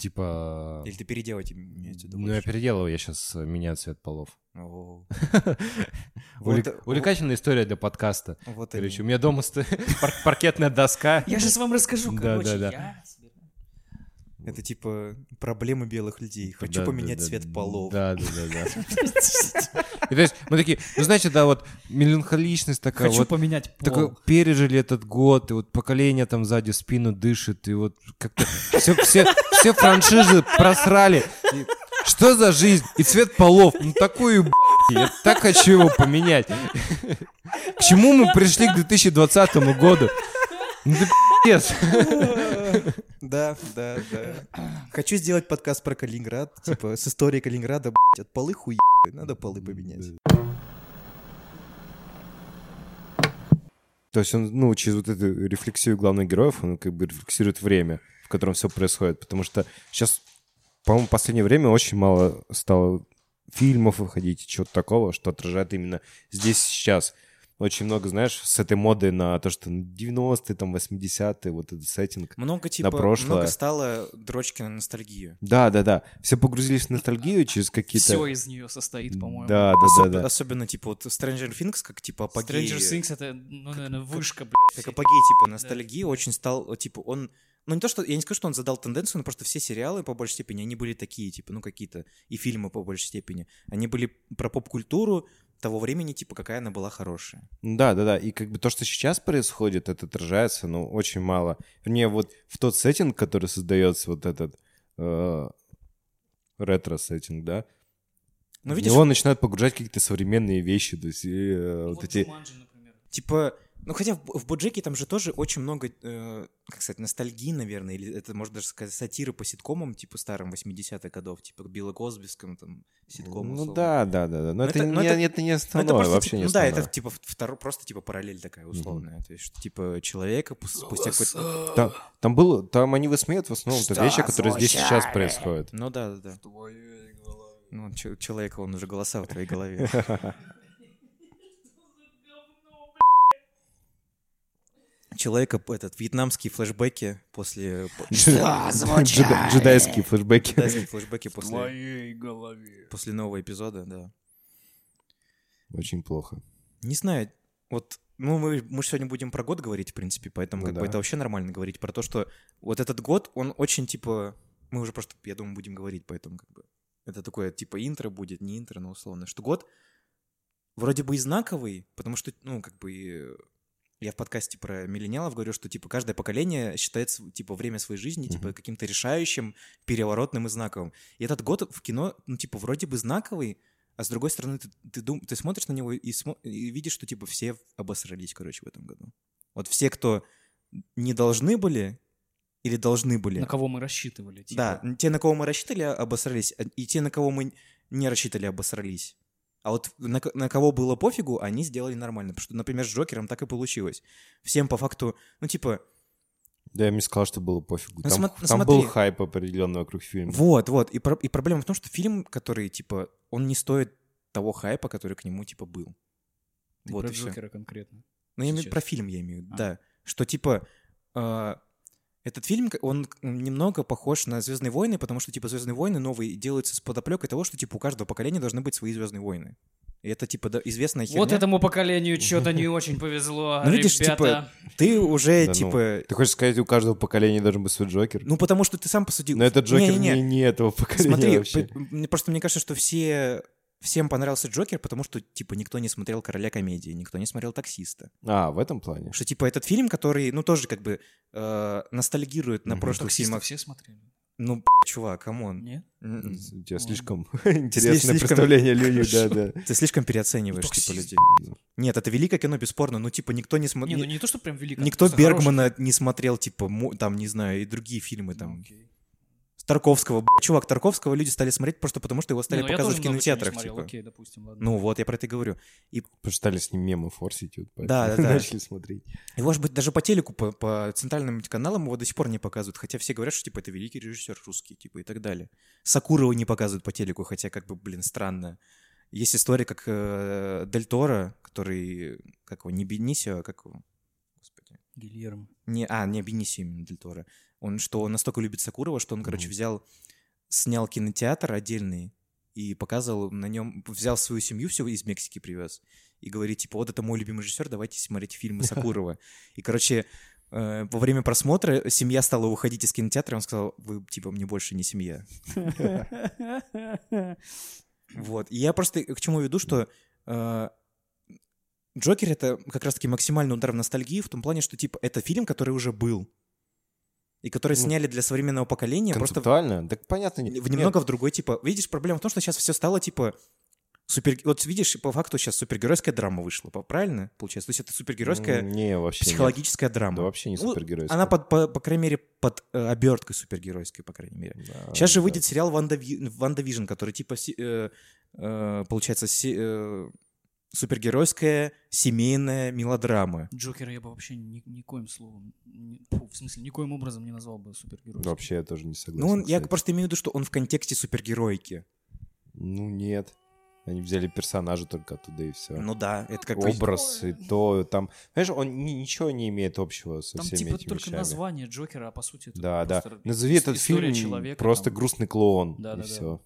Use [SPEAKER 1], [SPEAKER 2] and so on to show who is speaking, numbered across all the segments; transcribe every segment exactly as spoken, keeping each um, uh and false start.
[SPEAKER 1] Типа...
[SPEAKER 2] Или ты переделать имеется в виду?
[SPEAKER 1] Ну, я переделываю, я сейчас меняю цвет полов.
[SPEAKER 2] О.
[SPEAKER 1] Увлек-
[SPEAKER 2] Вот-
[SPEAKER 1] Увлекательная история для подкаста.
[SPEAKER 2] Вот
[SPEAKER 1] Короче, у
[SPEAKER 2] они.
[SPEAKER 1] меня дома стоит пар- паркетная доска.
[SPEAKER 3] Я сейчас вам расскажу,
[SPEAKER 1] Да,
[SPEAKER 3] короче.
[SPEAKER 1] да, да.
[SPEAKER 3] Я себе-
[SPEAKER 2] Это типа проблемы белых людей. Хочу
[SPEAKER 1] Да,
[SPEAKER 2] поменять
[SPEAKER 1] да, да,
[SPEAKER 2] цвет полов.
[SPEAKER 1] Да, да, да, да. И то есть мы такие, ну знаете, да, вот меланхоличность такая,
[SPEAKER 3] Хочу
[SPEAKER 1] вот
[SPEAKER 3] поменять
[SPEAKER 1] такой,
[SPEAKER 3] пол.
[SPEAKER 1] пережили этот год, и вот поколение там сзади в спину дышит, и вот как-то все, все, все франшизы просрали. И что за жизнь? И цвет полов, ну такую, б***ь, я так хочу его поменять. К чему мы пришли к две тысячи двадцатому году? Ну ты пи***ц.
[SPEAKER 2] Да, да, да. Хочу сделать подкаст про Калининград, типа с историей Калининграда, блядь, от полы хуй, надо полы поменять.
[SPEAKER 1] То есть он, ну, через вот эту рефлексию главных героев, он как бы рефлексирует время, в котором все происходит. Потому что сейчас, по-моему, в последнее время очень мало стало фильмов выходить, чего-то такого, что отражает именно здесь и сейчас. Очень много, знаешь, с этой модой на то, что девяностые, там, восьмидесятые, вот этот сеттинг.
[SPEAKER 2] Много типа,
[SPEAKER 1] прошлое.
[SPEAKER 2] много стало дрочки на ностальгию.
[SPEAKER 1] Да, да, да. Все погрузились в ностальгию через какие-то...
[SPEAKER 3] Все из нее состоит, по-моему.
[SPEAKER 1] Да, да,
[SPEAKER 2] Особ-
[SPEAKER 1] да, да.
[SPEAKER 2] Особенно типа вот Stranger Things, как типа апогей.
[SPEAKER 3] Stranger Things — это, ну, наверное, вышка, блядь.
[SPEAKER 2] Как
[SPEAKER 3] всей.
[SPEAKER 2] апогей типа ностальгии очень стал, типа он... Ну, не то, что... Я не скажу, что он задал тенденцию, но просто все сериалы, по большей степени, они были такие, типа, ну, какие-то... И фильмы, по большей степени. Они были про поп-культуру того времени, типа, какая она была хорошая.
[SPEAKER 1] Да, да, да. И как бы то, что сейчас происходит, это отражается, ну, очень мало. Вернее, вот в тот сеттинг, который создается, вот этот э, ретро-сеттинг, да,
[SPEAKER 2] Но
[SPEAKER 1] в
[SPEAKER 2] видишь,
[SPEAKER 1] него начинают погружать какие-то современные вещи. То есть, и, э,
[SPEAKER 3] Ну,
[SPEAKER 1] вот
[SPEAKER 3] вот
[SPEAKER 1] эти...
[SPEAKER 3] Джуманджи, например.
[SPEAKER 2] типа... Ну, хотя в, в Боджеке там же тоже очень много, э, как сказать, ностальгии, наверное, или это, можно даже сказать, сатиры по ситкомам, типа, старым восьмидесятых годов, типа, к Билла Косбискому, там, ситкому.
[SPEAKER 1] Ну
[SPEAKER 2] условно.
[SPEAKER 1] да, да, да, да. Но,
[SPEAKER 2] Но
[SPEAKER 1] это,
[SPEAKER 2] это- но
[SPEAKER 1] не,
[SPEAKER 2] это-
[SPEAKER 1] это не
[SPEAKER 2] Ну,
[SPEAKER 1] основное,
[SPEAKER 2] это просто,
[SPEAKER 1] вообще
[SPEAKER 2] типа,
[SPEAKER 1] не
[SPEAKER 2] ну да,
[SPEAKER 1] основное.
[SPEAKER 2] это типа второй, просто типа параллель такая условная, то есть что типа человека пус- спустя какой-то,
[SPEAKER 1] Там, там было, там они высмеют в основном
[SPEAKER 2] Что
[SPEAKER 1] те вещи, которые здесь и сейчас
[SPEAKER 2] звучали?
[SPEAKER 1] происходят.
[SPEAKER 2] ну да, да, да. Ну ч- человека, он уже голоса в твоей голове. Человека этот вьетнамские флешбеки после
[SPEAKER 1] Джеда- Джедайские флешбеки.
[SPEAKER 2] джедайские флешбеки после
[SPEAKER 3] твоей голове.
[SPEAKER 2] после нового эпизода, да.
[SPEAKER 1] Очень плохо.
[SPEAKER 2] Не знаю, вот, ну, мы, мы же сегодня будем про год говорить, в принципе, поэтому
[SPEAKER 1] Ну
[SPEAKER 2] как
[SPEAKER 1] да.
[SPEAKER 2] бы это вообще нормально говорить про то, что вот этот год, он очень, типа, мы уже просто, я думаю, будем говорить, поэтому как бы это такое, типа, интро будет, не интро, но условно, что год вроде бы и знаковый, потому что, ну, как бы, и я в подкасте про миллениалов говорю, что, типа, каждое поколение считает, св- типа, время своей жизни, типа,
[SPEAKER 1] Мгм.
[SPEAKER 2] каким-то решающим, переворотным и знаковым. И этот год в кино, ну, типа, вроде бы знаковый, а с другой стороны, ты, ты, дум- ты смотришь на него и, смо- и видишь, что, типа, все обосрались, короче, в этом году. Вот все, кто не должны были или должны были...
[SPEAKER 3] На кого мы рассчитывали. типа.
[SPEAKER 2] Да, те, на кого мы рассчитывали, обосрались, а- и те, на кого мы не рассчитывали, обосрались. А вот на, ко- на кого было пофигу, они сделали нормально. Потому что, например, с Джокером так и получилось. Всем по факту, ну, типа,
[SPEAKER 1] Да, я бы не сказал, что было пофигу.
[SPEAKER 2] Ну,
[SPEAKER 1] Там,
[SPEAKER 2] смо- ну,
[SPEAKER 1] там
[SPEAKER 2] смотри.
[SPEAKER 1] был хайп определенный вокруг фильма.
[SPEAKER 2] вот, вот. И, про- и проблема в том, что фильм, который, типа, он не стоит того хайпа, который к нему, типа, был.
[SPEAKER 3] Ты
[SPEAKER 2] вот
[SPEAKER 3] про
[SPEAKER 2] и всё.
[SPEAKER 3] Джокера конкретно.
[SPEAKER 2] Ну, я имею
[SPEAKER 3] Сейчас.
[SPEAKER 2] про фильм, я имею в виду,
[SPEAKER 3] А.
[SPEAKER 2] да. Что, типа, э, этот фильм, к- он к- немного похож на «Звездные войны», потому что, типа, «Звездные войны» новые делаются с подоплекой того, что, типа, у каждого поколения должны быть свои «Звездные войны». И это, типа, да, известная херня.
[SPEAKER 3] Вот этому поколению что-то не очень повезло,
[SPEAKER 2] Ну, видишь,
[SPEAKER 3] ребята.
[SPEAKER 2] Ты уже,
[SPEAKER 1] Да ну.
[SPEAKER 2] типа...
[SPEAKER 1] Ты хочешь сказать, у каждого поколения должен быть свой Джокер?
[SPEAKER 2] Ну, потому что ты сам посудил.
[SPEAKER 1] Но этот Джокер не,
[SPEAKER 2] Не-не-не.
[SPEAKER 1] не этого поколения
[SPEAKER 2] Смотри,
[SPEAKER 1] вообще.
[SPEAKER 2] п- мне просто мне кажется, что все... Всем понравился Джокер, потому что, типа, никто не смотрел «Короля комедии», никто не смотрел «Таксиста».
[SPEAKER 1] А, в этом плане?
[SPEAKER 2] Что, типа, этот фильм, который, ну, тоже, как бы, э, ностальгирует на
[SPEAKER 1] Мгм.
[SPEAKER 2] прошлых
[SPEAKER 3] Таксиста
[SPEAKER 2] фильмах.
[SPEAKER 3] все смотрели?
[SPEAKER 2] Ну, б***ь, чувак, камон.
[SPEAKER 3] Нет?
[SPEAKER 2] М-м.
[SPEAKER 1] У тебя
[SPEAKER 3] Ладно.
[SPEAKER 1] слишком интересное
[SPEAKER 2] слишком-
[SPEAKER 1] представление о людях, да, да.
[SPEAKER 2] Ты слишком переоцениваешь, типа,
[SPEAKER 3] Таксист.
[SPEAKER 2] людей. Нет, это великое кино, бесспорно. Ну, типа, никто не
[SPEAKER 3] Не, ну
[SPEAKER 2] смотрел...
[SPEAKER 3] не то, что прям велико.
[SPEAKER 2] Никто
[SPEAKER 3] просто хороший.
[SPEAKER 2] Бергмана не смотрел, типа, мо- там, не знаю, и другие фильмы,
[SPEAKER 3] Ну,
[SPEAKER 2] там.
[SPEAKER 3] окей.
[SPEAKER 2] Тарковского. Б***ь, чувак, Тарковского люди стали смотреть просто потому, что его стали
[SPEAKER 3] Не, ну я
[SPEAKER 2] показывать в
[SPEAKER 3] тоже много чего не
[SPEAKER 2] кинотеатрах,
[SPEAKER 3] смотрел,
[SPEAKER 2] типа.
[SPEAKER 3] Окей, допустим, ладно.
[SPEAKER 2] Ну, вот, я про это и говорю.
[SPEAKER 1] Потому что стали с ним мемы форсить, вот поэтому
[SPEAKER 2] Да, да, да.
[SPEAKER 1] начали смотреть.
[SPEAKER 2] И, может быть, даже по телеку, по, по центральным каналам его до сих пор не показывают, хотя все говорят, что, типа, это великий режиссер русский, типа, и так далее. Сакурова не показывают по телеку, хотя, как бы, блин, странно. Есть история, как э, Дель Торо, который, как его, не Бенисио, а как его, господи.
[SPEAKER 3] Гильермо.
[SPEAKER 2] Не, а, не Бенисио именно Дель Торо. Он что, он настолько любит Сакурова, что он, короче,
[SPEAKER 1] Мгм.
[SPEAKER 2] взял, снял кинотеатр отдельный и показывал на нем, взял свою семью, все из Мексики привез, и говорит, типа, вот это мой любимый режиссер, давайте смотреть фильмы Сакурова. И, короче, э, во время просмотра семья стала уходить из кинотеатра, и он сказал, вы, типа, мне больше не семья. Вот. И я просто к чему веду, что э, Джокер — это как раз-таки максимальный удар в ностальгию в том плане, что, типа, это фильм, который уже был, и который
[SPEAKER 1] Ну,
[SPEAKER 2] сняли для современного поколения просто в,
[SPEAKER 1] Концептуально? Так понятно. не-
[SPEAKER 2] в немного в другой, типа... Видишь, проблема в том, что сейчас все стало, типа, супер... Вот видишь, по факту сейчас супергеройская драма вышла, по- правильно получается? То есть это
[SPEAKER 1] Нет.
[SPEAKER 2] супергеройская
[SPEAKER 1] М, Не, вообще нет.
[SPEAKER 2] психологическая драма.
[SPEAKER 1] Да вообще не
[SPEAKER 2] Ну,
[SPEAKER 1] супергеройская.
[SPEAKER 2] Она, под, по, по крайней мере, под э, оберткой супергеройской, по крайней мере.
[SPEAKER 1] Да,
[SPEAKER 2] Сейчас же
[SPEAKER 1] да.
[SPEAKER 2] выйдет сериал «Ванда, Ви... «Ванда Вижн», который типа, си- э, э, получается, си- э, супергеройская семейная мелодрама.
[SPEAKER 3] Джокера я бы вообще ни, никоим словом, ни- фу, в смысле, никоим образом не назвал бы супергероем.
[SPEAKER 1] Вообще я тоже не согласен.
[SPEAKER 2] Ну, он, я
[SPEAKER 1] кстати.
[SPEAKER 2] просто имею в виду, что он в контексте супергеройки.
[SPEAKER 1] Ну, нет. Они взяли персонажа только оттуда и все.
[SPEAKER 2] Ну да, это как бы...
[SPEAKER 1] Образ и то там... Понимаешь, он ни- ничего не имеет общего со
[SPEAKER 3] Там
[SPEAKER 1] всеми
[SPEAKER 3] типа
[SPEAKER 1] этими
[SPEAKER 3] только
[SPEAKER 1] вещами.
[SPEAKER 3] название Джокера, а по сути это
[SPEAKER 1] Да, да.
[SPEAKER 3] просто
[SPEAKER 1] Назови
[SPEAKER 3] ис-
[SPEAKER 1] этот
[SPEAKER 3] история
[SPEAKER 1] фильм
[SPEAKER 3] человека,
[SPEAKER 1] просто
[SPEAKER 3] там.
[SPEAKER 1] грустный клоун,
[SPEAKER 3] Да,
[SPEAKER 1] и
[SPEAKER 3] да, да.
[SPEAKER 1] все.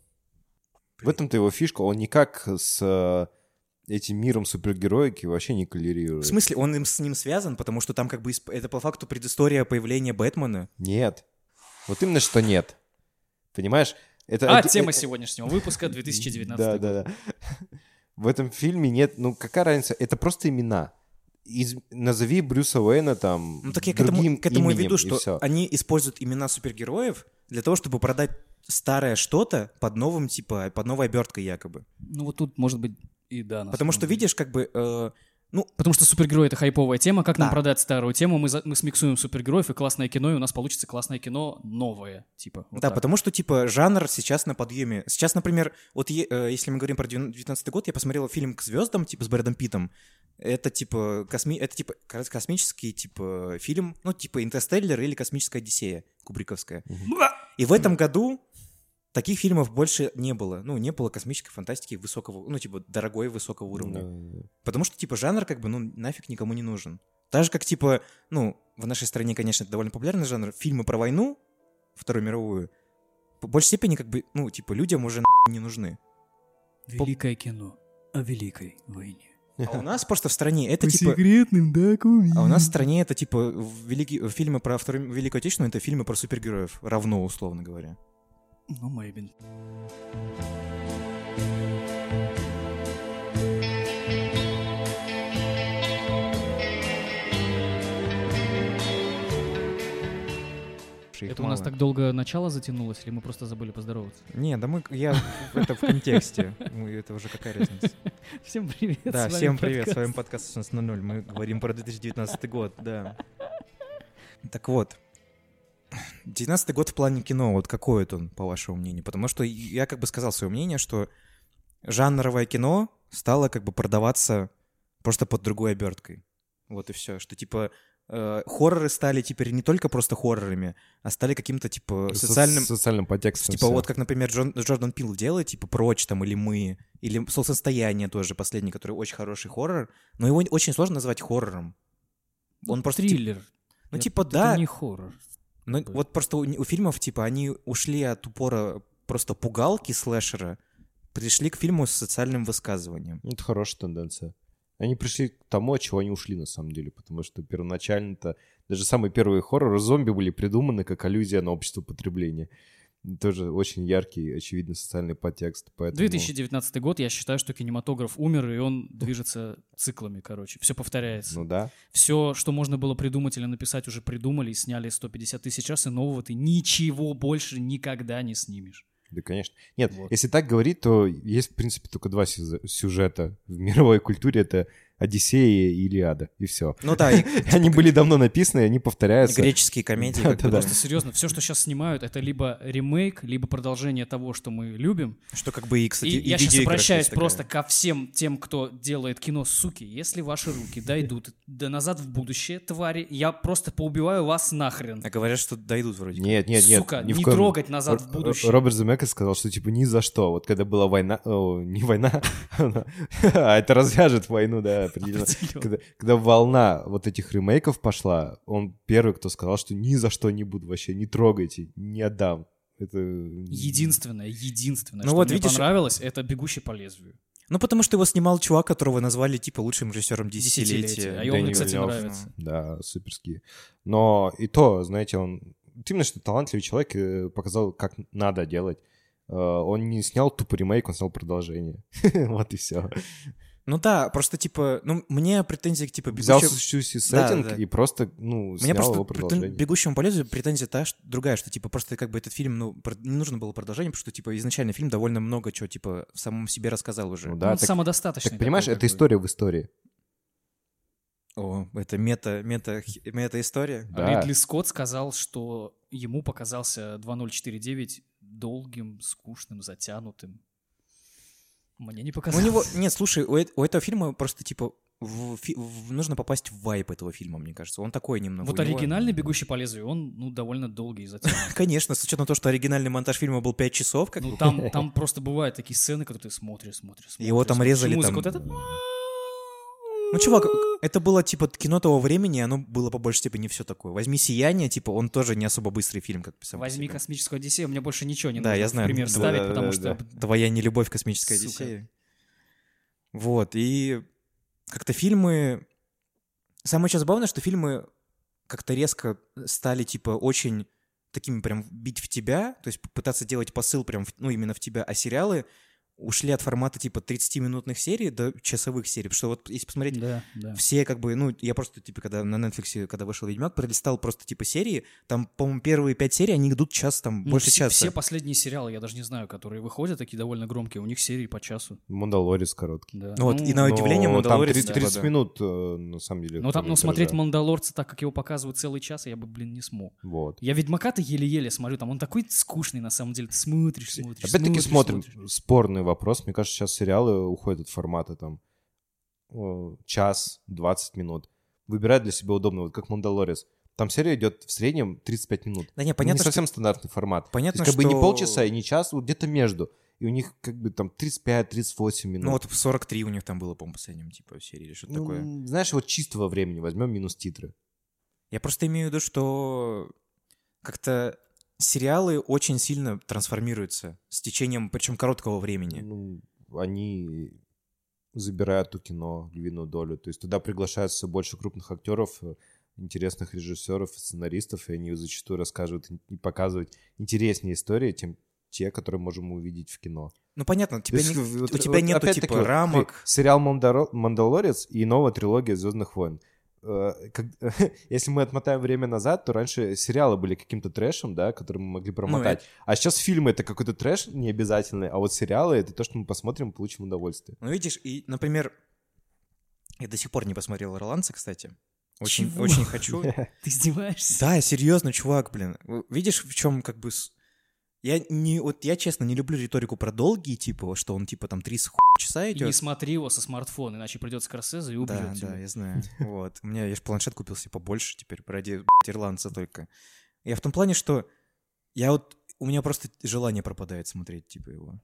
[SPEAKER 1] В этом-то его фишка. Он никак с э, этим миром супергероики вообще не коллерирует.
[SPEAKER 2] В смысле, он им, с ним связан, потому что там как бы исп- это по факту предыстория появления Бэтмена.
[SPEAKER 1] Нет. Вот именно что нет. Понимаешь? Это
[SPEAKER 3] А,
[SPEAKER 1] оди-
[SPEAKER 3] тема
[SPEAKER 1] э,
[SPEAKER 3] сегодняшнего выпуска две тысячи девятнадцатый
[SPEAKER 1] Да,
[SPEAKER 3] год.
[SPEAKER 1] да, да. В этом фильме нет... Ну, какая разница? Это просто имена. Из- Назови Брюса Уэйна там
[SPEAKER 2] Ну так я к этому,
[SPEAKER 1] другим
[SPEAKER 2] к этому и
[SPEAKER 1] именем,
[SPEAKER 2] веду,
[SPEAKER 1] и
[SPEAKER 2] что
[SPEAKER 1] всё.
[SPEAKER 2] они используют имена супергероев для того, чтобы продать старое что-то под новым, типа, под новой оберткой якобы.
[SPEAKER 3] Ну вот тут может быть и да. на
[SPEAKER 2] Потому
[SPEAKER 3] самом
[SPEAKER 2] что,
[SPEAKER 3] деле.
[SPEAKER 2] видишь, как бы... э, ну,
[SPEAKER 3] Потому что супергерой — это хайповая тема. Как нам
[SPEAKER 2] Да.
[SPEAKER 3] продать старую тему? Мы, за- мы смиксуем супергероев и классное кино, и у нас получится классное кино новое. Типа, вот
[SPEAKER 2] да,
[SPEAKER 3] так.
[SPEAKER 2] потому что, типа, жанр сейчас на подъеме. Сейчас, например, вот е- э, если мы говорим про девятнадцатый год, я посмотрел фильм «К звездам», типа, с Брэдом Питтом. Это, типа, косми... это, типа, как раз космический, типа, фильм, ну, типа, «Интерстеллар» или «Космическая Одиссея» кубриковская. И в этом году таких фильмов больше не было. Ну, не было космической фантастики высокого, ну, типа, дорогой высокого уровня.
[SPEAKER 1] Да.
[SPEAKER 2] Потому что, типа, жанр, как бы, ну, нафиг никому не нужен. Так же, как, типа, ну, в нашей стране, конечно, это довольно популярный жанр. Фильмы про войну, Вторую мировую, в большей степени, как бы, ну, типа, людям уже не нужны.
[SPEAKER 3] Великое кино о Великой войне.
[SPEAKER 2] А у нас просто в стране это, типа...
[SPEAKER 3] секретным документам.
[SPEAKER 2] А у нас в стране это, типа, в великие... фильмы про Вторую Великую Отечественную, это фильмы про супергероев. Равно, условно говоря.
[SPEAKER 3] Ну, maybe.
[SPEAKER 2] Их
[SPEAKER 3] Это у нас
[SPEAKER 2] мало.
[SPEAKER 3] так долго начало затянулось, или мы просто забыли поздороваться?
[SPEAKER 2] Не, да мы... Я... Это в контексте. Ну, это уже какая разница.
[SPEAKER 3] Всем привет.
[SPEAKER 2] Да,
[SPEAKER 3] с вами
[SPEAKER 2] всем привет,
[SPEAKER 3] подкаст.
[SPEAKER 2] с вами подкаст шестнадцать ноль ноль. Мы говорим про две тысячи девятнадцатый год, да. Так вот, девятнадцатый год в плане кино, вот какой это он, по вашему мнению? Потому что я как бы сказал свое мнение, что жанровое кино стало как бы продаваться просто под другой оберткой. Вот и все, что типа э, хорроры стали теперь не только просто хоррорами, а стали каким-то типа
[SPEAKER 1] Со-
[SPEAKER 2] социальным...
[SPEAKER 1] социальным подтекстом.
[SPEAKER 2] Типа
[SPEAKER 1] всё.
[SPEAKER 2] вот как, например, Джон, Джордан Пил делает, типа «Прочь» там, или «Мы», или «Солнцестояние» тоже, последний, который очень хороший хоррор, но его очень сложно назвать хоррором. Он просто... тип-
[SPEAKER 3] Триллер.
[SPEAKER 2] ну,
[SPEAKER 3] Это-
[SPEAKER 2] типа,
[SPEAKER 3] это
[SPEAKER 2] да,
[SPEAKER 3] не хоррор.
[SPEAKER 2] но
[SPEAKER 3] бы.
[SPEAKER 2] вот просто у, у фильмов, типа, они ушли от упора просто пугалки слэшера, пришли к фильму с социальным высказыванием.
[SPEAKER 1] Ну, это хорошая тенденция. Они пришли к тому, от чего они ушли на самом деле, потому что первоначально-то даже самые первые хорроры зомби были придуманы как аллюзия на общество потребления. Тоже очень яркий, очевидный социальный подтекст. Поэтому...
[SPEAKER 3] две тысячи девятнадцатый год, я считаю, что кинематограф умер, и он движется циклами, короче. Все повторяется.
[SPEAKER 1] Ну да.
[SPEAKER 3] Все, что можно было придумать или написать, уже придумали и сняли сто пятьдесят тысяч раз, и нового ты ничего больше никогда не снимешь.
[SPEAKER 1] Да, конечно. Нет,
[SPEAKER 3] Вот.
[SPEAKER 1] если так говорить, то есть, в принципе, только два сюз- сюжета в мировой культуре. Это Одиссея и Илиада, и все.
[SPEAKER 2] Ну да, и
[SPEAKER 1] Они были давно написаны, и они повторяются.
[SPEAKER 2] греческие комедии.
[SPEAKER 1] Да,
[SPEAKER 2] как бы,
[SPEAKER 1] да,
[SPEAKER 2] да.
[SPEAKER 3] Просто серьезно, все, что сейчас снимают, это либо ремейк, либо продолжение того, что мы любим.
[SPEAKER 2] Что как бы и, кстати,
[SPEAKER 3] И,
[SPEAKER 2] и
[SPEAKER 3] я сейчас
[SPEAKER 2] видеоиграх
[SPEAKER 3] обращаюсь
[SPEAKER 2] есть
[SPEAKER 3] просто
[SPEAKER 2] такая.
[SPEAKER 3] ко всем тем, кто делает кино, суки. Если ваши руки дойдут до назад в будущее, твари, я просто поубиваю вас нахрен.
[SPEAKER 2] А говорят, что дойдут вроде.
[SPEAKER 1] Нет, нет, нет.
[SPEAKER 3] Сука,
[SPEAKER 1] ни в
[SPEAKER 3] не
[SPEAKER 1] коем-
[SPEAKER 3] трогать назад в
[SPEAKER 1] Р-
[SPEAKER 3] будущее.
[SPEAKER 1] Роберт Земекис сказал, что типа ни за что. Вот когда была война, о, не война, а это развяжет войну, да, определенно.
[SPEAKER 3] Определенно.
[SPEAKER 1] Когда, когда волна вот этих ремейков пошла, он первый, кто сказал, что ни за что не буду вообще, не трогайте, не отдам. Это...
[SPEAKER 3] Единственное, единственное,
[SPEAKER 2] Ну
[SPEAKER 3] что
[SPEAKER 2] вот
[SPEAKER 3] мне
[SPEAKER 2] видишь-
[SPEAKER 3] понравилось, это «Бегущий по лезвию».
[SPEAKER 2] Ну, потому что его снимал чувак, которого назвали, типа, лучшим режиссером десятилетия.
[SPEAKER 3] А и он мне,
[SPEAKER 1] Дэни
[SPEAKER 3] кстати,
[SPEAKER 1] Вильнёв.
[SPEAKER 3] нравится.
[SPEAKER 1] Да, суперский. Но и то, знаете, он... Вот именно что талантливый человек э, показал, как надо делать. Э, Он не снял тупо ремейк, он снял продолжение. Вот и все.
[SPEAKER 2] Ну да, просто, типа, ну, мне претензии к, типа,
[SPEAKER 1] Взял
[SPEAKER 2] «Бегущему...»
[SPEAKER 1] существующий
[SPEAKER 2] Да,
[SPEAKER 1] сеттинг
[SPEAKER 2] да.
[SPEAKER 1] и просто, ну,
[SPEAKER 2] Мне
[SPEAKER 1] снял
[SPEAKER 2] просто
[SPEAKER 1] его
[SPEAKER 2] претен-
[SPEAKER 1] продолжение.
[SPEAKER 2] «Бегущему по лезвию» претензия та, что, другая, что, типа, просто как бы этот фильм, ну, про- не нужно было продолжение, потому что, типа, изначально фильм довольно много чего, типа, в самом себе рассказал уже.
[SPEAKER 1] Ну
[SPEAKER 3] Ну,
[SPEAKER 1] да,
[SPEAKER 3] он
[SPEAKER 1] так,
[SPEAKER 3] самодостаточный.
[SPEAKER 1] так понимаешь,
[SPEAKER 3] такой,
[SPEAKER 1] это
[SPEAKER 3] как бы.
[SPEAKER 1] история в истории.
[SPEAKER 2] О, это мета, мета, хи- мета-история.
[SPEAKER 1] Да.
[SPEAKER 3] Ридли Скотт сказал, что ему показался две тысячи четыре девять долгим, скучным, затянутым. Мне не
[SPEAKER 2] У
[SPEAKER 3] показалось.
[SPEAKER 2] него, нет, слушай, у, э- у этого фильма просто, типа, в фи- в- нужно попасть в вайп этого фильма, мне кажется. Он такой немного.
[SPEAKER 3] Вот
[SPEAKER 2] у него-
[SPEAKER 3] оригинальный «Бегущий по лезвию», он, ну, довольно долгий и затянутый.
[SPEAKER 2] Конечно, с учетом того, что оригинальный монтаж фильма был пять часов, как
[SPEAKER 3] Ну,
[SPEAKER 2] бы.
[SPEAKER 3] там, там просто бывают такие сцены, которые ты смотришь, смотришь, смотришь.
[SPEAKER 2] Его там
[SPEAKER 3] смотришь,
[SPEAKER 2] резали,
[SPEAKER 3] и музыка
[SPEAKER 2] там-
[SPEAKER 3] вот эта.
[SPEAKER 2] Ну, чувак, это было, типа, кино того времени, оно было по большей степени все такое. Возьми «Сияние», типа, он тоже не особо быстрый фильм, как сам по
[SPEAKER 3] Возьми
[SPEAKER 2] себе.
[SPEAKER 3] «Космическую Одиссею», мне больше ничего не
[SPEAKER 2] Да,
[SPEAKER 3] нужно
[SPEAKER 2] я
[SPEAKER 3] в
[SPEAKER 2] знаю.
[SPEAKER 3] пример
[SPEAKER 2] Да,
[SPEAKER 3] ставить,
[SPEAKER 1] да,
[SPEAKER 3] потому
[SPEAKER 1] да,
[SPEAKER 3] что...
[SPEAKER 1] да.
[SPEAKER 2] Твоя нелюбовь к «Космической
[SPEAKER 3] Сука.
[SPEAKER 2] Одиссее». Вот, и как-то фильмы... Самое сейчас забавное, что фильмы как-то резко стали, типа, очень такими прям бить в тебя, то есть пытаться делать посыл прям, в- ну, именно в тебя, а сериалы ушли от формата, типа, тридцатиминутных серий до часовых серий, потому что вот если посмотреть
[SPEAKER 3] Да, да.
[SPEAKER 2] все как бы, ну, я просто, типа, когда на Netflix, когда вышел «Ведьмак», пролистал просто, типа, серии, там, по-моему, первые пять серий, они идут час, там,
[SPEAKER 3] Ну,
[SPEAKER 2] больше
[SPEAKER 3] все,
[SPEAKER 2] часа.
[SPEAKER 3] все последние сериалы, я даже не знаю, которые выходят, такие довольно громкие, у них серии по часу.
[SPEAKER 1] «Мандалорец» короткий.
[SPEAKER 3] Да.
[SPEAKER 2] Ну вот, и на
[SPEAKER 1] Но
[SPEAKER 2] удивление
[SPEAKER 1] там
[SPEAKER 2] «Мандалорец»,
[SPEAKER 1] тридцать,
[SPEAKER 2] да,
[SPEAKER 1] тридцать
[SPEAKER 2] да.
[SPEAKER 1] минут, э, на самом деле.
[SPEAKER 3] Ну, там, ну,
[SPEAKER 1] хронометража.
[SPEAKER 3] смотреть «Мандалорца» так, как его показывают целый час, я бы, блин, не смог.
[SPEAKER 1] Вот.
[SPEAKER 3] Я «Ведьмака»-то еле-еле смотрю, там он такой скучный, на самом деле. Ты смотришь, смотришь,
[SPEAKER 1] Опять-таки
[SPEAKER 3] смотришь,
[SPEAKER 1] смотрим.
[SPEAKER 3] смотришь.
[SPEAKER 1] Спорный вопрос. Мне кажется, сейчас сериалы уходят от формата там о, час, двадцать минут. Выбирать для себя удобно, вот как «Мандалорец». Там серия идет в среднем тридцать пять минут.
[SPEAKER 2] Да не,
[SPEAKER 1] Не
[SPEAKER 2] понятно,
[SPEAKER 1] совсем
[SPEAKER 2] что...
[SPEAKER 1] стандартный формат.
[SPEAKER 2] Понятно,
[SPEAKER 1] То есть как бы не
[SPEAKER 2] что-
[SPEAKER 1] полчаса и не час, вот где-то между. И у них как бы там тридцать пять тридцать восемь минут.
[SPEAKER 2] Ну вот в сорок три у них там было, по-моему, в последнем, типа, серии или что-то
[SPEAKER 1] Ну,
[SPEAKER 2] такое.
[SPEAKER 1] знаешь, вот чистого времени возьмем минус титры.
[SPEAKER 2] Я просто имею в виду, что как-то сериалы очень сильно трансформируются с течением, причем короткого времени.
[SPEAKER 1] Ну, они забирают у кино львиную долю. То есть туда приглашают все больше крупных актеров, э, интересных режиссеров, сценаристов, и они зачастую рассказывают и показывают интереснее истории, чем те, которые можем увидеть в кино.
[SPEAKER 2] Ну понятно, у тебя,
[SPEAKER 1] То есть,
[SPEAKER 2] не-
[SPEAKER 1] вот-
[SPEAKER 2] у тебя
[SPEAKER 1] вот
[SPEAKER 2] нету,
[SPEAKER 1] опять-таки,
[SPEAKER 2] типа,
[SPEAKER 1] вот,
[SPEAKER 2] рамок.
[SPEAKER 1] смотри, сериал «Мандаро- «Мандалорец» и новая трилогия «Звездных войн». Э, как- Если мы отмотаем время назад, то раньше сериалы были каким-то трэшем, да, который мы могли промотать. А сейчас фильмы — это какой-то трэш необязательный, а вот сериалы — это то, что мы посмотрим и получим удовольствие.
[SPEAKER 2] Ну видишь, и, например, я до сих пор не посмотрел «Ирландца», кстати. Очень,
[SPEAKER 3] Чего?
[SPEAKER 2] очень хочу.
[SPEAKER 3] Ты издеваешься?
[SPEAKER 2] Да, серьезно, чувак, блин. Видишь, в чем как бы... с- Я не, вот я честно не люблю риторику про долгие, типа, что он типа там три с хуй часа
[SPEAKER 3] И не
[SPEAKER 2] идет.
[SPEAKER 3] смотри его со смартфона, иначе придет Скорсезе и убьет
[SPEAKER 2] Да,
[SPEAKER 3] тебя.
[SPEAKER 2] да, я знаю. Вот. У меня, я же планшет купил себе побольше теперь, ради, блядь, ирландца только. Я в том плане, что я вот... У меня просто желание пропадает смотреть, типа, его.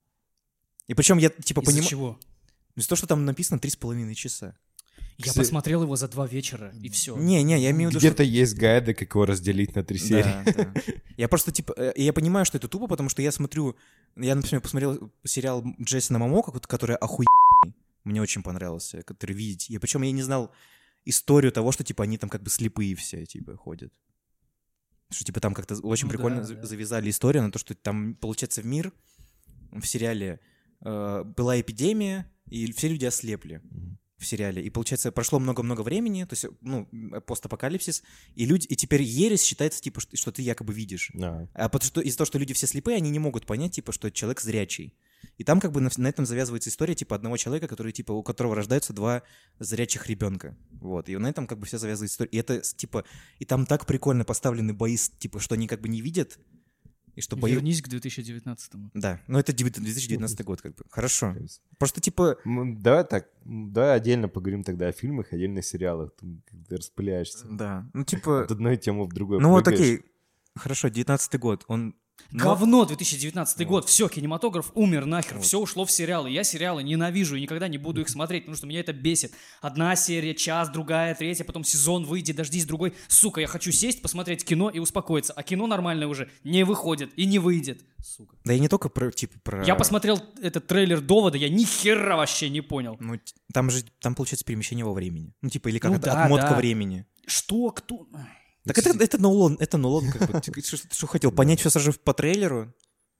[SPEAKER 2] И причем я, типа,
[SPEAKER 3] Из-за
[SPEAKER 2] понимаю...
[SPEAKER 3] чего?
[SPEAKER 2] Из-за того, что там написано три с половиной часа.
[SPEAKER 3] Я
[SPEAKER 1] Кстати-
[SPEAKER 3] посмотрел его за два вечера, и все.
[SPEAKER 2] Не-не, я имею в виду,
[SPEAKER 1] Где-то есть гайды, как его разделить на три
[SPEAKER 2] что...
[SPEAKER 1] серии.
[SPEAKER 2] Да, да. Я просто, типа... э, Я понимаю, что это тупо, потому что я смотрю... Я, например, посмотрел сериал Джейсона Момока, который охуенный. Мне очень понравился, который видеть. Я, причем я не знал историю того, что, типа, они там как бы слепые все, типа, ходят. Что, типа, там как-то очень
[SPEAKER 3] Ну
[SPEAKER 2] прикольно
[SPEAKER 3] да,
[SPEAKER 2] за-
[SPEAKER 3] да.
[SPEAKER 2] завязали историю на то, что там, получается, в мир, в сериале э, была эпидемия, и все люди ослепли в сериале. И, получается, прошло много-много времени, то есть, ну, постапокалипсис, и люди, и теперь ересь считается, типа, что, что ты якобы видишь.
[SPEAKER 1] Да.
[SPEAKER 2] А потому что из-за того, что люди все слепые, они не могут понять, типа, что человек зрячий. И там как бы на, на этом завязывается история, типа, одного человека, который, типа, у которого рождаются два зрячих ребенка. Вот. И на этом как бы вся завязывается история. И это, с- типа, и там так прикольно поставлены бои, с- типа, что они как бы не видят, и что бои...
[SPEAKER 3] Вернись к две тысячи девятнадцатому.
[SPEAKER 2] Да, но это девя- две тысячи девятнадцатый год, как бы. Хорошо. Просто, типа,
[SPEAKER 1] М, Давай так, м, давай отдельно поговорим тогда о фильмах, отдельно о сериалах. Ты, ты распыляешься.
[SPEAKER 2] да, ну, типа...
[SPEAKER 1] От одной темы в другую
[SPEAKER 2] Ну вот
[SPEAKER 1] прыгаешь.
[SPEAKER 2] окей, хорошо, девятнадцатый год, он Но-
[SPEAKER 3] Говно две тысячи девятнадцатый
[SPEAKER 2] Вот.
[SPEAKER 3] год, все, кинематограф умер нахер,
[SPEAKER 2] Вот.
[SPEAKER 3] все ушло в сериалы. Я сериалы ненавижу и никогда не буду их смотреть, потому что меня это бесит. Одна серия, час, другая, третья, потом сезон, выйди, дождись другой. Сука, я хочу сесть, посмотреть кино и успокоиться. А кино нормальное уже не выходит и не выйдет. Сука.
[SPEAKER 2] Да и не только про, типа, про...
[SPEAKER 3] Я посмотрел этот трейлер «Довода», я ни хера вообще не понял.
[SPEAKER 2] Ну, т- там же, там получается перемещение во времени. Ну, типа, или как
[SPEAKER 3] Ну
[SPEAKER 2] это,
[SPEAKER 3] да,
[SPEAKER 2] отмотка
[SPEAKER 3] да.
[SPEAKER 2] времени.
[SPEAKER 3] Что, кто?
[SPEAKER 2] Так это, это ноулон, это ноулон, как бы. Ты что, что хотел, понять все сразу по трейлеру?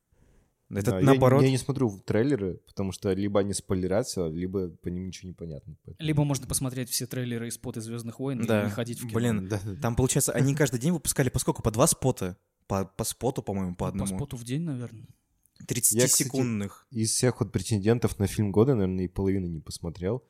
[SPEAKER 2] Это
[SPEAKER 1] Да, я не-
[SPEAKER 2] наоборот.
[SPEAKER 1] Я, не смотрю трейлеры, потому что либо они спойлерят всё, либо по ним ничего не понятно. Поэтому-
[SPEAKER 3] Либо можно посмотреть все трейлеры и споты «Звездных войн»
[SPEAKER 2] Да,
[SPEAKER 3] и не ходить в кино.
[SPEAKER 2] блин,
[SPEAKER 1] Да, да.
[SPEAKER 2] там, получается, они каждый день выпускали по сколько? По два спота? По, по споту, по-моему, по
[SPEAKER 3] По
[SPEAKER 2] одному.
[SPEAKER 3] споту в день, наверное.
[SPEAKER 2] тридцатисекундных.
[SPEAKER 1] Из всех вот претендентов на фильм года, наверное, и половины не посмотрел.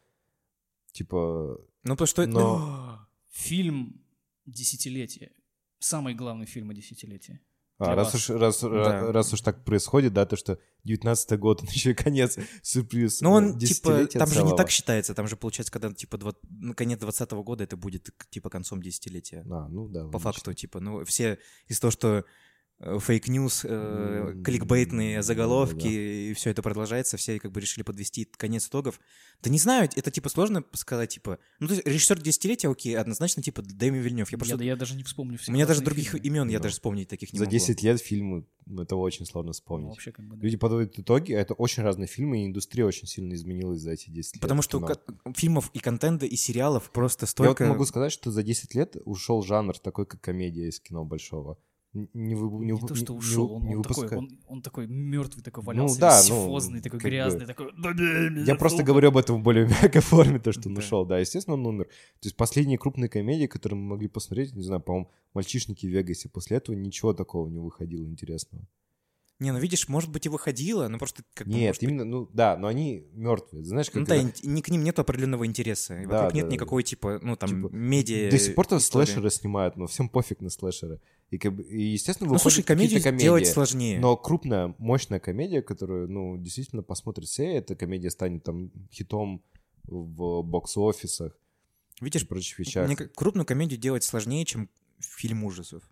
[SPEAKER 1] Типа,
[SPEAKER 2] Ну, потому что...
[SPEAKER 1] Но-
[SPEAKER 3] Фильм десятилетия. Самый главный фильм десятилетия.
[SPEAKER 1] а,
[SPEAKER 3] Для
[SPEAKER 1] раз
[SPEAKER 3] вас.
[SPEAKER 1] уж, раз,
[SPEAKER 2] Да.
[SPEAKER 1] ра- раз уж так происходит, да, то, что девятнадцатый год, он еще и конец, сюрприз.
[SPEAKER 2] Ну, он,
[SPEAKER 1] э,
[SPEAKER 2] типа,
[SPEAKER 1] десятилетия
[SPEAKER 2] там же не
[SPEAKER 1] целого.
[SPEAKER 2] так считается, там же, получается, когда, типа, дво- ну, конец двадцатого года, это будет, типа, концом десятилетия.
[SPEAKER 1] А, ну да.
[SPEAKER 2] По
[SPEAKER 1] логично.
[SPEAKER 2] факту, типа, ну, все из-за того, что э, фейк-ньюс, э,
[SPEAKER 1] М,
[SPEAKER 2] кликбейтные заголовки,
[SPEAKER 1] да-да-да.
[SPEAKER 2] и все это продолжается, все как бы решили подвести конец итогов. Да не знаю, это, типа, сложно сказать, типа... Ну, то есть режиссер десятилетия, окей, однозначно, типа, Дэми Вильнёв. Я
[SPEAKER 3] Я,
[SPEAKER 2] просто...
[SPEAKER 3] да я даже не вспомню все
[SPEAKER 2] У меня даже
[SPEAKER 3] классные
[SPEAKER 2] других
[SPEAKER 3] фильмы.
[SPEAKER 2] имен я
[SPEAKER 1] Да.
[SPEAKER 2] даже вспомнить таких не
[SPEAKER 1] За
[SPEAKER 2] могу.
[SPEAKER 1] десять лет фильмы, ну, это очень сложно
[SPEAKER 3] Ну,
[SPEAKER 1] вспомнить.
[SPEAKER 3] вообще, как бы, да.
[SPEAKER 1] Люди подводят итоги, а это очень разные фильмы, и индустрия очень сильно изменилась за эти десять лет.
[SPEAKER 2] Потому что у
[SPEAKER 1] кино.
[SPEAKER 2] ка- фильмов и контента, и сериалов просто
[SPEAKER 1] Я вот
[SPEAKER 2] столько...
[SPEAKER 1] могу сказать, что за десять лет ушел жанр такой, как комедия из кино большого. Н- Не, вы, не,
[SPEAKER 3] Не
[SPEAKER 1] вы-
[SPEAKER 3] то, что
[SPEAKER 1] не-
[SPEAKER 3] ушел, он,
[SPEAKER 1] не
[SPEAKER 3] он такой,
[SPEAKER 1] выпускай-
[SPEAKER 3] он, он такой мертвый, такой
[SPEAKER 1] Ну
[SPEAKER 3] валялся,
[SPEAKER 1] да, ну,
[SPEAKER 3] сифозный, такой
[SPEAKER 1] как бы-
[SPEAKER 3] грязный, такой... «Да бей меня,
[SPEAKER 1] Я просто
[SPEAKER 3] сука».
[SPEAKER 1] говорю об этом в более мягкой форме, то, что он
[SPEAKER 2] Да.
[SPEAKER 1] ушел. Да, естественно, он умер. То есть последние крупные комедии, которые мы могли посмотреть, не знаю, по-моему, «Мальчишники в Вегасе», после этого ничего такого не выходило интересного.
[SPEAKER 2] Не, ну видишь, может быть и выходило, но просто как бы...
[SPEAKER 1] Нет,
[SPEAKER 2] может быть,
[SPEAKER 1] именно, ну да, но они мертвые. Знаешь, как
[SPEAKER 2] Ну да,
[SPEAKER 1] это-
[SPEAKER 2] и ни к ним нет определенного интереса. И
[SPEAKER 1] Да,
[SPEAKER 2] вокруг нет
[SPEAKER 1] да, да.
[SPEAKER 2] никакой, типа, ну там,
[SPEAKER 1] Типа,
[SPEAKER 2] медиа
[SPEAKER 1] До сих пор-то
[SPEAKER 2] истории.
[SPEAKER 1] слэшеры снимают, но всем пофиг на слэшеры. И, как бы, и естественно,
[SPEAKER 2] Ну
[SPEAKER 1] выходят
[SPEAKER 2] слушай, комедию
[SPEAKER 1] какие-то комедии.
[SPEAKER 2] делать сложнее.
[SPEAKER 1] Но крупная, мощная комедия, которую, ну, действительно посмотрят все, эта комедия станет там хитом в бокс-офисах и
[SPEAKER 2] Видишь,
[SPEAKER 1] прочих вещах.
[SPEAKER 2] мне ка- крупную комедию делать сложнее, чем фильм ужасов.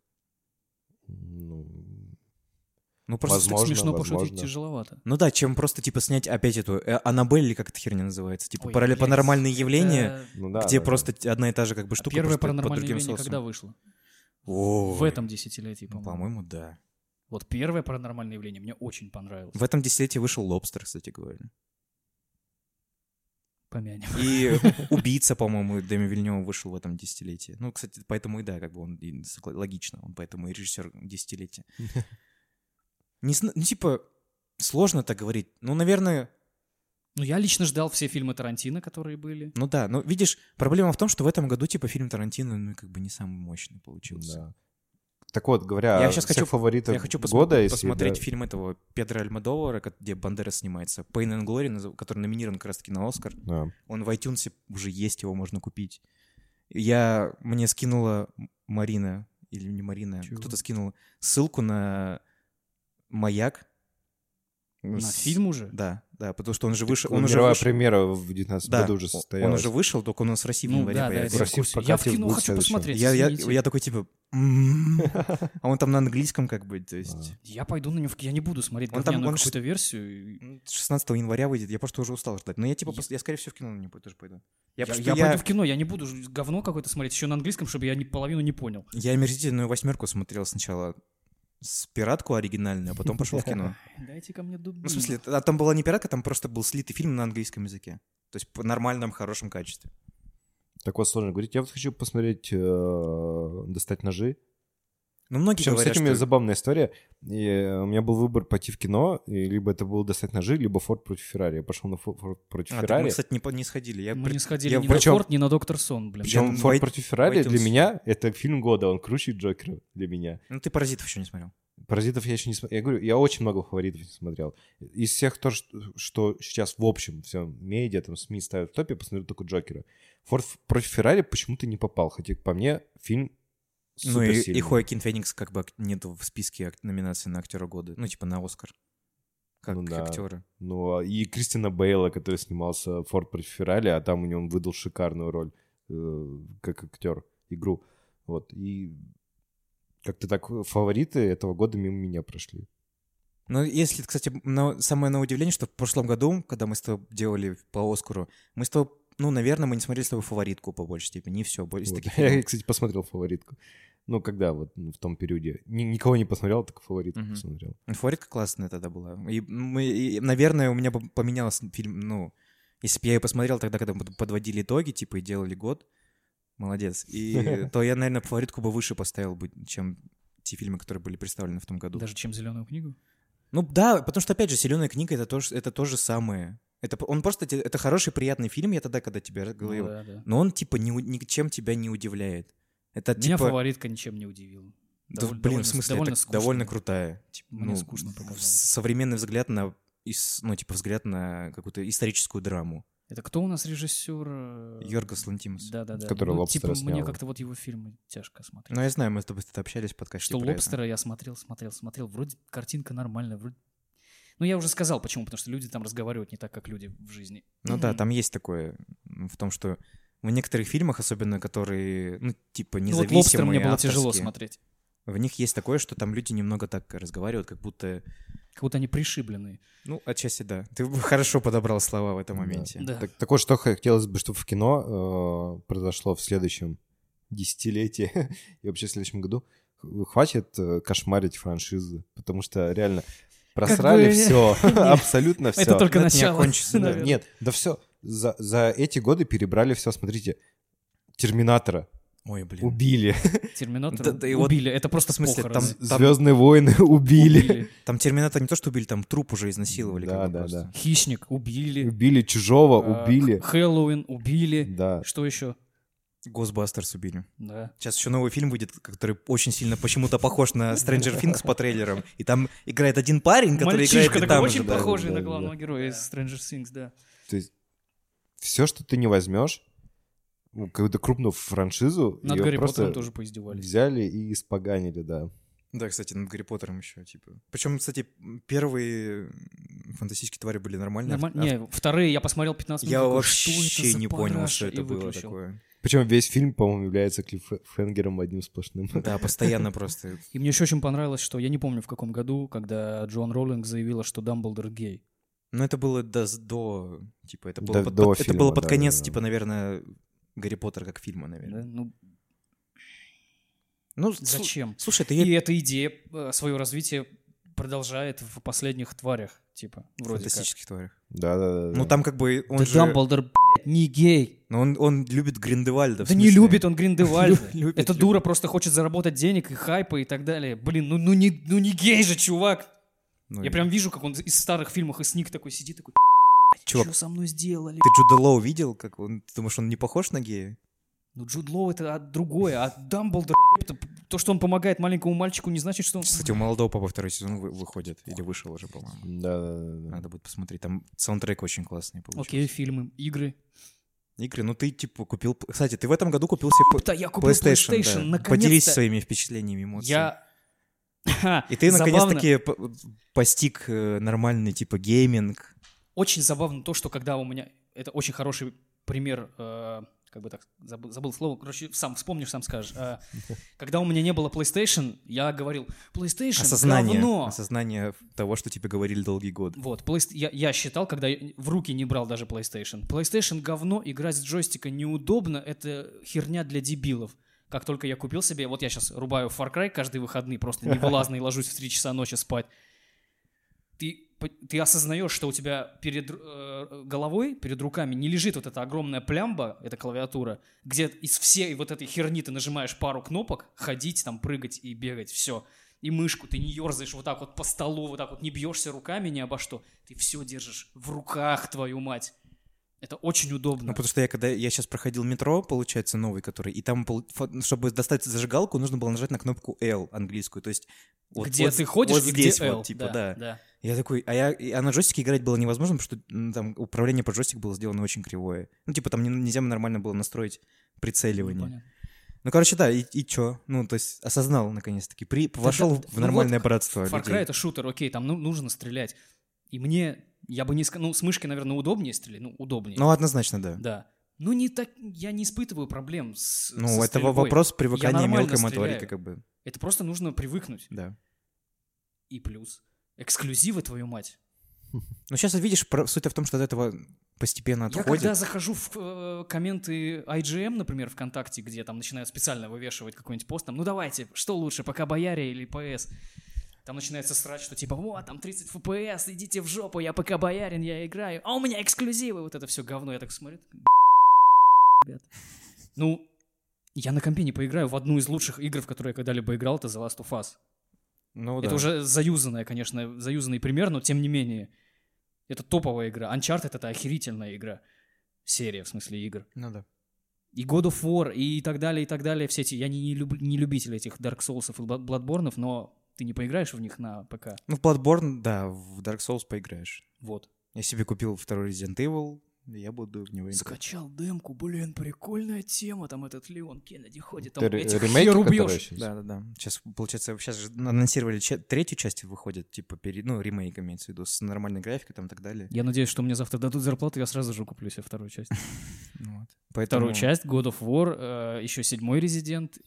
[SPEAKER 1] Ну,
[SPEAKER 2] Ну просто...
[SPEAKER 1] Возможно.
[SPEAKER 3] Смешно пошутить
[SPEAKER 1] возможно.
[SPEAKER 3] тяжеловато.
[SPEAKER 2] Ну да, чем просто, типа, снять опять эту э, Аннабель, или как эта херня называется, типа,
[SPEAKER 3] Ой,
[SPEAKER 2] параллель
[SPEAKER 3] блядь,
[SPEAKER 2] паранормальные явления,
[SPEAKER 3] это
[SPEAKER 1] ну да,
[SPEAKER 2] где
[SPEAKER 1] да,
[SPEAKER 2] просто т- одна и та же как бы штука,
[SPEAKER 3] Первое
[SPEAKER 2] просто под
[SPEAKER 3] паранормальное
[SPEAKER 2] другим
[SPEAKER 3] явление
[SPEAKER 2] соусом.
[SPEAKER 3] когда вышло?
[SPEAKER 2] Ой.
[SPEAKER 3] В этом десятилетии,
[SPEAKER 2] Ну,
[SPEAKER 3] по-моему.
[SPEAKER 2] по-моему, да.
[SPEAKER 3] Вот первое паранормальное явление мне очень понравилось.
[SPEAKER 2] В этом десятилетии вышел «Лобстер», кстати говоря.
[SPEAKER 3] Помянем.
[SPEAKER 2] И «Убийца», по-моему, Дэми Вильнёва вышел в этом десятилетии. Ну, кстати, поэтому и да, как бы он и согла- логично, он поэтому и режиссер десятилетия. Не зна- ну, типа, сложно так говорить. Ну, наверное,
[SPEAKER 3] Ну, я лично ждал все фильмы Тарантино, которые были.
[SPEAKER 2] ну да. Но видишь, проблема в том, что в этом году, типа, фильм Тарантино, ну, как бы не самый мощный получился.
[SPEAKER 1] да. Так вот, говоря
[SPEAKER 2] Я
[SPEAKER 1] о
[SPEAKER 2] щас
[SPEAKER 1] всех
[SPEAKER 2] хочу-
[SPEAKER 1] фаворитах
[SPEAKER 2] Я хочу посмо-
[SPEAKER 1] года, если,
[SPEAKER 2] посмотреть
[SPEAKER 1] да,
[SPEAKER 2] фильм этого Педро Альмодовара, ко- где Бандера снимается, Pain and Glory, назов- который номинирован как раз-таки на Оскар.
[SPEAKER 1] да.
[SPEAKER 2] Он в iTunes уже есть, его можно купить. Я, мне скинула Марина, или не Марина,
[SPEAKER 3] Чего?
[SPEAKER 2] кто-то скинул ссылку на «Маяк».
[SPEAKER 3] На
[SPEAKER 2] С-
[SPEAKER 3] фильм уже?
[SPEAKER 2] Да, да, потому что он же вышел...
[SPEAKER 1] Он
[SPEAKER 2] Он уже
[SPEAKER 1] мировая
[SPEAKER 2] вышел,
[SPEAKER 1] премьера в девятнадцатом
[SPEAKER 2] да,
[SPEAKER 1] году уже
[SPEAKER 2] он-
[SPEAKER 1] состоялась.
[SPEAKER 2] он уже вышел, только у нас в России в
[SPEAKER 3] Ну,
[SPEAKER 2] январе
[SPEAKER 3] да, да,
[SPEAKER 2] появится.
[SPEAKER 3] это я в
[SPEAKER 1] России
[SPEAKER 3] курсе.
[SPEAKER 1] в
[SPEAKER 3] Я в
[SPEAKER 1] прокате
[SPEAKER 3] кино
[SPEAKER 1] будет
[SPEAKER 3] хочу
[SPEAKER 1] следующий.
[SPEAKER 3] посмотреть,
[SPEAKER 2] Я, я,
[SPEAKER 3] извините.
[SPEAKER 2] я такой, типа... «М-м-м». А он там на английском, как бы, то есть...
[SPEAKER 3] Я пойду на него, в- я не буду смотреть
[SPEAKER 2] Он там-
[SPEAKER 3] говняную
[SPEAKER 2] он
[SPEAKER 3] какую-то версию.
[SPEAKER 2] шестнадцатого января выйдет, я просто уже устал ждать. Но я, типа, пос- я, скорее всего, в кино на него тоже пойду. Я,
[SPEAKER 3] Я,
[SPEAKER 2] потому
[SPEAKER 3] я
[SPEAKER 2] что я,
[SPEAKER 3] пойду в кино, я не буду ж- говно какое-то смотреть еще на английском, чтобы я ни, половину не понял.
[SPEAKER 2] я «Омерзительную восьмерку» смотрел сначала с пиратку оригинальную, а потом пошел в кино.
[SPEAKER 3] Дайте ко мне дубину.
[SPEAKER 2] Ну, в смысле, а там была не пиратка, там просто был слитый фильм на английском языке. То есть в нормальном, хорошем качестве.
[SPEAKER 1] Так вот сложно говорить. Я вот хочу посмотреть э, «Достать ножи».
[SPEAKER 2] Ну, многие
[SPEAKER 1] Причем с
[SPEAKER 2] говорят,
[SPEAKER 1] этим
[SPEAKER 2] что...
[SPEAKER 1] забавная история. И э, у меня был выбор пойти в кино, и либо это было «Достать ножи», либо «Форд против Феррари». Я пошел на «Форд против
[SPEAKER 2] А, так
[SPEAKER 1] Феррари».
[SPEAKER 2] мы, кстати, не, по- не сходили. Я
[SPEAKER 3] Мы
[SPEAKER 2] при-
[SPEAKER 3] не сходили
[SPEAKER 2] я
[SPEAKER 3] ни
[SPEAKER 2] причем-
[SPEAKER 3] на Форд, ни на Доктор Сон, блин.
[SPEAKER 1] Причем
[SPEAKER 2] Я
[SPEAKER 1] «Форд
[SPEAKER 2] в
[SPEAKER 1] против Феррари» для
[SPEAKER 2] iTunes.
[SPEAKER 1] меня это фильм года. Он круче Джокера для меня.
[SPEAKER 2] Ну, ты «Паразитов» еще не смотрел.
[SPEAKER 1] «Паразитов» я еще не смотрел. Я говорю, я очень много «Фаворитов» не смотрел. Из всех то, что, что сейчас в общем все медиа, там, СМИ ставят в топе, я посмотрел только Джокера. «Форд против Феррари» почему-то не попал. Хотя, по мне, фильм
[SPEAKER 2] Ну, и,
[SPEAKER 1] суперсильный.
[SPEAKER 2] и Хоакин Феникс как бы нету в списке ак- номинаций на актера года. Ну, типа на Оскар. Как
[SPEAKER 1] Ну да.
[SPEAKER 2] актера.
[SPEAKER 1] Ну, а и Кристина Бейла, который снимался в «Форд против Феррари», а там у него он выдал шикарную роль э, как актер, игру. Вот, и Как-то так фавориты этого года мимо меня прошли.
[SPEAKER 2] Ну, если, кстати, на, самое на удивление, что в прошлом году, когда мы с тобой делали по Оскару, мы с тобой, ну, наверное, мы не смотрели с тобой «Фаворитку» по большей степени, не все, из
[SPEAKER 1] Вот.
[SPEAKER 2] таких
[SPEAKER 1] Я,
[SPEAKER 2] фильмов.
[SPEAKER 1] кстати, посмотрел «Фаворитку». Ну, когда вот ну, в том периоде. Ни- никого не посмотрел, только «Фаворитку»
[SPEAKER 2] Мгм.
[SPEAKER 1] посмотрел.
[SPEAKER 2] «Фаворитка» классная тогда была. И, мы, и, наверное, у меня бы поменялся фильм, ну, если бы я ее посмотрел тогда, когда мы подводили итоги, типа, и делали год, молодец, и то я, наверное, «Фаворитку» бы выше поставил бы, чем те фильмы, которые были представлены в том году.
[SPEAKER 3] Даже чем «Зеленую книгу».
[SPEAKER 2] Ну да, потому что, опять же, «Зеленая книга» — это то, это то же самое. Это, он просто, те- это хороший, приятный фильм, я тогда, когда тебе говорил.
[SPEAKER 3] Ну, да, да.
[SPEAKER 2] Но он, типа, ни, ничем тебя не удивляет. Это,
[SPEAKER 3] Меня
[SPEAKER 2] типа...
[SPEAKER 3] «Фаворитка» ничем не удивила.
[SPEAKER 2] Да,
[SPEAKER 3] Дов-
[SPEAKER 2] блин,
[SPEAKER 3] довольно-
[SPEAKER 2] в смысле,
[SPEAKER 3] довольно
[SPEAKER 2] это
[SPEAKER 3] скучно.
[SPEAKER 2] довольно крутая. Типа,
[SPEAKER 3] Мне
[SPEAKER 2] ну,
[SPEAKER 3] скучно
[SPEAKER 2] в-
[SPEAKER 3] показалось.
[SPEAKER 2] современный взгляд на, ис- ну, типа, взгляд на какую-то историческую драму.
[SPEAKER 3] Это кто у нас режиссер? э,
[SPEAKER 2] Йоргос Лантимос.
[SPEAKER 3] Да, да, да.
[SPEAKER 1] Который
[SPEAKER 3] ну,
[SPEAKER 1] «Лобстера»
[SPEAKER 3] типа, мне
[SPEAKER 1] снял.
[SPEAKER 3] как-то вот его фильмы тяжко смотреть.
[SPEAKER 2] Ну, я знаю, мы с тобой тогда общались в подкасте
[SPEAKER 3] Что
[SPEAKER 2] про это.
[SPEAKER 3] «Лобстера» я смотрел, смотрел, смотрел. Вроде картинка нормальная. Вроде... Ну, я уже сказал, почему. Потому что люди там разговаривают не так, как люди в жизни.
[SPEAKER 2] Ну да, там есть такое, м, в том, что в некоторых фильмах, особенно которые, ну, типа,
[SPEAKER 3] Ну, вот
[SPEAKER 2] независимые,
[SPEAKER 3] «Лобстер» мне было тяжело
[SPEAKER 2] авторские,
[SPEAKER 3] смотреть.
[SPEAKER 2] в них есть такое, что там люди немного так разговаривают, как будто...
[SPEAKER 3] Как будто они пришибленные.
[SPEAKER 2] Ну, отчасти да. Ты хорошо подобрал слова в этом
[SPEAKER 1] Да.
[SPEAKER 2] моменте.
[SPEAKER 3] Да.
[SPEAKER 1] Так, так вот, что хотелось бы, чтобы в кино э, произошло в следующем десятилетии и вообще в следующем году. Х- Хватит э, кошмарить франшизы, потому что реально просрали
[SPEAKER 3] бы-
[SPEAKER 1] все,
[SPEAKER 3] Нет.
[SPEAKER 1] абсолютно все.
[SPEAKER 3] Это только
[SPEAKER 2] Но это не
[SPEAKER 3] начало.
[SPEAKER 2] окончится, да.
[SPEAKER 3] наверное.
[SPEAKER 1] Нет, да все. За, за эти годы перебрали все. Смотрите, Терминатора
[SPEAKER 2] Ой, блин.
[SPEAKER 1] убили,
[SPEAKER 3] «Терминатор»
[SPEAKER 2] Да- да и вот
[SPEAKER 3] убили. Это просто
[SPEAKER 2] в смысле,
[SPEAKER 3] похороны.
[SPEAKER 2] там- Там-
[SPEAKER 1] Звездные войны убили,
[SPEAKER 3] Убили.
[SPEAKER 2] Там Терминатор не то, что убили, там труп уже изнасиловали.
[SPEAKER 1] Да,
[SPEAKER 2] как бы
[SPEAKER 1] да,
[SPEAKER 2] просто.
[SPEAKER 1] да.
[SPEAKER 3] «Хищник» убили.
[SPEAKER 1] убили чужого,
[SPEAKER 3] А,
[SPEAKER 1] убили,
[SPEAKER 3] Х- «Хэллоуин» убили.
[SPEAKER 1] да.
[SPEAKER 3] Что еще?
[SPEAKER 2] Госбастерс убили.
[SPEAKER 3] Да.
[SPEAKER 2] Сейчас еще новый фильм выйдет, который очень сильно почему-то похож на Stranger Things по трейлерам. И там играет один парень, который
[SPEAKER 3] Мальчишка
[SPEAKER 2] играет и
[SPEAKER 3] такой
[SPEAKER 2] там
[SPEAKER 3] очень
[SPEAKER 2] же, да.
[SPEAKER 3] похожий
[SPEAKER 1] да,
[SPEAKER 3] на
[SPEAKER 1] да,
[SPEAKER 3] главного героя из Stranger Things, да.
[SPEAKER 1] То есть все, что ты не возьмешь, ну, какую-то крупную франшизу,
[SPEAKER 3] Над
[SPEAKER 1] её
[SPEAKER 3] Гарри
[SPEAKER 1] просто
[SPEAKER 3] Поттером тоже поиздевались.
[SPEAKER 1] взяли и испоганили, да.
[SPEAKER 2] Да, кстати, над Гарри Поттером еще, типа. Причем, кстати, первые фантастические твари были нормальные.
[SPEAKER 3] Нормально.
[SPEAKER 2] а-
[SPEAKER 3] Не, вторые я посмотрел пятнадцать минут.
[SPEAKER 2] Я
[SPEAKER 3] такой,
[SPEAKER 2] вообще
[SPEAKER 3] что это за
[SPEAKER 2] не понял,
[SPEAKER 3] параша?»
[SPEAKER 2] что
[SPEAKER 3] и
[SPEAKER 2] это было
[SPEAKER 3] выключил.
[SPEAKER 2] такое.
[SPEAKER 1] Причем весь фильм, по-моему, является клиффхенгером одним сплошным.
[SPEAKER 2] Да, постоянно просто.
[SPEAKER 3] И мне еще очень понравилось, что я не помню в каком году, когда Джоан Роулинг заявила, что Дамблдор гей.
[SPEAKER 2] Ну, это было до, до типа, это было,
[SPEAKER 1] До-
[SPEAKER 2] под,
[SPEAKER 1] до
[SPEAKER 2] под- это
[SPEAKER 1] фильма,
[SPEAKER 2] было под
[SPEAKER 1] да,
[SPEAKER 2] конец,
[SPEAKER 1] да, да.
[SPEAKER 2] типа, наверное, Гарри Поттера как фильма,
[SPEAKER 3] Да?
[SPEAKER 2] наверное.
[SPEAKER 3] Ну,
[SPEAKER 2] Ну, слу-
[SPEAKER 3] зачем?
[SPEAKER 2] слушай, это
[SPEAKER 3] И
[SPEAKER 2] я...
[SPEAKER 3] эта идея э, свое развитие продолжает в последних тварях, типа, вроде как.
[SPEAKER 2] фантастических тварях.
[SPEAKER 1] Да-да-да.
[SPEAKER 2] Ну, там как бы он
[SPEAKER 3] Да
[SPEAKER 2] же...
[SPEAKER 3] Дамблдор, блядь, не гей.
[SPEAKER 2] Ну, он, он любит Гриндевальда. в
[SPEAKER 3] Да не
[SPEAKER 2] смысле.
[SPEAKER 3] любит он Гриндевальда.
[SPEAKER 2] Любит,
[SPEAKER 3] Эта
[SPEAKER 2] любит.
[SPEAKER 3] дура просто хочет заработать денег и хайпа и так далее. Блин, ну, ну, не, ну не гей же, чувак.
[SPEAKER 2] Ну,
[SPEAKER 3] Я прям вижу, как он из старых фильмов и сник такой сидит, такой,
[SPEAKER 2] Чувак,
[SPEAKER 3] что со мной сделали?
[SPEAKER 2] ты Джуда Лоу видел? Как он... Ты думаешь, он не похож на гея?
[SPEAKER 3] Ну, Джуд Лоу это а, другое, а Дамблдор, это, то, что он помогает маленькому мальчику, не значит, что он...
[SPEAKER 2] Кстати, у молодого папа второй сезон вы- выходит. Или вышел уже, по-моему.
[SPEAKER 1] Да-да-да.
[SPEAKER 2] Надо будет посмотреть. Там саундтрек очень классный получился.
[SPEAKER 3] Окей, фильмы, игры.
[SPEAKER 2] Игры, ну ты типа купил... Кстати, ты в этом году купил себе
[SPEAKER 3] Да, я купил
[SPEAKER 2] PlayStation,
[SPEAKER 3] PlayStation,
[SPEAKER 2] да.
[SPEAKER 3] наконец-то.
[SPEAKER 2] Поделись своими впечатлениями, эмоциями.
[SPEAKER 3] Я... Ха,
[SPEAKER 2] И ты
[SPEAKER 3] забавно-
[SPEAKER 2] наконец-таки п- постиг э, нормальный типа гейминг.
[SPEAKER 3] Очень забавно то, что когда у меня... Это очень хороший пример, э, как бы так, забыл, забыл слово, короче, сам вспомнишь, сам скажешь. Э, когда у меня не было PlayStation, я говорил, PlayStation
[SPEAKER 2] Осознание.
[SPEAKER 3] говно.
[SPEAKER 2] Осознание того, что тебе говорили долгие годы.
[SPEAKER 3] Вот, Playst- я, я считал, когда я в руки не брал даже PlayStation. PlayStation говно, играть с джойстика неудобно, это херня для дебилов. Как только я купил себе, вот я сейчас рубаю Far Cry каждые выходные, просто невылазно и ложусь в три часа ночи спать. Ты, по- ты осознаешь, что у тебя перед э, головой, перед руками не лежит вот эта огромная плямба, эта клавиатура, где из всей вот этой херни ты нажимаешь пару кнопок, ходить, там, прыгать и бегать, все. И мышку ты не ерзаешь вот так вот по столу, вот так вот не бьешься руками ни обо что. Ты все держишь в руках, твою мать. Это очень удобно.
[SPEAKER 2] Ну, потому что я когда я сейчас проходил метро, получается, новый, который, и там, пол- фо- чтобы достать зажигалку, нужно было нажать на кнопку L английскую, то есть вот-
[SPEAKER 3] где
[SPEAKER 2] вот-
[SPEAKER 3] ты ходишь
[SPEAKER 2] вот
[SPEAKER 3] и
[SPEAKER 2] здесь
[SPEAKER 3] где L.
[SPEAKER 2] вот, типа, да.
[SPEAKER 3] да.
[SPEAKER 2] Я такой, а я, и- а на джойстике играть было невозможно, потому что м, там управление по джойстику было сделано очень кривое. Ну, типа, там не- нельзя нормально было настроить прицеливание.
[SPEAKER 3] Понятно.
[SPEAKER 2] Ну, короче, да, и, и чё? Ну, то есть осознал, наконец-таки, при, вошел
[SPEAKER 3] да,
[SPEAKER 2] в
[SPEAKER 3] ну
[SPEAKER 2] нормальное
[SPEAKER 3] вот,
[SPEAKER 2] братство
[SPEAKER 3] Far
[SPEAKER 2] людей.
[SPEAKER 3] Cry — это шутер, окей, там ну, нужно стрелять. И мне, я бы не сказал, ну, с мышкой, наверное, удобнее стрелять, ну, удобнее.
[SPEAKER 2] Ну, однозначно, да.
[SPEAKER 3] Да. Ну, не так, я не испытываю проблем с
[SPEAKER 2] Ну,
[SPEAKER 3] со
[SPEAKER 2] это во-
[SPEAKER 3] стрельбой.
[SPEAKER 2] вопрос
[SPEAKER 3] Я
[SPEAKER 2] привыкания
[SPEAKER 3] нормально
[SPEAKER 2] мелкой моторики,
[SPEAKER 3] стреляю.
[SPEAKER 2] как бы.
[SPEAKER 3] Это просто нужно привыкнуть.
[SPEAKER 2] Да.
[SPEAKER 3] И плюс эксклюзивы, твою мать.
[SPEAKER 2] Ну, сейчас видишь, суть в том, что от этого постепенно отходит.
[SPEAKER 3] Я когда захожу в э, комменты ай джи эм, например, ВКонтакте, где там начинают специально вывешивать какой-нибудь пост, там, ну давайте, что лучше, ПК Бояре или пэ эс? Там начинается срать, что типа, вот, там тридцать эф пи эс, идите в жопу, я ПК Боярин, я играю, а у меня эксклюзивы, вот это все говно. Я так смотрю, ребят. Ну, я на компе не поиграю в одну из лучших игр, в которые я когда-либо играл, это The Last of Us.
[SPEAKER 2] Ну,
[SPEAKER 3] это
[SPEAKER 2] да.
[SPEAKER 3] уже заюзанная, конечно, заюзанный пример, но тем не менее. Это топовая игра. Uncharted — это охерительная игра. Серия, в смысле, игр.
[SPEAKER 2] Ну да.
[SPEAKER 3] И God of War, и так далее, и так далее. Все эти... Я не, не, люб... не любитель этих Dark Souls и Bloodborne, но ты не поиграешь в них на ПК.
[SPEAKER 2] Ну, в Bloodborne, да, в Dark Souls поиграешь.
[SPEAKER 3] Вот.
[SPEAKER 2] Я себе купил второй Resident Evil, и я буду в него играть.
[SPEAKER 3] Скачал демку, блин, прикольная тема. Там этот Леон Кеннеди ходит, там
[SPEAKER 1] Это
[SPEAKER 3] этих
[SPEAKER 1] ремейки,
[SPEAKER 3] хер
[SPEAKER 1] которые
[SPEAKER 3] убьешь.
[SPEAKER 1] сейчас?
[SPEAKER 2] Да, да, да. Сейчас, получается, сейчас же анонсировали че- третью часть, выходит, типа, перед, ну, ремейк имеется в виду, с нормальной графикой там и так далее.
[SPEAKER 3] Я надеюсь, что мне завтра дадут зарплату, я сразу же куплю себе вторую часть.
[SPEAKER 2] Вот. Поэтому...
[SPEAKER 3] Вторую часть, God of War, э, еще седьмой Resident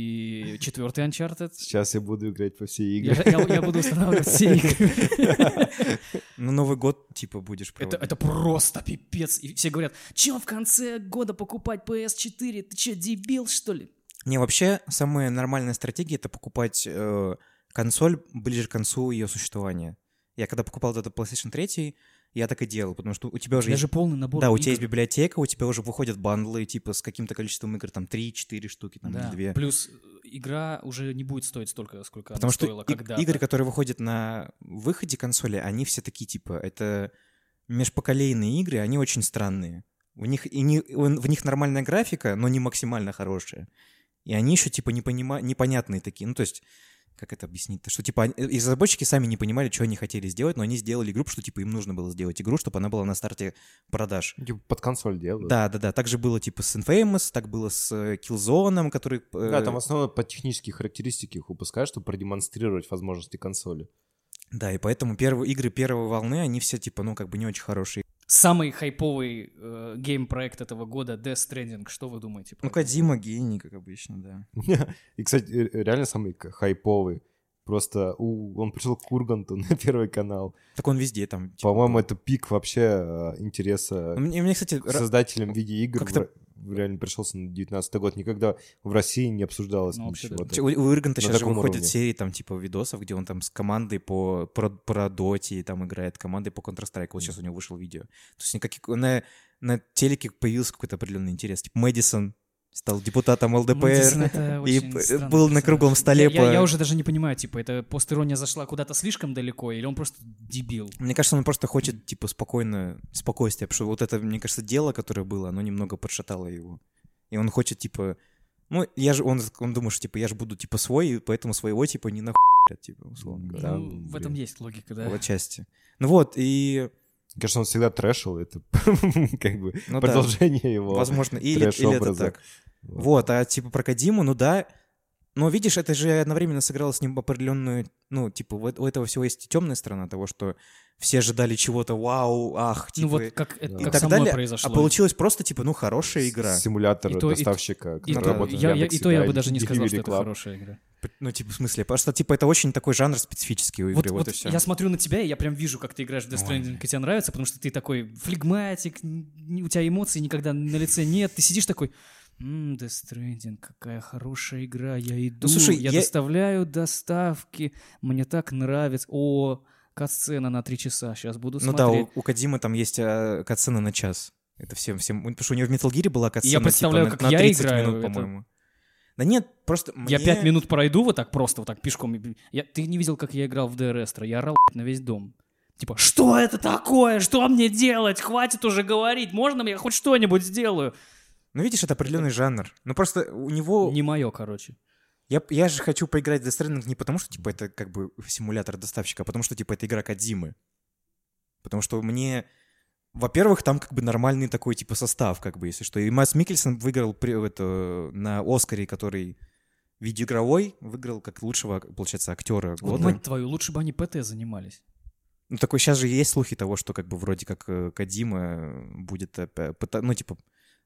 [SPEAKER 3] и четвертый Uncharted.
[SPEAKER 1] Сейчас я буду играть по всей игры.
[SPEAKER 3] Я, я, я буду устанавливать все игры.
[SPEAKER 2] Ну, Новый год, типа, будешь
[SPEAKER 3] Это,
[SPEAKER 2] проводить.
[SPEAKER 3] это просто пипец. И все говорят, чем в конце года покупать пи эс четыре? Ты что, дебил, что ли?
[SPEAKER 2] Не, вообще, самая нормальная стратегия — это покупать э, консоль ближе к концу ее существования. Я когда покупал вот этот PlayStation три, я так и делал, потому что у тебя уже...
[SPEAKER 3] Даже
[SPEAKER 2] есть...
[SPEAKER 3] полный набор
[SPEAKER 2] Да, у
[SPEAKER 3] игр.
[SPEAKER 2] тебя есть библиотека, у тебя уже выходят бандлы, типа, с каким-то количеством игр, там, три-четыре штуки, там,
[SPEAKER 3] Да.
[SPEAKER 2] или две.
[SPEAKER 3] Плюс игра уже не будет стоить столько, сколько
[SPEAKER 2] Потому
[SPEAKER 3] она
[SPEAKER 2] что
[SPEAKER 3] стоила
[SPEAKER 2] и-
[SPEAKER 3] когда-то.
[SPEAKER 2] игры, которые выходят на выходе консоли, они все такие, типа, это межпоколейные игры, они очень странные. В них, и не, в них нормальная графика, но не максимально хорошая. И они еще, типа, не понима, непонятные такие. Ну, то есть, как это объяснить-то? Что, типа, они- и разработчики сами не понимали, что они хотели сделать, но они сделали игру, что, типа, им нужно было сделать игру, чтобы она была на старте продаж.
[SPEAKER 1] Типа под консоль делают.
[SPEAKER 2] Да, да, да. Так же было, типа, с Infamous, так было с э, Killzone, который... э,
[SPEAKER 1] Да, там в основном под технические характеристики их выпускают, чтобы продемонстрировать возможности консоли.
[SPEAKER 2] Да, и поэтому первые игры первой волны, они все, типа, ну, как бы не очень хорошие.
[SPEAKER 3] Самый хайповый э, гейм-проект этого года — Death Stranding. Что вы думаете?
[SPEAKER 2] Ну, Кодзима гений, как обычно, да.
[SPEAKER 1] И, кстати, э, реально самый к- хайповый. Просто у- он пришел к Урганту на Первый канал.
[SPEAKER 2] Так он везде там. типа,
[SPEAKER 1] По-моему,
[SPEAKER 2] был.
[SPEAKER 1] это пик вообще э, интереса
[SPEAKER 2] Мне, мне, кстати,
[SPEAKER 1] к
[SPEAKER 2] ра-
[SPEAKER 1] создателям видеоигр.
[SPEAKER 2] как-то-
[SPEAKER 1] в- реально пришелся на девятнадцатый год. Никогда в России не обсуждалось
[SPEAKER 3] Ну, вообще,
[SPEAKER 1] ничего.
[SPEAKER 3] да.
[SPEAKER 2] Че, у, у Ирганта
[SPEAKER 1] на
[SPEAKER 2] сейчас же
[SPEAKER 1] таком
[SPEAKER 2] выходят
[SPEAKER 1] уровне.
[SPEAKER 2] серии там типа видосов, где он там с командой по про, про Доте там играет, командой по Counter-Strike. Вот сейчас у него вышел видео. То есть никаких, на, на телеке появился какой-то определенный интерес. Типа Мэдисон стал депутатом эл дэ пэ
[SPEAKER 3] Мэдисон —
[SPEAKER 2] эр.
[SPEAKER 3] это
[SPEAKER 2] и
[SPEAKER 3] очень
[SPEAKER 2] п-
[SPEAKER 3] странный
[SPEAKER 2] был на
[SPEAKER 3] персонаж.
[SPEAKER 2] круглом столе
[SPEAKER 3] Я, я-
[SPEAKER 2] по-
[SPEAKER 3] я уже даже не понимаю, типа, это постирония зашла куда-то слишком далеко, или он просто дебил?
[SPEAKER 2] Мне кажется, он просто хочет, типа, спокойно, спокойствие, потому что вот это, мне кажется, дело, которое было, оно немного подшатало его. И он хочет, типа, ну, я же, он, он думает, что, типа, я же буду, типа, свой, и поэтому своего, типа, не нахуй, типа, условно говоря.
[SPEAKER 1] Да,
[SPEAKER 3] Ну,
[SPEAKER 1] блин.
[SPEAKER 3] в этом есть логика, да.
[SPEAKER 2] В отчасти. Ну вот, и,
[SPEAKER 1] Конечно, он всегда трэшил. Это как бы
[SPEAKER 2] ну да,
[SPEAKER 1] продолжение его.
[SPEAKER 2] возможно, или, или это
[SPEAKER 1] трэш-образа.
[SPEAKER 2] так. Вот, а, типа, про Кодзиму, ну да, но, видишь, это же одновременно сыграло с ним определенную, ну, типа, у у этого всего есть темная сторона того, что все ожидали чего-то, вау, ах, типа,
[SPEAKER 3] Ну вот как, это,
[SPEAKER 1] да.
[SPEAKER 2] и
[SPEAKER 3] как
[SPEAKER 2] так
[SPEAKER 3] со мной
[SPEAKER 2] далее,
[SPEAKER 3] произошло.
[SPEAKER 2] а получилось просто, типа, ну, хорошая игра.
[SPEAKER 1] Симулятор
[SPEAKER 3] И то- и-
[SPEAKER 1] доставщика,
[SPEAKER 3] И,
[SPEAKER 1] который
[SPEAKER 3] то,
[SPEAKER 1] работает в
[SPEAKER 3] я, я- и
[SPEAKER 1] Яндексе,
[SPEAKER 3] то я
[SPEAKER 1] да,
[SPEAKER 3] бы даже не сказал, что
[SPEAKER 1] Delivery
[SPEAKER 3] это
[SPEAKER 1] Club.
[SPEAKER 3] хорошая игра.
[SPEAKER 2] Ну, типа, в смысле, потому что, типа, это очень такой жанр специфический у игры,
[SPEAKER 3] Вот,
[SPEAKER 2] вот,
[SPEAKER 3] вот
[SPEAKER 2] и все.
[SPEAKER 3] я смотрю на тебя, и я прям вижу, как ты играешь в Death
[SPEAKER 2] Ой,
[SPEAKER 3] Stranding, и тебе нравится, потому что ты такой флегматик, н- у тебя эмоций никогда на лице нет, ты сидишь такой, «М, Death Stranding, какая хорошая игра, я иду,
[SPEAKER 2] слушай,
[SPEAKER 3] я,
[SPEAKER 2] я-
[SPEAKER 3] доставляю доставки, мне так нравится, о, кат-сцена на три часа, сейчас буду
[SPEAKER 2] Ну да,
[SPEAKER 3] смотреть».
[SPEAKER 2] у, у Кодзимы там есть а, катсцена на час. Это всем, всем... Потому что у него в Metal Gear была катсцена,
[SPEAKER 3] я представляю,
[SPEAKER 2] типа,
[SPEAKER 3] как
[SPEAKER 2] на, на
[SPEAKER 3] я
[SPEAKER 2] тридцать
[SPEAKER 3] играю,
[SPEAKER 2] минут,
[SPEAKER 3] это-
[SPEAKER 2] по-моему. Да нет, просто
[SPEAKER 3] Я
[SPEAKER 2] мне-
[SPEAKER 3] пять минут пройду вот так просто, вот так пешком. Я, ты не видел, как я играл в ди ар я орал на весь дом. Типа, что это такое? Что мне делать? Хватит уже говорить. Можно я хоть что-нибудь сделаю?
[SPEAKER 2] Ну, видишь, это определенный жанр. Ну, просто у него...
[SPEAKER 3] Не мое, короче.
[SPEAKER 2] Я, я же хочу поиграть в Death Stranding не потому, что, типа, это как бы симулятор доставщика, а потому что, типа, это игра Кодзимы. Потому что мне... Во-первых, там как бы нормальный такой, типа, состав, как бы, если что. И Мэтт Миккельсон выиграл при, это, на Оскаре, который видеоигровой, выиграл как лучшего, получается, актера
[SPEAKER 3] Вот,
[SPEAKER 2] года.
[SPEAKER 3] мать твою, лучше бы они ПТ занимались.
[SPEAKER 2] Ну, такой, сейчас же есть слухи того, что как бы вроде как э, Кодзима будет, опя- пыта- ну, типа,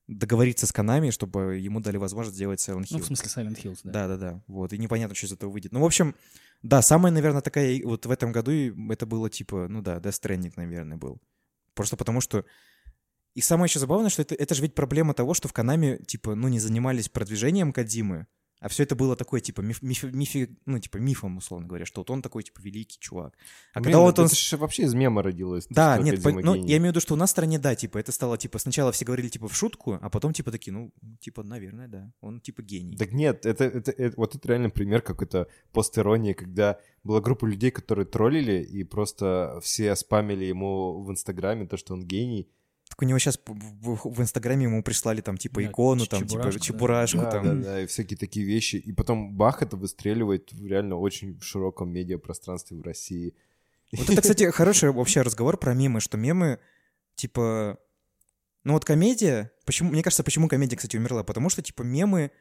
[SPEAKER 2] договориться с Konami, чтобы ему дали возможность сделать Silent Hill.
[SPEAKER 3] Ну, в смысле Silent Hills, да.
[SPEAKER 2] Да-да-да, вот, и непонятно, что из этого выйдет. Ну, в общем, да, самая, наверное, такая, вот в этом году это было типа, ну да, Death Stranding, наверное, был. Просто потому что... И самое еще забавное, что это, это же ведь проблема того, что в Konami, типа, ну, не занимались продвижением Кодзимы, а все это было такое, типа, миф, миф, мифи, ну, типа, мифом, условно говоря, что вот он такой, типа, великий чувак. А
[SPEAKER 1] Блин,
[SPEAKER 2] когда вот
[SPEAKER 1] это
[SPEAKER 2] он...
[SPEAKER 1] же вообще из мема родилось.
[SPEAKER 2] Да,
[SPEAKER 1] что
[SPEAKER 2] нет, по-
[SPEAKER 1] Кодзима
[SPEAKER 2] ну,
[SPEAKER 1] гений.
[SPEAKER 2] я имею в виду, что у нас в стране, да, типа, это стало, типа, сначала все говорили, типа, в шутку, а потом, типа, такие, ну, типа, наверное, да, он, типа, гений.
[SPEAKER 1] Так нет, это, это, это- вот это реально пример какой-то постеронии, когда была группа людей, которые троллили, и просто все спамили ему в Инстаграме то, что он гений.
[SPEAKER 2] Так у него сейчас в, в- в Инстаграме ему прислали, там, типа,
[SPEAKER 3] Да,
[SPEAKER 2] икону,
[SPEAKER 3] ч-
[SPEAKER 2] там,
[SPEAKER 3] чебурашку,
[SPEAKER 2] типа,
[SPEAKER 3] да.
[SPEAKER 2] чебурашку,
[SPEAKER 1] Да,
[SPEAKER 2] там.
[SPEAKER 1] да, да, и всякие такие вещи. И потом бах, это выстреливает в реально очень широком медиапространстве в России.
[SPEAKER 2] Вот это, кстати, хороший вообще разговор про мемы, что мемы, типа... Ну вот комедия... Почему, мне кажется, почему комедия, кстати, умерла? Потому что, типа, мемы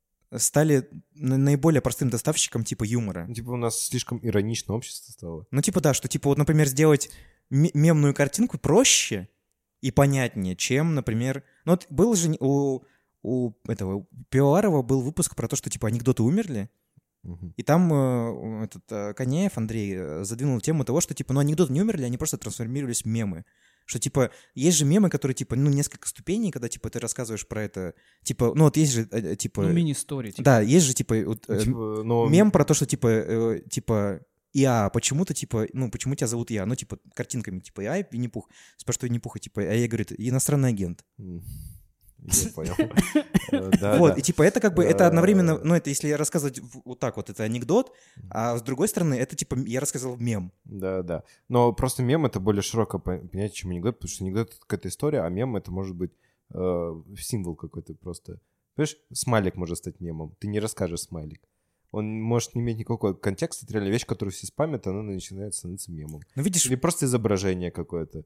[SPEAKER 2] стали на- наиболее простым доставщиком, типа, юмора.
[SPEAKER 1] Ну, типа у нас слишком ироничное общество стало.
[SPEAKER 2] Ну, типа, да, что, типа, вот, например, сделать м- мемную картинку проще и понятнее, чем, например... Ну, вот был же у, у этого у Пивоварова был выпуск про то, что, типа, анекдоты умерли,
[SPEAKER 1] Мгм.
[SPEAKER 2] и там э, этот э, Коняев Андрей э, задвинул тему того, что, типа, ну, анекдоты не умерли, они просто трансформировались в мемы. Что, типа, есть же мемы, которые, типа, ну, несколько ступеней, когда, типа, ты рассказываешь про это. Типа, ну, вот есть же, э, э, типа...
[SPEAKER 3] Ну, мини-стори. типа.
[SPEAKER 2] Да, есть же, типа, вот,
[SPEAKER 1] Ну,
[SPEAKER 2] э,
[SPEAKER 1] типа, но-
[SPEAKER 2] мем про то, что, типа, э, типа, Я, почему-то, типа, ну, почему тебя зовут Я? Ну, типа, картинками, типа, Я, Винни-Пух. Спрашивает Винни-Пуха, типа, а я, говорит, иностранный агент.
[SPEAKER 1] М, Я понял. Э, да,
[SPEAKER 2] Вот,
[SPEAKER 1] да.
[SPEAKER 2] и типа это как бы, это
[SPEAKER 1] Э,
[SPEAKER 2] одновременно, ну, это если рассказывать в- вот так вот, это анекдот, а с другой стороны, это типа, я рассказал мем.
[SPEAKER 1] Да, да. Но просто мем — это более широкое по- понятие, чем анекдот, потому что анекдот — это какая-то история, а мем — это может быть э, символ какой-то просто. Понимаешь, смайлик может стать мемом. Ты не расскажешь смайлик. Он может не иметь никакого контекста, это реально вещь, которую все спамят, она начинает становиться мемом.
[SPEAKER 2] Ну, видишь,
[SPEAKER 1] Или просто изображение какое-то.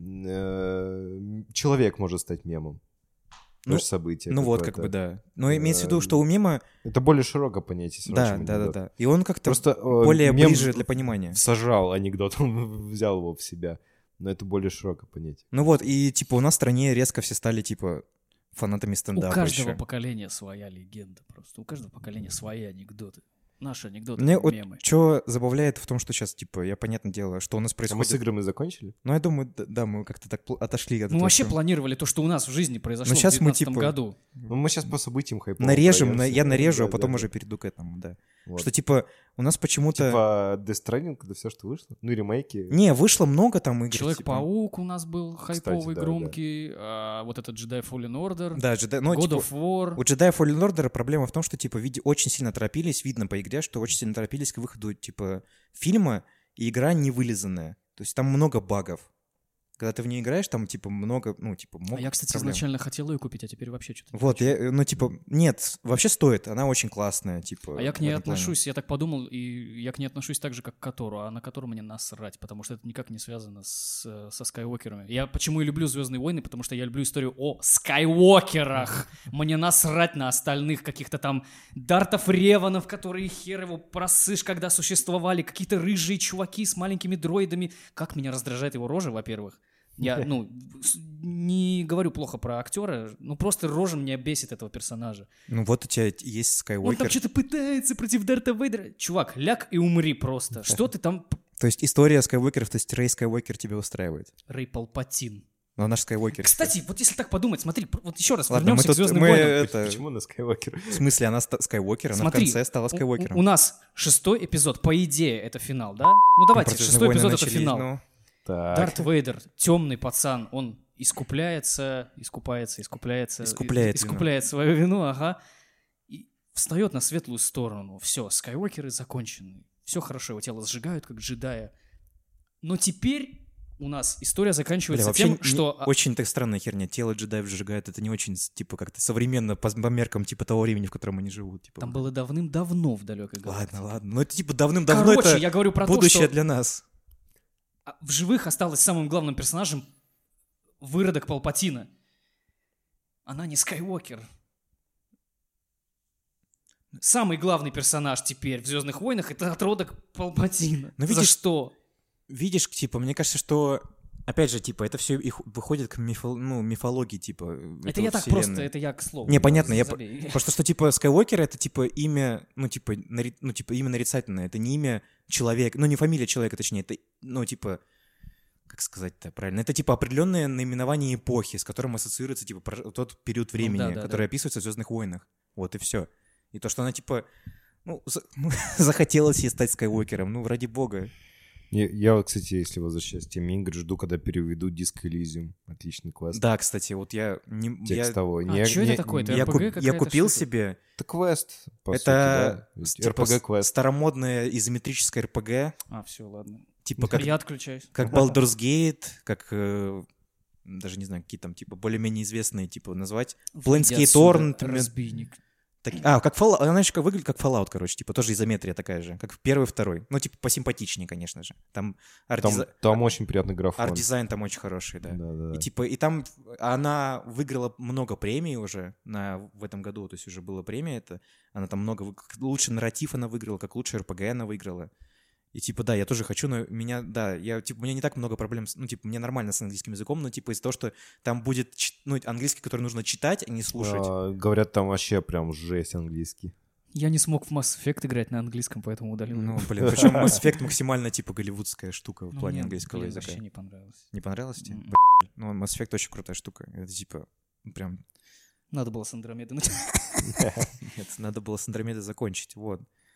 [SPEAKER 1] Э, Человек может стать мемом.
[SPEAKER 2] Ну,
[SPEAKER 1] Тоже событие
[SPEAKER 2] ну вот,
[SPEAKER 1] какое-то.
[SPEAKER 2] как бы, да. Но имеется в виду, что у мема,
[SPEAKER 1] Это более широкое понятие. всё равно,
[SPEAKER 2] да,
[SPEAKER 1] чем
[SPEAKER 2] да, да,
[SPEAKER 1] анекдот.
[SPEAKER 2] да. И он как-то
[SPEAKER 1] Просто э,
[SPEAKER 2] более
[SPEAKER 1] мем
[SPEAKER 2] ближе для понимания.
[SPEAKER 1] сожрал анекдот, он взял его в себя. Но это более широкое понятие.
[SPEAKER 2] Ну вот, и типа у нас в стране резко все стали, типа, фанатами
[SPEAKER 3] У
[SPEAKER 2] стендапа
[SPEAKER 3] каждого
[SPEAKER 2] еще.
[SPEAKER 3] поколения своя легенда просто. У каждого поколения свои анекдоты. Наши анекдоты,
[SPEAKER 2] Мне
[SPEAKER 3] это
[SPEAKER 2] вот
[SPEAKER 3] мемы.
[SPEAKER 2] что забавляет в том, что сейчас, типа, я, понятное дело, что у нас
[SPEAKER 1] А мы с
[SPEAKER 2] происходит.
[SPEAKER 1] играми закончили?
[SPEAKER 2] Ну, я думаю, д- да, мы как-то так пл- отошли от
[SPEAKER 3] Мы
[SPEAKER 2] этого
[SPEAKER 3] вообще
[SPEAKER 2] всего.
[SPEAKER 3] планировали то, что у нас в жизни произошло
[SPEAKER 2] Ну,
[SPEAKER 3] в
[SPEAKER 2] щас мы,
[SPEAKER 3] девятнадцатом
[SPEAKER 2] типа,
[SPEAKER 3] году.
[SPEAKER 1] Ну, мы сейчас по событиям хайповым
[SPEAKER 2] Нарежем, на-
[SPEAKER 1] пройдёмся.
[SPEAKER 2] я нарежу,
[SPEAKER 1] Да,
[SPEAKER 2] а потом
[SPEAKER 1] да,
[SPEAKER 2] уже
[SPEAKER 1] да.
[SPEAKER 2] перейду к этому, да.
[SPEAKER 1] Вот.
[SPEAKER 2] Что, типа, у нас почему-то...
[SPEAKER 1] Типа Death Stranding, это все, что вышло? Ну, и ремейки.
[SPEAKER 2] Не, вышло много там игр. типа.
[SPEAKER 3] Человек-паук у нас был хайповый,
[SPEAKER 1] да,
[SPEAKER 3] громкий. а, вот этот Jedi Fallen Order.
[SPEAKER 2] Да, Jedi, ну,
[SPEAKER 3] God
[SPEAKER 2] типа,
[SPEAKER 3] of War.
[SPEAKER 2] у Jedi Fallen Order проблема в том, что, типа, види- очень сильно торопились, видно по игре, что очень сильно торопились к выходу, типа, фильма, и игра не вылизанная. То есть там много багов. Когда ты в нее играешь, там, типа, много, ну, типа,
[SPEAKER 3] А
[SPEAKER 2] много
[SPEAKER 3] я, кстати,
[SPEAKER 2] проблем.
[SPEAKER 3] изначально хотел ее купить, а теперь вообще что-то не
[SPEAKER 2] Вот,
[SPEAKER 3] хочу.
[SPEAKER 2] я, ну, типа, нет, вообще стоит, она очень классная, типа.
[SPEAKER 3] А я к
[SPEAKER 2] в
[SPEAKER 3] ней
[SPEAKER 2] этом плане.
[SPEAKER 3] отношусь, я так подумал, и я к ней отношусь так же, как к Котору, а на Котору мне насрать, потому что это никак не связано с, э, со Скайуокерами. Я почему и люблю «Звездные войны», потому что я люблю историю о Скайуокерах. Мне насрать на остальных каких-то там Дартов Реванов, которые хер его просышь, когда существовали, какие-то рыжие чуваки с маленькими дроидами. Как меня раздражает его рожа, во-первых. Я, ну, с- не говорю плохо про актера, ну просто рожа меня бесит этого персонажа.
[SPEAKER 2] Ну, вот у тебя есть
[SPEAKER 3] Он там
[SPEAKER 2] Скайуокер.
[SPEAKER 3] что-то пытается против Дарта Вейдера. Чувак, ляг и умри просто. Что ты там... п-
[SPEAKER 2] То есть история Скайуокеров, то есть Рэй Скайуокер тебя устраивает.
[SPEAKER 3] Рэй Палпатин.
[SPEAKER 2] Но наш Скайуокер.
[SPEAKER 3] Кстати, вот если так подумать, смотри, пр- вот еще раз
[SPEAKER 2] Ладно, мы
[SPEAKER 3] вернемся к
[SPEAKER 2] тут-
[SPEAKER 3] «Звездным
[SPEAKER 2] мы,
[SPEAKER 3] войнам».
[SPEAKER 2] это-
[SPEAKER 1] Почему на Скайуокер?
[SPEAKER 2] В смысле, она ста- Скайуокер, она
[SPEAKER 3] Смотри,
[SPEAKER 2] в конце стала
[SPEAKER 3] у-
[SPEAKER 2] Скайуокером.
[SPEAKER 3] У, у нас шестой эпизод, по идее, это финал, да? Ну давайте,
[SPEAKER 2] Про «Звездные
[SPEAKER 3] шестой
[SPEAKER 2] войны»
[SPEAKER 3] эпизод это
[SPEAKER 2] начались,
[SPEAKER 3] финал.
[SPEAKER 2] ну.
[SPEAKER 1] Так.
[SPEAKER 3] Дарт Вейдер, темный пацан, он искупляется, искупается, искупляется,
[SPEAKER 2] Искупляет
[SPEAKER 3] и- искупляет свою вину, ага, и встает на светлую сторону. Все, Скайуокеры закончены, все хорошо, его тело сжигают как джедая. Но теперь у нас история
[SPEAKER 2] Бля,
[SPEAKER 3] заканчивается
[SPEAKER 2] вообще
[SPEAKER 3] тем,
[SPEAKER 2] не-
[SPEAKER 3] что а,
[SPEAKER 2] очень так странная херня. Тело джедаев сжигают, это не очень, типа, как-то современно по, по меркам, типа, того времени, в котором они живут. Типа.
[SPEAKER 3] там было давным-давно в далекой галактике.
[SPEAKER 2] Ладно, ладно. Ну, это, типа, давным-давно
[SPEAKER 3] Короче,
[SPEAKER 2] это
[SPEAKER 3] я говорю про то,
[SPEAKER 2] будущее
[SPEAKER 3] что
[SPEAKER 2] для нас.
[SPEAKER 3] а, в живых осталась самым главным персонажем выродок Палпатина. Она не Скайуокер. Самый главный персонаж теперь в «Звездных войнах» — это отродок Палпатина.
[SPEAKER 2] Ну,
[SPEAKER 3] За
[SPEAKER 2] видишь,
[SPEAKER 3] что?
[SPEAKER 2] Видишь, типа, мне кажется, что Опять же, типа, это все их выходит к мифо- ну, мифологии, типа.
[SPEAKER 3] Это я так просто, это я к слову.
[SPEAKER 2] Не, понятно, я...
[SPEAKER 3] Забей.
[SPEAKER 2] Потому что, типа, Скайуокер — это, типа, имя, ну, типа, нари... ну, типа, имя нарицательное, это не имя человека, ну, не фамилия человека, точнее, это, ну, типа, как сказать-то правильно, это, типа, определенное наименование эпохи, с которым ассоциируется, типа, про- тот период времени,
[SPEAKER 3] да, да,
[SPEAKER 2] который
[SPEAKER 3] да.
[SPEAKER 2] описывается в «Звездных войнах». Вот и все. И то, что она, типа, ну, за- захотелось ей стать Скайуокером, ну, ради бога.
[SPEAKER 1] Я, я вот, кстати, если возвращаясь к теме игр, жду, когда переведут Disco Elysium. Отличный квест.
[SPEAKER 2] Да, кстати, вот я... Не, я...
[SPEAKER 1] Текстовой.
[SPEAKER 3] А,
[SPEAKER 1] Не-
[SPEAKER 3] что
[SPEAKER 1] не-
[SPEAKER 3] это такое? Это
[SPEAKER 2] Я,
[SPEAKER 3] РПГ
[SPEAKER 2] куп- я
[SPEAKER 3] какая-то,
[SPEAKER 2] купил
[SPEAKER 3] что-то?
[SPEAKER 2] себе...
[SPEAKER 1] Это квест, по
[SPEAKER 2] это
[SPEAKER 1] сути,
[SPEAKER 2] с-
[SPEAKER 1] да.
[SPEAKER 2] типа с-
[SPEAKER 1] эр пи джи-квест.
[SPEAKER 2] старомодное изометрическое эр пи джи,
[SPEAKER 3] А, все, ладно.
[SPEAKER 2] типа как,
[SPEAKER 3] Я отключаюсь.
[SPEAKER 2] как Baldur's Gate, как... э, даже не знаю, какие там, типа, более-менее известные, типа, назвать.
[SPEAKER 3] Выйди
[SPEAKER 2] Planescape
[SPEAKER 3] отсюда,
[SPEAKER 2] Torn, например.
[SPEAKER 3] разбийник.
[SPEAKER 2] Так- а, как Fallout, она еще как выглядит как Fallout, короче, типа, тоже изометрия такая же, как в первый и второй. Ну, типа, посимпатичнее, конечно же. Там
[SPEAKER 1] Там,
[SPEAKER 2] арт-дизай-
[SPEAKER 1] там очень приятный графон.
[SPEAKER 2] арт-дизайн там очень хороший, да.
[SPEAKER 1] Да-да-да.
[SPEAKER 2] И типа, и там она выиграла много премий уже на, в этом году, то есть уже была премия это, она там много, вы- как лучший нарратив она выиграла, как лучший эр пи джи она выиграла. И типа, да, я тоже хочу, но меня, да, я, типа, у меня не так много проблем, с- ну, типа, мне нормально с английским языком, но, типа, из-за того, что там будет, чит- ну, английский, который нужно читать, а не слушать.
[SPEAKER 1] А, говорят, там вообще прям жесть английский.
[SPEAKER 3] Я не смог в Mass Effect играть на английском, поэтому удалил.
[SPEAKER 2] Ну,
[SPEAKER 3] его.
[SPEAKER 2] блин, причем Mass Effect максимально, типа, голливудская штука в
[SPEAKER 3] Ну,
[SPEAKER 2] плане
[SPEAKER 3] мне,
[SPEAKER 2] английского
[SPEAKER 3] блин,
[SPEAKER 2] языка.
[SPEAKER 3] вообще не понравилось.
[SPEAKER 2] Не понравилось тебе?
[SPEAKER 3] М-м.
[SPEAKER 2] Блин, ну, Mass Effect очень крутая штука. Это, типа, прям...
[SPEAKER 3] Надо было с Андромеды начать.
[SPEAKER 2] Нет, надо было с Андромедой закончить, вот.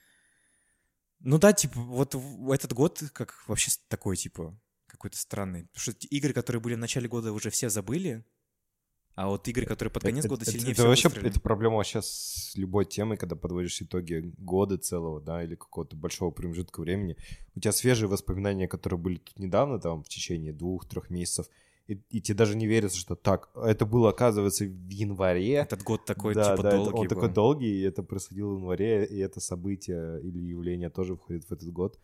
[SPEAKER 2] Ну да, типа, вот в- этот год как вообще с- такой, типа, какой-то странный. Потому что те игры, которые были в начале года, уже все забыли, а вот игры, которые под конец
[SPEAKER 1] Это-
[SPEAKER 2] года
[SPEAKER 1] это-
[SPEAKER 2] сильнее
[SPEAKER 1] это
[SPEAKER 2] всего
[SPEAKER 1] вообще
[SPEAKER 2] выстрелили.
[SPEAKER 1] это проблема сейчас с любой темой, когда подводишь итоги года целого, да, или какого-то большого промежутка времени. У тебя свежие воспоминания, которые были тут недавно, там, в течение двух-трех месяцев, и, и тебе даже не верится, что так, это было, оказывается, в январе.
[SPEAKER 2] Этот год такой,
[SPEAKER 1] да,
[SPEAKER 2] типа,
[SPEAKER 1] да, это-
[SPEAKER 2] долгий
[SPEAKER 1] он такой
[SPEAKER 2] был.
[SPEAKER 1] долгий, и это происходило в январе, и это событие или явление тоже входит в этот год.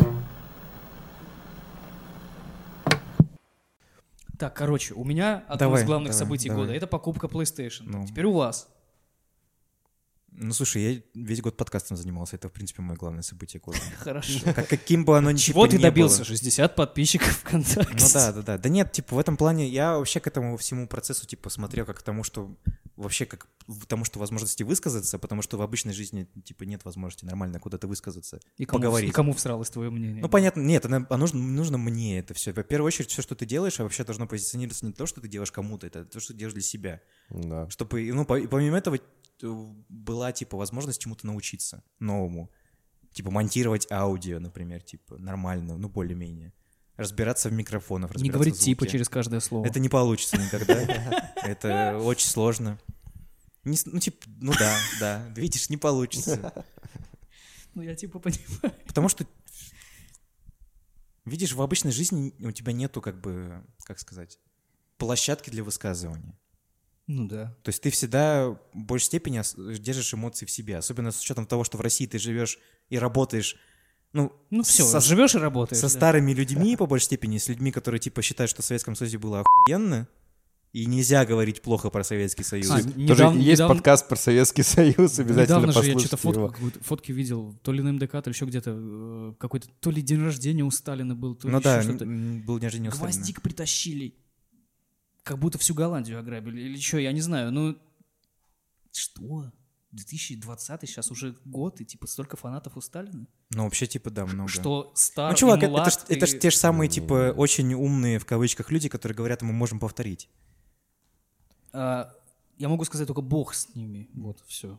[SPEAKER 3] Так, короче, у меня одно
[SPEAKER 2] Давай,
[SPEAKER 3] из главных
[SPEAKER 2] давай,
[SPEAKER 3] событий
[SPEAKER 2] давай.
[SPEAKER 3] года — это покупка PlayStation.
[SPEAKER 2] Ну.
[SPEAKER 3] Теперь у вас.
[SPEAKER 2] Ну, слушай, я весь год подкастом занимался, это, в принципе, мое главное событие года.
[SPEAKER 3] Хорошо.
[SPEAKER 2] Как, каким бы оно ни
[SPEAKER 3] Чего
[SPEAKER 2] типа
[SPEAKER 3] ты
[SPEAKER 2] не
[SPEAKER 3] добился?
[SPEAKER 2] было.
[SPEAKER 3] шестьдесят подписчиков ВКонтакте.
[SPEAKER 2] Ну да, да, да. Да нет, типа в этом плане я вообще к этому всему процессу типа смотрел как к тому, что вообще как к тому, что возможности высказаться, потому что в обычной жизни типа нет возможности нормально куда-то высказаться,
[SPEAKER 3] И кому,
[SPEAKER 2] поговорить.
[SPEAKER 3] и кому всралось твое мнение?
[SPEAKER 2] Ну понятно, нет, оно- а нужно, нужно мне это все. Во первую очередь, все, что ты делаешь, а вообще должно позиционироваться не то, что ты делаешь кому-то, это то, что ты делаешь для себя.
[SPEAKER 1] Да.
[SPEAKER 2] Чтобы, ну, по- и помимо этого э, была типа возможность чему-то научиться новому. Типа монтировать аудио, например, типа нормально, ну более-менее. Разбираться в микрофонах,
[SPEAKER 3] Не
[SPEAKER 2] разбираться
[SPEAKER 3] говорить
[SPEAKER 2] в звуке.
[SPEAKER 3] типа через каждое слово.
[SPEAKER 2] Это не получится никогда. Это очень сложно. Не с- Ну, типа, ну да, да. Видишь, не получится.
[SPEAKER 3] Ну, я типа понимаю.
[SPEAKER 2] Потому что, видишь, в обычной жизни у тебя нету, как бы, как сказать, площадки для высказывания.
[SPEAKER 3] Ну да.
[SPEAKER 2] То есть ты всегда в большей степени ос- держишь эмоции в себе. Особенно с учетом того, что в России ты живешь и работаешь, ну,
[SPEAKER 3] Ну все,
[SPEAKER 2] со-
[SPEAKER 3] живешь и работаешь.
[SPEAKER 2] со
[SPEAKER 3] да.
[SPEAKER 2] старыми людьми, по большей степени, с людьми, которые, типа, считают, что в Советском Союзе было охуенно, и нельзя говорить плохо про Советский Союз.
[SPEAKER 3] А,
[SPEAKER 1] Тоже
[SPEAKER 3] недавно-
[SPEAKER 1] есть
[SPEAKER 3] недавно-
[SPEAKER 1] подкаст про Советский Союз, обязательно
[SPEAKER 3] Недавно же я
[SPEAKER 1] послушайте
[SPEAKER 3] что-то фотку,
[SPEAKER 1] его.
[SPEAKER 3] какую-то- фотки видел, то ли на МДК, то ли еще где-то, э, какой-то, то ли день рождения у Сталина был, то ли
[SPEAKER 2] Ну
[SPEAKER 3] еще
[SPEAKER 2] да,
[SPEAKER 3] что-то.
[SPEAKER 2] н- был день рождения у Сталина.
[SPEAKER 3] Гвоздик притащили. Как будто всю Голландию ограбили. Или что, я не знаю. Ну, что? две тысячи двадцатый, сейчас уже год, и типа столько фанатов у Сталина?
[SPEAKER 2] Ну, вообще, типа, да, много.
[SPEAKER 3] Что стар
[SPEAKER 2] Ну, чувак,
[SPEAKER 3] и
[SPEAKER 2] это,
[SPEAKER 3] млад,
[SPEAKER 2] ж, это ж
[SPEAKER 3] и-
[SPEAKER 2] те же самые,
[SPEAKER 1] Не,
[SPEAKER 2] типа,
[SPEAKER 1] не.
[SPEAKER 2] очень умные, в кавычках, люди, которые говорят, мы можем повторить.
[SPEAKER 3] А, я могу сказать только бог с ними. Вот, все.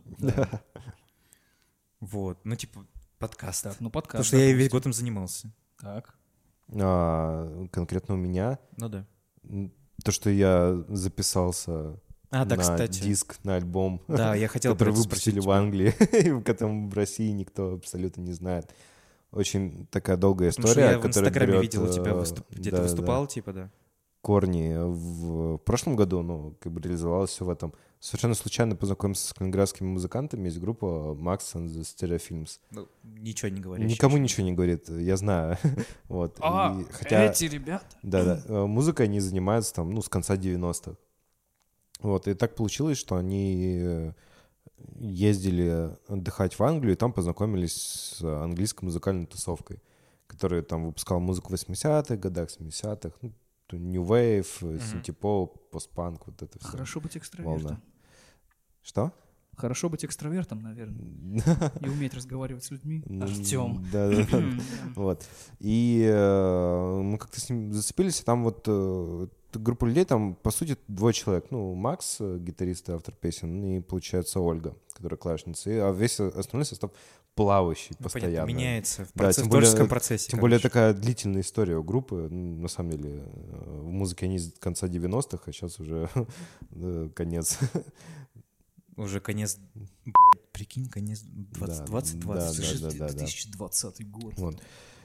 [SPEAKER 2] Вот, ну, типа, подкаст.
[SPEAKER 3] Так, ну подкаст.
[SPEAKER 2] Потому что я и весь
[SPEAKER 3] допустим.
[SPEAKER 2] год им занимался.
[SPEAKER 3] Так.
[SPEAKER 1] А, конкретно у меня
[SPEAKER 2] Ну да.
[SPEAKER 1] м, то, что я записался
[SPEAKER 2] А, да,
[SPEAKER 1] на
[SPEAKER 2] кстати.
[SPEAKER 1] диск, на альбом,
[SPEAKER 2] Да, я хотел про
[SPEAKER 1] который
[SPEAKER 2] это
[SPEAKER 1] выпустили
[SPEAKER 2] спросить.
[SPEAKER 1] в Англии, и в котором в России никто абсолютно не знает. Очень такая долгая
[SPEAKER 2] Потому что
[SPEAKER 1] история,
[SPEAKER 2] я в
[SPEAKER 1] которая
[SPEAKER 2] Инстаграме
[SPEAKER 1] берет,
[SPEAKER 2] видел у тебя,
[SPEAKER 1] э,
[SPEAKER 2] выступ- где
[SPEAKER 1] да,
[SPEAKER 2] ты
[SPEAKER 1] да,
[SPEAKER 2] выступал, типа, да.
[SPEAKER 1] корни в прошлом году, ну, как бы реализовалось все в этом. Совершенно случайно познакомился с калининградскими музыкантами. Есть группа Max and the Stereo Films.
[SPEAKER 2] Ну, ничего не говоришь.
[SPEAKER 1] Никому ничего не говорит, я знаю. Вот.
[SPEAKER 3] А,
[SPEAKER 1] И хотя,
[SPEAKER 3] эти ребята.
[SPEAKER 1] да-да, э, музыкой они занимаются там, ну, с конца девяностых. Вот, и так получилось, что они э, ездили отдыхать в Англию, и там познакомились с английской музыкальной тусовкой, которая там выпускала музыку в восьмидесятых годах, семидесятых, ну, New Wave, синтепоп, постпанк, вот это все.
[SPEAKER 3] Хорошо быть экстравертом.
[SPEAKER 1] Волна. Что?
[SPEAKER 3] Хорошо быть экстравертом, наверное. И уметь разговаривать с людьми.
[SPEAKER 1] Ну,
[SPEAKER 3] Артем.
[SPEAKER 1] Да, да, да. Вот. И э, мы как-то с ним зацепились, и там вот э, группа людей, там, по сути, двое человек. Ну, Макс, э, гитарист и автор песен, и, получается, Ольга, которая клавишница. И, а весь остальной состав плавающий
[SPEAKER 2] Ну,
[SPEAKER 1] постоянно.
[SPEAKER 2] понятно, меняется в,
[SPEAKER 1] Да,
[SPEAKER 2] процесс,
[SPEAKER 1] тем
[SPEAKER 2] в
[SPEAKER 1] более-
[SPEAKER 2] творческом процессе.
[SPEAKER 1] Тем более
[SPEAKER 2] короче.
[SPEAKER 1] такая длительная история у группы. Ну, на самом деле, э, в музыке они с конца девяностых, а сейчас уже э, конец.
[SPEAKER 2] Уже конец, блядь, прикинь, конец двадцать
[SPEAKER 1] Да,
[SPEAKER 2] двадцать
[SPEAKER 1] да,
[SPEAKER 2] двадцать.
[SPEAKER 1] да, да, да.
[SPEAKER 3] две тысячи двадцатый год.
[SPEAKER 1] Вот.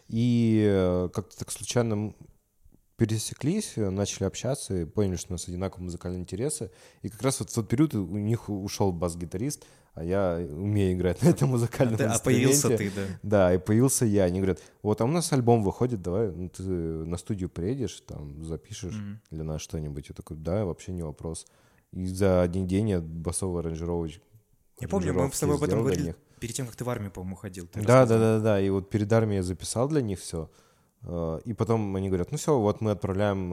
[SPEAKER 1] И э, как-то так случайно м- пересеклись, э, начали общаться и поняли, что у нас одинаковые музыкальные интересы. И как раз вот в тот период у них у- ушел бас-гитарист, а я умею играть на этом музыкальном
[SPEAKER 2] А
[SPEAKER 1] инструменте.
[SPEAKER 2] появился ты, да.
[SPEAKER 1] Да, и появился я. Они говорят, вот, а у нас альбом выходит, давай ну, ты на студию приедешь, там запишешь
[SPEAKER 2] Мгм.
[SPEAKER 1] для нас что-нибудь. Я такой, да, вообще не вопрос. И за один день я басовый аранжировщик.
[SPEAKER 2] Я помню, мы с тобой об этом
[SPEAKER 1] сделал для
[SPEAKER 2] говорили
[SPEAKER 1] них.
[SPEAKER 2] перед тем, как ты в армию, по-моему, ходил. Ты
[SPEAKER 1] Да, да,
[SPEAKER 2] рассказывал.
[SPEAKER 1] да, да. И вот перед армией я записал для них все. И потом они говорят, ну все, вот мы отправляем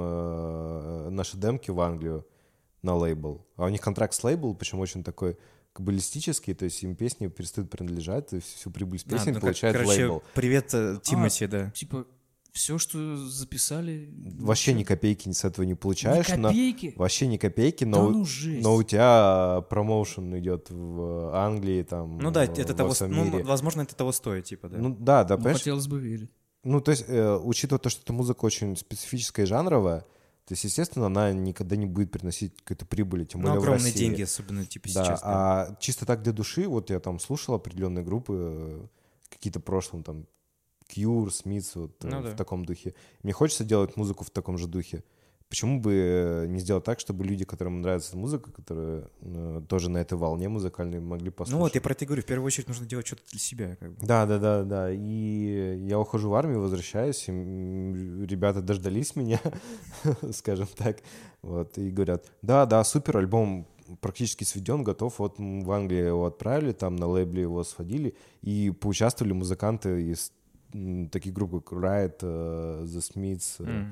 [SPEAKER 1] э, наши демки в Англию на лейбл. А у них контракт с лейбл, причем очень такой каббалистический, то есть им песни перестают принадлежать, и всю прибыль с
[SPEAKER 2] А,
[SPEAKER 1] песен
[SPEAKER 2] ну, как-
[SPEAKER 1] получает
[SPEAKER 2] короче,
[SPEAKER 1] лейбл.
[SPEAKER 2] привет, э, Тимати, да.
[SPEAKER 3] Типа, все, что записали...
[SPEAKER 1] Вообще ни копейки с этого не
[SPEAKER 3] Ни
[SPEAKER 1] получаешь. но-
[SPEAKER 3] копейки?
[SPEAKER 1] Вообще ни копейки,
[SPEAKER 3] Да
[SPEAKER 1] но, у-
[SPEAKER 3] ну жесть.
[SPEAKER 1] но у тебя промоушен идет в Англии, там,
[SPEAKER 2] Ну да,
[SPEAKER 1] э,
[SPEAKER 2] это
[SPEAKER 1] во
[SPEAKER 2] того,
[SPEAKER 1] всем
[SPEAKER 2] ну,
[SPEAKER 1] мире.
[SPEAKER 2] возможно, это того стоит, типа, да.
[SPEAKER 1] Ну да, да,
[SPEAKER 3] Ну,
[SPEAKER 1] понимаешь?
[SPEAKER 3] хотелось бы верить.
[SPEAKER 1] Ну, то есть, э, учитывая то, что эта музыка очень специфическая и жанровая, то есть, естественно, она никогда не будет приносить какой-то прибыли, тем
[SPEAKER 2] Ну,
[SPEAKER 1] более в
[SPEAKER 2] огромные
[SPEAKER 1] России.
[SPEAKER 2] деньги, особенно, типа,
[SPEAKER 1] Да,
[SPEAKER 2] сейчас. да.
[SPEAKER 1] а чисто так для души, вот я там слушал определенные группы, э, какие-то прошлым, там, Cure, Smiths, вот э,
[SPEAKER 2] Ну
[SPEAKER 1] в
[SPEAKER 2] да.
[SPEAKER 1] таком духе. Мне хочется делать музыку в таком же духе. Почему бы э, не сделать так, чтобы люди, которым нравится музыка, которые э, тоже на этой волне музыкальной, могли послушать?
[SPEAKER 2] Ну вот, я про это и говорю. В первую очередь нужно делать что-то для себя, как бы.
[SPEAKER 1] Да, да, да, да. И я ухожу в армию, возвращаюсь, и м, ребята дождались меня, скажем так, вот, и говорят, да, да, супер, альбом практически сведен, готов, вот м, в Англию его отправили, там на лейбле его сводили, и поучаствовали музыканты из м, таких групп, как Riot, э, The Smiths, э,
[SPEAKER 2] М.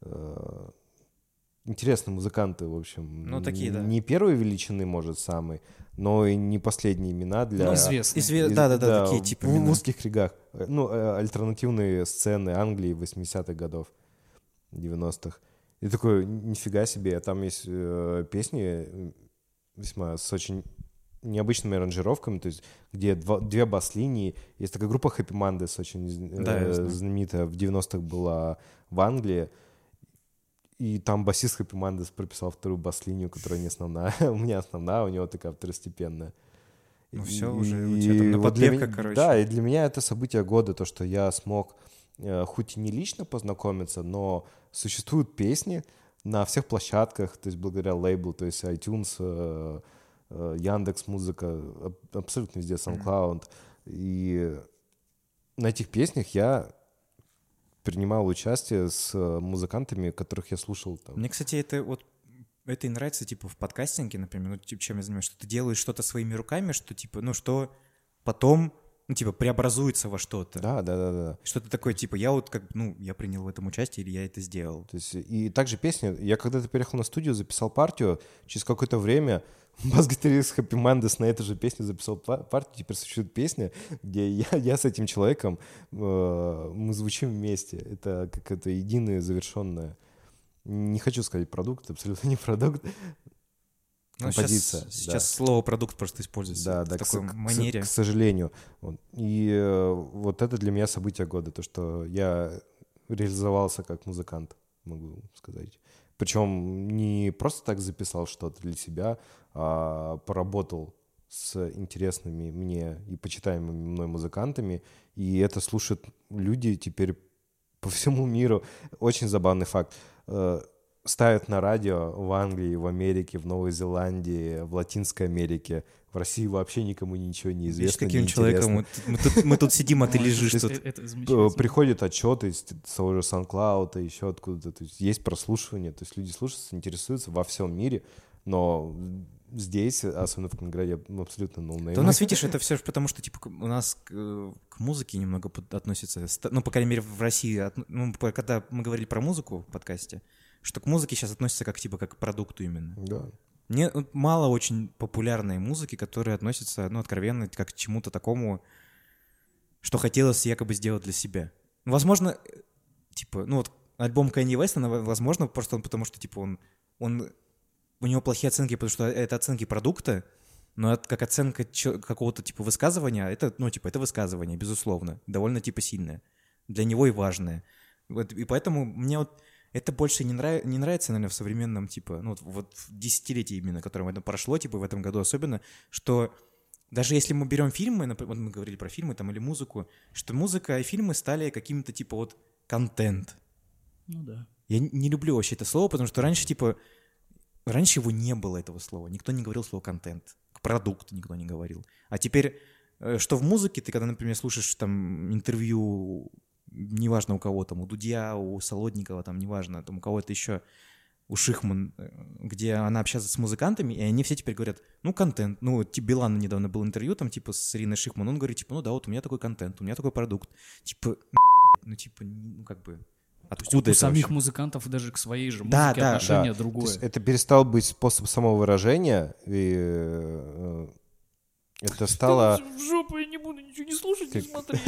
[SPEAKER 1] э, интересные музыканты, в общем.
[SPEAKER 2] Ну, такие, да.
[SPEAKER 1] Не первой величины, может, самой, но и не последние имена для...
[SPEAKER 3] Ну, известные.
[SPEAKER 2] Изве-
[SPEAKER 1] из-
[SPEAKER 2] Да-да-да, такие типа
[SPEAKER 1] в,
[SPEAKER 2] имена.
[SPEAKER 1] в узких кругах. Э, Ну, э, альтернативные сцены Англии восьмидесятых годов, девяностых. И такой, нифига себе, там есть э, песни э, весьма с очень необычными аранжировками, то есть где два- две бас-линии. Есть такая группа Happy Mondays, очень э,
[SPEAKER 2] Да, я знаю.
[SPEAKER 1] знаменитая, в девяностых была в Англии. И там басист Happy Mondays прописал вторую бас-линию, которая не основная. У меня основная, у него такая второстепенная.
[SPEAKER 2] Ну
[SPEAKER 1] И-
[SPEAKER 2] всё, уже у тебя там на
[SPEAKER 1] вот для
[SPEAKER 2] подпевка,
[SPEAKER 1] меня-
[SPEAKER 2] короче.
[SPEAKER 1] Да, и для меня это событие года, то, что я смог, э, хоть и не лично познакомиться, но существуют песни на всех площадках, то есть благодаря лейблу, то есть iTunes, э, э, Яндекс.Музыка, аб- абсолютно везде, SoundCloud. И на этих песнях я принимал участие с э, музыкантами, которых я слушал. Там.
[SPEAKER 2] Мне, кстати, это вот это и нравится, типа, в подкастинге, например, ну, типа, чем я занимаюсь, что ты делаешь что-то своими руками, что, типа, ну, что потом, ну, типа, преобразуется во что-то.
[SPEAKER 1] Да, да, да, да.
[SPEAKER 2] Что-то такое, типа, я вот как, ну, я принял в этом участие или я это сделал.
[SPEAKER 1] То есть, и также песни. Я когда-то переехал на студию, записал партию. Через какое-то время бас-гитарист Happy Mondays на эту же песню записал па- партию. Теперь существует песня, где я, я с этим человеком, э, мы звучим вместе. Это как это единое, завершенное. Не хочу сказать продукт, это абсолютно не продукт.
[SPEAKER 2] Ну,
[SPEAKER 1] Композиция.
[SPEAKER 2] Сейчас,
[SPEAKER 1] да.
[SPEAKER 2] сейчас слово продукт просто используется
[SPEAKER 1] Да,
[SPEAKER 2] в
[SPEAKER 1] да, к,
[SPEAKER 2] такой
[SPEAKER 1] с- к с-
[SPEAKER 2] манере.
[SPEAKER 1] к сожалению. Вот. И э, вот это для меня событие года, то, что я реализовался как музыкант, могу сказать. Причем не просто так записал что-то для себя, а поработал с интересными мне и почитаемыми мной музыкантами, и это слушают люди теперь по всему миру. Очень забавный факт. Э, Ставят на радио в Англии, в Америке, в Новой Зеландии, в Латинской Америке. В России вообще никому ничего не
[SPEAKER 2] Видишь,
[SPEAKER 1] известно,
[SPEAKER 2] каким
[SPEAKER 1] не
[SPEAKER 2] человеком мы, тут- мы тут, мы тут сидим, а ты
[SPEAKER 3] Ой,
[SPEAKER 2] лежишь
[SPEAKER 3] это-
[SPEAKER 2] тут.
[SPEAKER 3] Это
[SPEAKER 1] П-
[SPEAKER 3] замечательно.
[SPEAKER 1] Приходят отчеты из с того же SoundCloud, еще откуда-то. То есть есть прослушивание, то есть люди слушаются, интересуются во всем мире, но здесь, особенно в Калининграде, абсолютно ноунейм.
[SPEAKER 2] Да у нас, видишь, это все потому, что типа к- у нас к, э, к музыке немного под- относится, ста- ну, по крайней мере, в России, от- ну, по- когда мы говорили про музыку в подкасте, что к музыке сейчас относятся как типа как к продукту именно.
[SPEAKER 1] Да.
[SPEAKER 2] Мне вот мало очень популярной музыки, которые относятся, ну, откровенно, как к чему-то такому, что хотелось якобы сделать для себя. Возможно, типа, ну вот альбом Kanye West, возможно, просто он, потому что, типа, он, он, у него плохие оценки, потому что это оценки продукта, но это как оценка чё, какого-то, типа, высказывания, это, ну, типа, это высказывание, безусловно, довольно, типа, сильное. Для него и важное. Вот, и поэтому мне вот это больше не, нрав... не нравится, наверное, в современном, типа, ну, вот, вот в десятилетии именно, которое это прошло, типа, в этом году особенно, что даже если мы берем фильмы, например, вот мы говорили про фильмы там или музыку, что музыка и фильмы стали каким-то, типа, вот, контент.
[SPEAKER 3] Ну да.
[SPEAKER 2] Я не люблю вообще это слово, потому что раньше, типа, раньше его не было, этого слова. Никто не говорил слово контент. Продукт никто не говорил. А теперь, что в музыке, ты когда, например, слушаешь там интервью, неважно у кого там, у Дудя, у Солодникова, там, неважно, там у кого-то еще, у Шихман, где она общается с музыкантами, и они все теперь говорят, ну, контент. Ну, типа, Билана недавно был интервью, там, типа, с Ириной Шихман, он говорит, типа, ну да, вот у меня такой контент, у меня такой продукт. Типа, ну, типа, ну, как бы, откуда
[SPEAKER 3] у
[SPEAKER 2] это
[SPEAKER 3] самих
[SPEAKER 2] вообще?
[SPEAKER 3] музыкантов даже к своей же музыке
[SPEAKER 2] Да, да,
[SPEAKER 3] отношение
[SPEAKER 1] Да.
[SPEAKER 3] другое.
[SPEAKER 1] То есть это перестал быть способ самовыражения, и э, это стало...
[SPEAKER 3] В жопу, я не буду ничего не слушать, не
[SPEAKER 1] Как-
[SPEAKER 3] смотреть.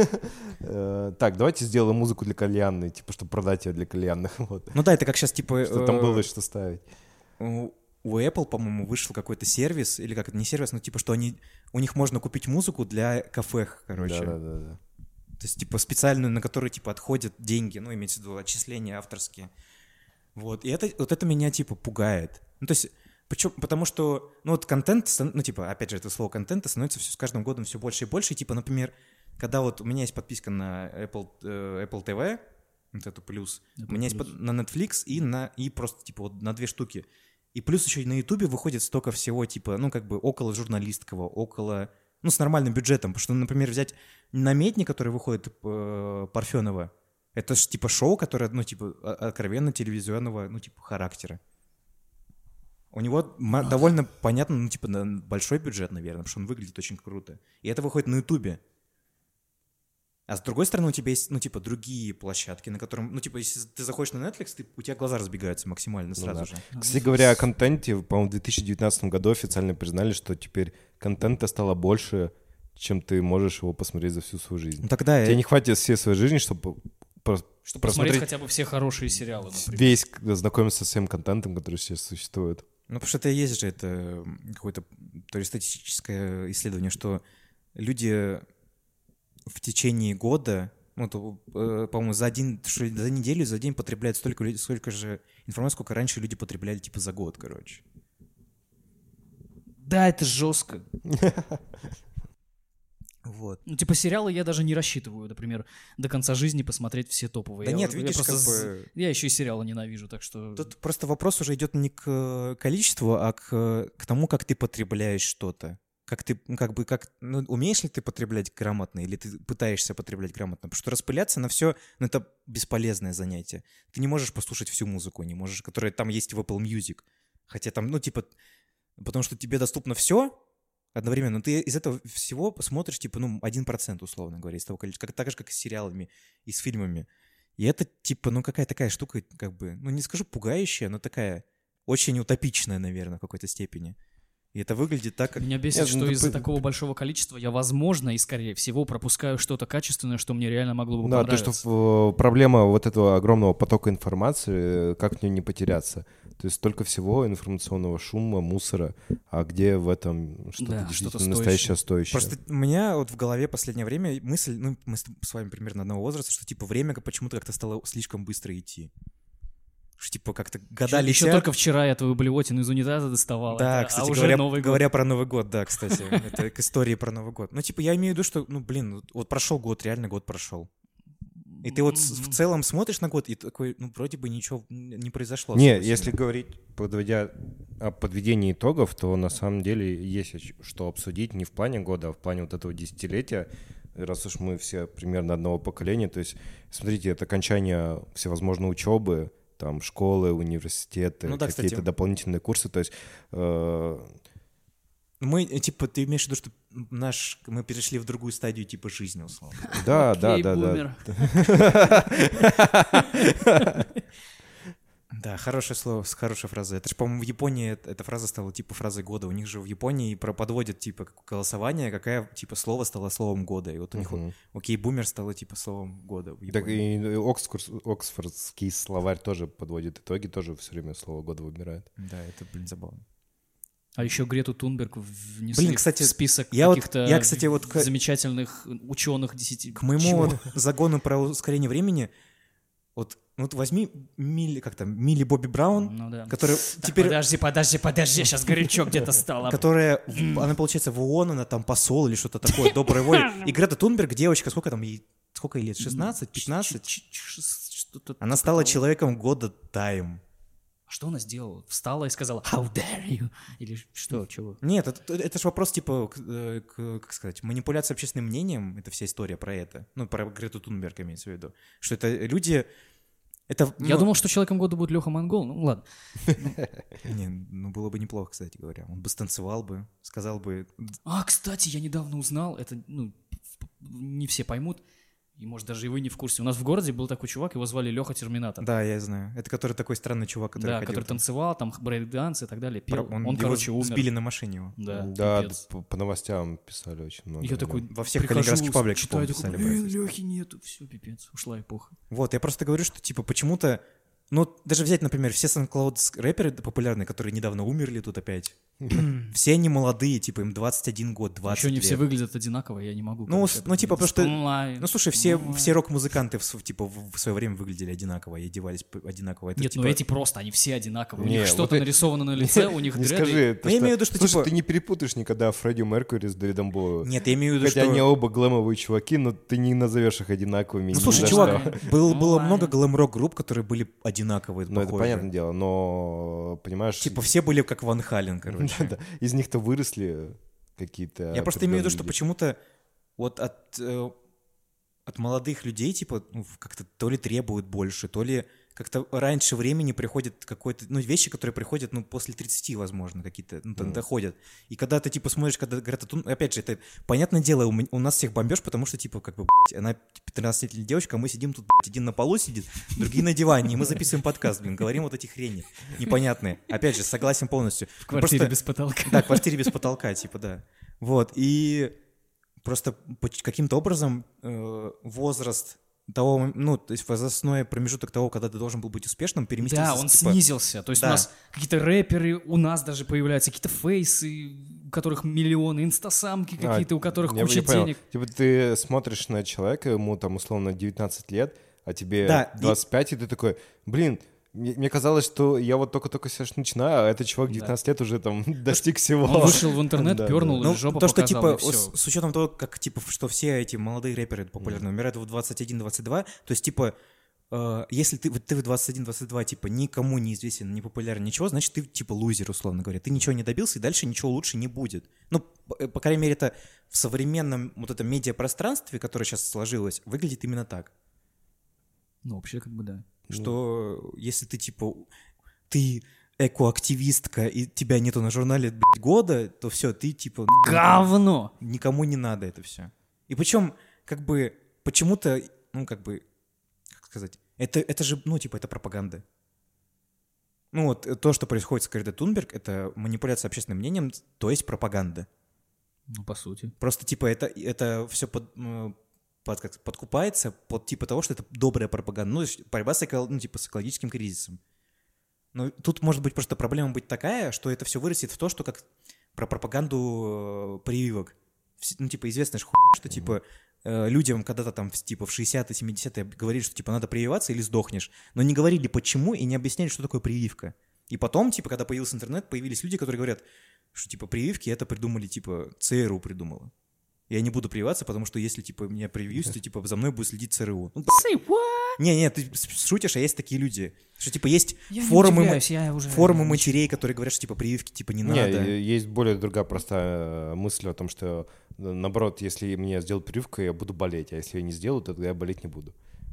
[SPEAKER 1] э, Так, давайте сделаем музыку для кальянной, типа, чтобы продать ее для кальянных. Вот.
[SPEAKER 2] Ну да, это как сейчас, типа...
[SPEAKER 1] Что там
[SPEAKER 2] э,
[SPEAKER 1] было, что ставить.
[SPEAKER 2] У у Apple, по-моему, вышел какой-то сервис, или как это, не сервис, но типа, что они, у них можно купить музыку для кафе, короче.
[SPEAKER 1] Да-да-да.
[SPEAKER 2] То есть, типа, специальную, на которую, типа, отходят деньги, ну, имеется в виду отчисления авторские. Вот, и это, вот это меня, типа, пугает. Ну, то есть, почему? Потому что, ну, вот контент, стан- ну, типа, опять же, это слово контента становится все, с каждым годом все больше и больше. И, типа, например, когда вот у меня есть подписка на Apple, э, Apple ти ви, вот эту плюс, у меня есть
[SPEAKER 3] Plus.
[SPEAKER 2] под- на Netflix и на, и просто, типа, вот на две штуки. И плюс еще и на Ютубе выходит столько всего, типа, ну, как бы около журналистского, около, ну, с нормальным бюджетом. Потому что, например, взять «Наметни», который выходит э, Парфенова, это же, типа, шоу, которое, ну, типа, о- откровенно телевизионного, ну, типа, характера. У него ма- довольно понятно, ну, типа, на большой бюджет, наверное, потому что он выглядит очень круто. И это выходит на Ютубе. А с другой стороны, у тебя есть, ну, типа, другие площадки, на котором, ну, типа, если ты заходишь на Netflix, ты, у тебя глаза разбегаются максимально сразу
[SPEAKER 1] да.
[SPEAKER 2] же.
[SPEAKER 1] Кстати говоря, о контенте, по-моему, в две тысячи девятнадцатом году официально признали, что теперь контента стало больше, чем ты можешь его посмотреть за всю свою жизнь.
[SPEAKER 2] Ну, тогда
[SPEAKER 1] Тебе не хватит всей своей жизни, чтобы про-
[SPEAKER 3] Чтобы посмотреть
[SPEAKER 1] просмотреть
[SPEAKER 3] хотя бы все хорошие сериалы, например.
[SPEAKER 1] весь, знакомиться со всем контентом, который сейчас существует.
[SPEAKER 2] Ну, потому что это и есть же это какое-то туристическое исследование, что люди в течение года, ну, то, э, по-моему, за один, что ли, за неделю, за день потребляют столько, лю- столько же информации, сколько раньше люди потребляли, типа, за год, короче.
[SPEAKER 3] Да, это жестко.
[SPEAKER 2] Вот.
[SPEAKER 3] Ну, типа, сериалы я даже не рассчитываю, например, до конца жизни посмотреть все топовые.
[SPEAKER 2] Да
[SPEAKER 3] Я
[SPEAKER 2] нет,
[SPEAKER 3] вот- я
[SPEAKER 2] видишь,
[SPEAKER 3] просто
[SPEAKER 2] как
[SPEAKER 3] з-
[SPEAKER 2] бы-
[SPEAKER 3] Я еще и сериалы ненавижу, так что...
[SPEAKER 2] Тут просто вопрос уже идет не к количеству, а к, к тому, как ты потребляешь что-то. Как ты, ну, как бы, как, ну, умеешь ли ты потреблять грамотно, или ты пытаешься потреблять грамотно? Потому что распыляться на все, ну, это бесполезное занятие. Ты не можешь послушать всю музыку, не можешь, которая там есть в Apple Music. Хотя там, ну, типа, потому что тебе доступно все одновременно, но ты из этого всего смотришь, типа, ну, один процент, условно говоря, из того количества. Как, так же, как и с сериалами, и с фильмами. И это, типа, ну, какая такая штука, как бы, ну, не скажу пугающая, но такая очень утопичная, наверное, в какой-то степени. И это выглядит так, как...
[SPEAKER 3] Меня бесит,
[SPEAKER 1] Нет,
[SPEAKER 3] что
[SPEAKER 1] ну,
[SPEAKER 3] из-за
[SPEAKER 1] ты-
[SPEAKER 3] такого большого количества я, возможно, и скорее всего пропускаю что-то качественное, что мне реально могло бы
[SPEAKER 1] Да, то,
[SPEAKER 3] понравиться.
[SPEAKER 1] что э, проблема вот этого огромного потока информации, э, как в нее не потеряться. То есть столько всего информационного шума, мусора, а где в этом что-то
[SPEAKER 3] Да,
[SPEAKER 1] действительно
[SPEAKER 3] что-то
[SPEAKER 1] настоящее стоящее.
[SPEAKER 2] Просто у меня вот в голове последнее время мысль, ну, мы с с вами примерно одного возраста, что, типа, время как- почему-то как-то стало слишком быстро идти. Что, типа, как-то года
[SPEAKER 3] еще,
[SPEAKER 2] летят.
[SPEAKER 3] только вчера я твою блевотину из унитаза доставал.
[SPEAKER 2] Да,
[SPEAKER 3] это-
[SPEAKER 2] кстати,
[SPEAKER 3] а уже
[SPEAKER 2] говоря,
[SPEAKER 3] Новый год.
[SPEAKER 2] говоря про Новый год, да, кстати, это к истории про Новый год. Ну, типа, я имею в виду, что, ну, блин, вот прошел год, реально год прошел. И ты вот с- в целом смотришь на год, и такой, ну, вроде бы ничего не произошло.
[SPEAKER 1] Не,
[SPEAKER 2] особо
[SPEAKER 1] если
[SPEAKER 2] сильно.
[SPEAKER 1] говорить, подводя о подведении итогов, то на самом деле есть о ч- что обсудить не в плане года, а в плане вот этого десятилетия, раз уж мы все примерно одного поколения. То есть, смотрите, это окончание всевозможной учебы, там, школы, университеты,
[SPEAKER 2] Ну да,
[SPEAKER 1] какие-то
[SPEAKER 2] кстати.
[SPEAKER 1] дополнительные курсы. То есть, э,
[SPEAKER 2] Мы, э, типа, ты имеешь в виду, что наш, мы перешли в другую стадию, типа, жизни, условно.
[SPEAKER 1] да, да,
[SPEAKER 3] Окей,
[SPEAKER 1] да, да.
[SPEAKER 3] бумер.
[SPEAKER 2] Да, хорошее слово, хорошая фраза. Это же, по-моему, в Японии эт- эта фраза стала типа фразой года. У них же в Японии про- подводят типа к- голосование, какое типа слово стало словом года. И вот у них вот
[SPEAKER 1] Мгм.
[SPEAKER 2] окей, бумер стало типа словом года в
[SPEAKER 1] Так
[SPEAKER 2] Японии.
[SPEAKER 1] и Оксфорд- Оксфордский словарь тоже подводит итоги, тоже все время слово года выбирает.
[SPEAKER 2] Да, это, блин, забавно.
[SPEAKER 3] А еще Грету Тунберг внесли
[SPEAKER 2] Блин, кстати,
[SPEAKER 3] в список
[SPEAKER 2] я вот-
[SPEAKER 3] каких-то
[SPEAKER 2] я, кстати, вот к-
[SPEAKER 3] замечательных ученых десяти...
[SPEAKER 2] К моему
[SPEAKER 3] Чего?
[SPEAKER 2] вот загону про ускорение времени, вот, вот возьми Милли, как там, Милли Бобби Браун,
[SPEAKER 3] Ну да.
[SPEAKER 2] которая
[SPEAKER 3] Так,
[SPEAKER 2] теперь...
[SPEAKER 3] подожди, подожди, подожди, сейчас горячо где-то стало.
[SPEAKER 2] Которая, в- она, получается, в ООН, она там посол или что-то такое, доброй воли. И Грета Тунберг, девочка, сколько там ей, сколько ей лет, шестнадцать, пятнадцать?
[SPEAKER 3] Ч- ч- ч- что-то
[SPEAKER 2] Она
[SPEAKER 3] типа
[SPEAKER 2] стала
[SPEAKER 3] того.
[SPEAKER 2] человеком года Тайм.
[SPEAKER 3] А что она сделала? Встала и сказала «How dare you?» Или что, чего?
[SPEAKER 2] Нет, это, это же вопрос, типа, к- э, к- как сказать, манипуляция общественным мнением, это вся история про это. Ну, про Грету Тунберг имеется в виду. Что это люди... Это,
[SPEAKER 3] Я
[SPEAKER 2] ну,
[SPEAKER 3] думал, что человеком года будет Леха Монгол. Ну ладно.
[SPEAKER 2] Не, ну было бы неплохо, кстати говоря. Он бы станцевал бы, сказал бы...
[SPEAKER 3] А, кстати, я недавно узнал, это, ну, не все поймут, и, может, даже и вы не в курсе. У нас в городе был такой чувак, его звали Леха Терминатор.
[SPEAKER 2] Да, я знаю. Это который такой странный чувак, который
[SPEAKER 3] Да,
[SPEAKER 2] ходил
[SPEAKER 3] который
[SPEAKER 2] там.
[SPEAKER 3] танцевал, там брейк-данс и так далее, пел.
[SPEAKER 2] Про-
[SPEAKER 3] Он,
[SPEAKER 2] его
[SPEAKER 3] короче, умер.
[SPEAKER 2] сбили на машине его.
[SPEAKER 3] Да,
[SPEAKER 1] Да,
[SPEAKER 3] пипец.
[SPEAKER 1] по, по новостям писали очень много.
[SPEAKER 3] Я
[SPEAKER 1] о
[SPEAKER 3] такой
[SPEAKER 1] нем.
[SPEAKER 2] Во всех
[SPEAKER 3] прихожу,
[SPEAKER 2] каллиграфских пабликах,
[SPEAKER 3] читаю,
[SPEAKER 2] по-моему,
[SPEAKER 3] такой,
[SPEAKER 2] писали про
[SPEAKER 3] блин,
[SPEAKER 2] это.
[SPEAKER 3] Лехи нету, все, пипец, ушла эпоха.
[SPEAKER 2] Вот, я просто говорю, что, типа, почему-то... Ну, даже взять, например, все SoundCloud рэперы популярные, которые недавно умерли тут опять. Все они молодые, типа, им двадцать один год, двадцать
[SPEAKER 3] Еще они
[SPEAKER 2] лет.
[SPEAKER 3] все выглядят одинаково, я не могу.
[SPEAKER 2] Ну,
[SPEAKER 3] короче,
[SPEAKER 2] с-
[SPEAKER 3] об
[SPEAKER 2] ну,
[SPEAKER 3] этом
[SPEAKER 2] типа,
[SPEAKER 3] говорить.
[SPEAKER 2] просто-
[SPEAKER 3] Онлайн.
[SPEAKER 2] Ну, слушай, все,
[SPEAKER 3] Онлайн.
[SPEAKER 2] все рок-музыканты, в, с- типа, в, в свое время выглядели одинаково и одевались п- одинаково. Это,
[SPEAKER 3] Нет,
[SPEAKER 2] типа...
[SPEAKER 3] ну эти просто, они все одинаковые. У
[SPEAKER 1] Не,
[SPEAKER 3] них
[SPEAKER 1] вот
[SPEAKER 3] что-то
[SPEAKER 1] и-
[SPEAKER 3] нарисовано на лице, у них
[SPEAKER 1] Не
[SPEAKER 3] дреды.
[SPEAKER 1] скажи это.
[SPEAKER 2] Ну, я имею в виду, что,
[SPEAKER 1] Слушай,
[SPEAKER 2] типа-
[SPEAKER 1] ты не перепутаешь никогда Фредди Меркьюри с Дэвидом Боуи.
[SPEAKER 2] Нет, я имею в виду,
[SPEAKER 1] Хотя
[SPEAKER 2] что...
[SPEAKER 1] они оба глэмовые чуваки, но ты не назовешь их одинаковыми.
[SPEAKER 2] Ну,
[SPEAKER 1] ни
[SPEAKER 2] слушай,
[SPEAKER 1] за
[SPEAKER 2] чувак,
[SPEAKER 1] что.
[SPEAKER 2] был, было
[SPEAKER 3] Онлайн.
[SPEAKER 2] много глэм-рок групп, которые были одинаковые,
[SPEAKER 1] Ну, это
[SPEAKER 2] похожие.
[SPEAKER 1] понятное дело, но, понимаешь...
[SPEAKER 2] Типа, все были как Ван Хален, короче.
[SPEAKER 1] Да, из них-то выросли какие-то...
[SPEAKER 2] Я просто имею в виду, что
[SPEAKER 1] определенные люди.
[SPEAKER 2] почему-то вот от, э, от молодых людей, типа, ну, как-то то ли требуют больше, то ли как-то раньше времени приходят какой-то, ну, вещи, которые приходят, ну, после тридцати, возможно, какие-то, ну, там,
[SPEAKER 1] Мгм.
[SPEAKER 2] доходят. И когда ты, типа, смотришь, когда Грета Тун... Опять же, это, понятное дело, у, м- у нас всех бомбеж, потому что, типа, как бы, блядь, она пятнадцатилетняя девочка, а мы сидим тут, блядь, один на полу сидит, другие на диване, и мы записываем подкаст, блин, говорим вот эти хрени непонятные. Опять же, согласен полностью.
[SPEAKER 3] В квартире
[SPEAKER 2] Просто-
[SPEAKER 3] без потолка.
[SPEAKER 2] Да, в квартире без потолка, типа, да. Вот, и просто поч- каким-то образом э, возраст того, ну, то есть возрастной промежуток того, когда ты должен был быть успешным, переместился.
[SPEAKER 3] Да, он
[SPEAKER 2] типа,
[SPEAKER 3] снизился. То есть
[SPEAKER 2] да.
[SPEAKER 3] у нас какие-то рэперы, у нас даже появляются какие-то фейсы, у которых миллионы, инстасамки
[SPEAKER 1] А,
[SPEAKER 3] какие-то, у которых
[SPEAKER 1] я
[SPEAKER 3] куча
[SPEAKER 1] не понял.
[SPEAKER 3] денег.
[SPEAKER 1] Типа ты смотришь на человека, ему там условно девятнадцать лет, а тебе
[SPEAKER 2] Да, и-
[SPEAKER 1] двадцать пять, и ты такой, блин, мне, мне казалось, что я вот только-только сейчас начинаю, а этот чувак
[SPEAKER 3] Да.
[SPEAKER 1] девятнадцать лет уже там достиг всего.
[SPEAKER 3] Он вышел в интернет,
[SPEAKER 1] Да,
[SPEAKER 3] пернул,
[SPEAKER 2] Ну,
[SPEAKER 3] и жопу
[SPEAKER 2] то, что,
[SPEAKER 3] показал,
[SPEAKER 2] типа,
[SPEAKER 3] и всё.
[SPEAKER 2] с, с учетом того, как, типа, что все эти молодые рэперы популярные умирают в двадцать один двадцать два, то есть, типа, э, если ты, вот ты в двадцать один двадцать два, типа, никому не известен, не популярен, ничего, значит, ты, типа, лузер, условно говоря. Ты ничего не добился, и дальше ничего лучше не будет. Ну, по, по крайней мере, это в современном вот этом медиапространстве, которое сейчас сложилось, выглядит именно так.
[SPEAKER 3] Ну, вообще, как бы, да.
[SPEAKER 2] Что если ты, типа, ты экоактивистка, и тебя нету на журнале, блядь, года, то все, ты, типа... ну,
[SPEAKER 3] Говно!
[SPEAKER 2] никому не надо это все. И причем, как бы, почему-то, ну, как бы, как сказать, это, это же, ну, типа, это пропаганда. Ну, вот э, то, что происходит с Гретой Тунберг, это манипуляция общественным мнением, то есть пропаганда.
[SPEAKER 3] Ну, по сути.
[SPEAKER 2] Просто, типа, это, это все под, э, под- как, подкупается под, типа, того, что это добрая пропаганда. Ну, то есть борьба с, эко- ну, типа, с экологическим кризисом. Но тут может быть просто проблема быть такая, что это все вырастет в то, что как про пропаганду э, прививок. Вс- Ну, типа, известная же хуйня, что, типа, э, людям когда-то там, в- типа, в шестидесятые, семидесятые говорили, что, типа, надо прививаться или сдохнешь, но не говорили почему и не объясняли, что такое прививка. И потом, типа, когда появился интернет, появились люди, которые говорят, что, типа, прививки это придумали, типа, ЦРУ придумала. Я не буду прививаться, потому что если, типа, меня привьюсь, то, типа, за мной будет следить ЦРУ. Ну,
[SPEAKER 3] Say what?
[SPEAKER 2] не-не, ты с- шутишь, а есть такие люди. Что, типа, есть
[SPEAKER 3] Я не
[SPEAKER 2] форумы,
[SPEAKER 3] удивляюсь, я уже...
[SPEAKER 2] форумы матерей, которые говорят, что, типа, прививки, типа, не,
[SPEAKER 1] Не,
[SPEAKER 2] надо.
[SPEAKER 1] э, есть более другая простая э, мысль о том, что, э, наоборот, если мне сделают прививку, я буду болеть, а если я не сделаю, то тогда я болеть не буду.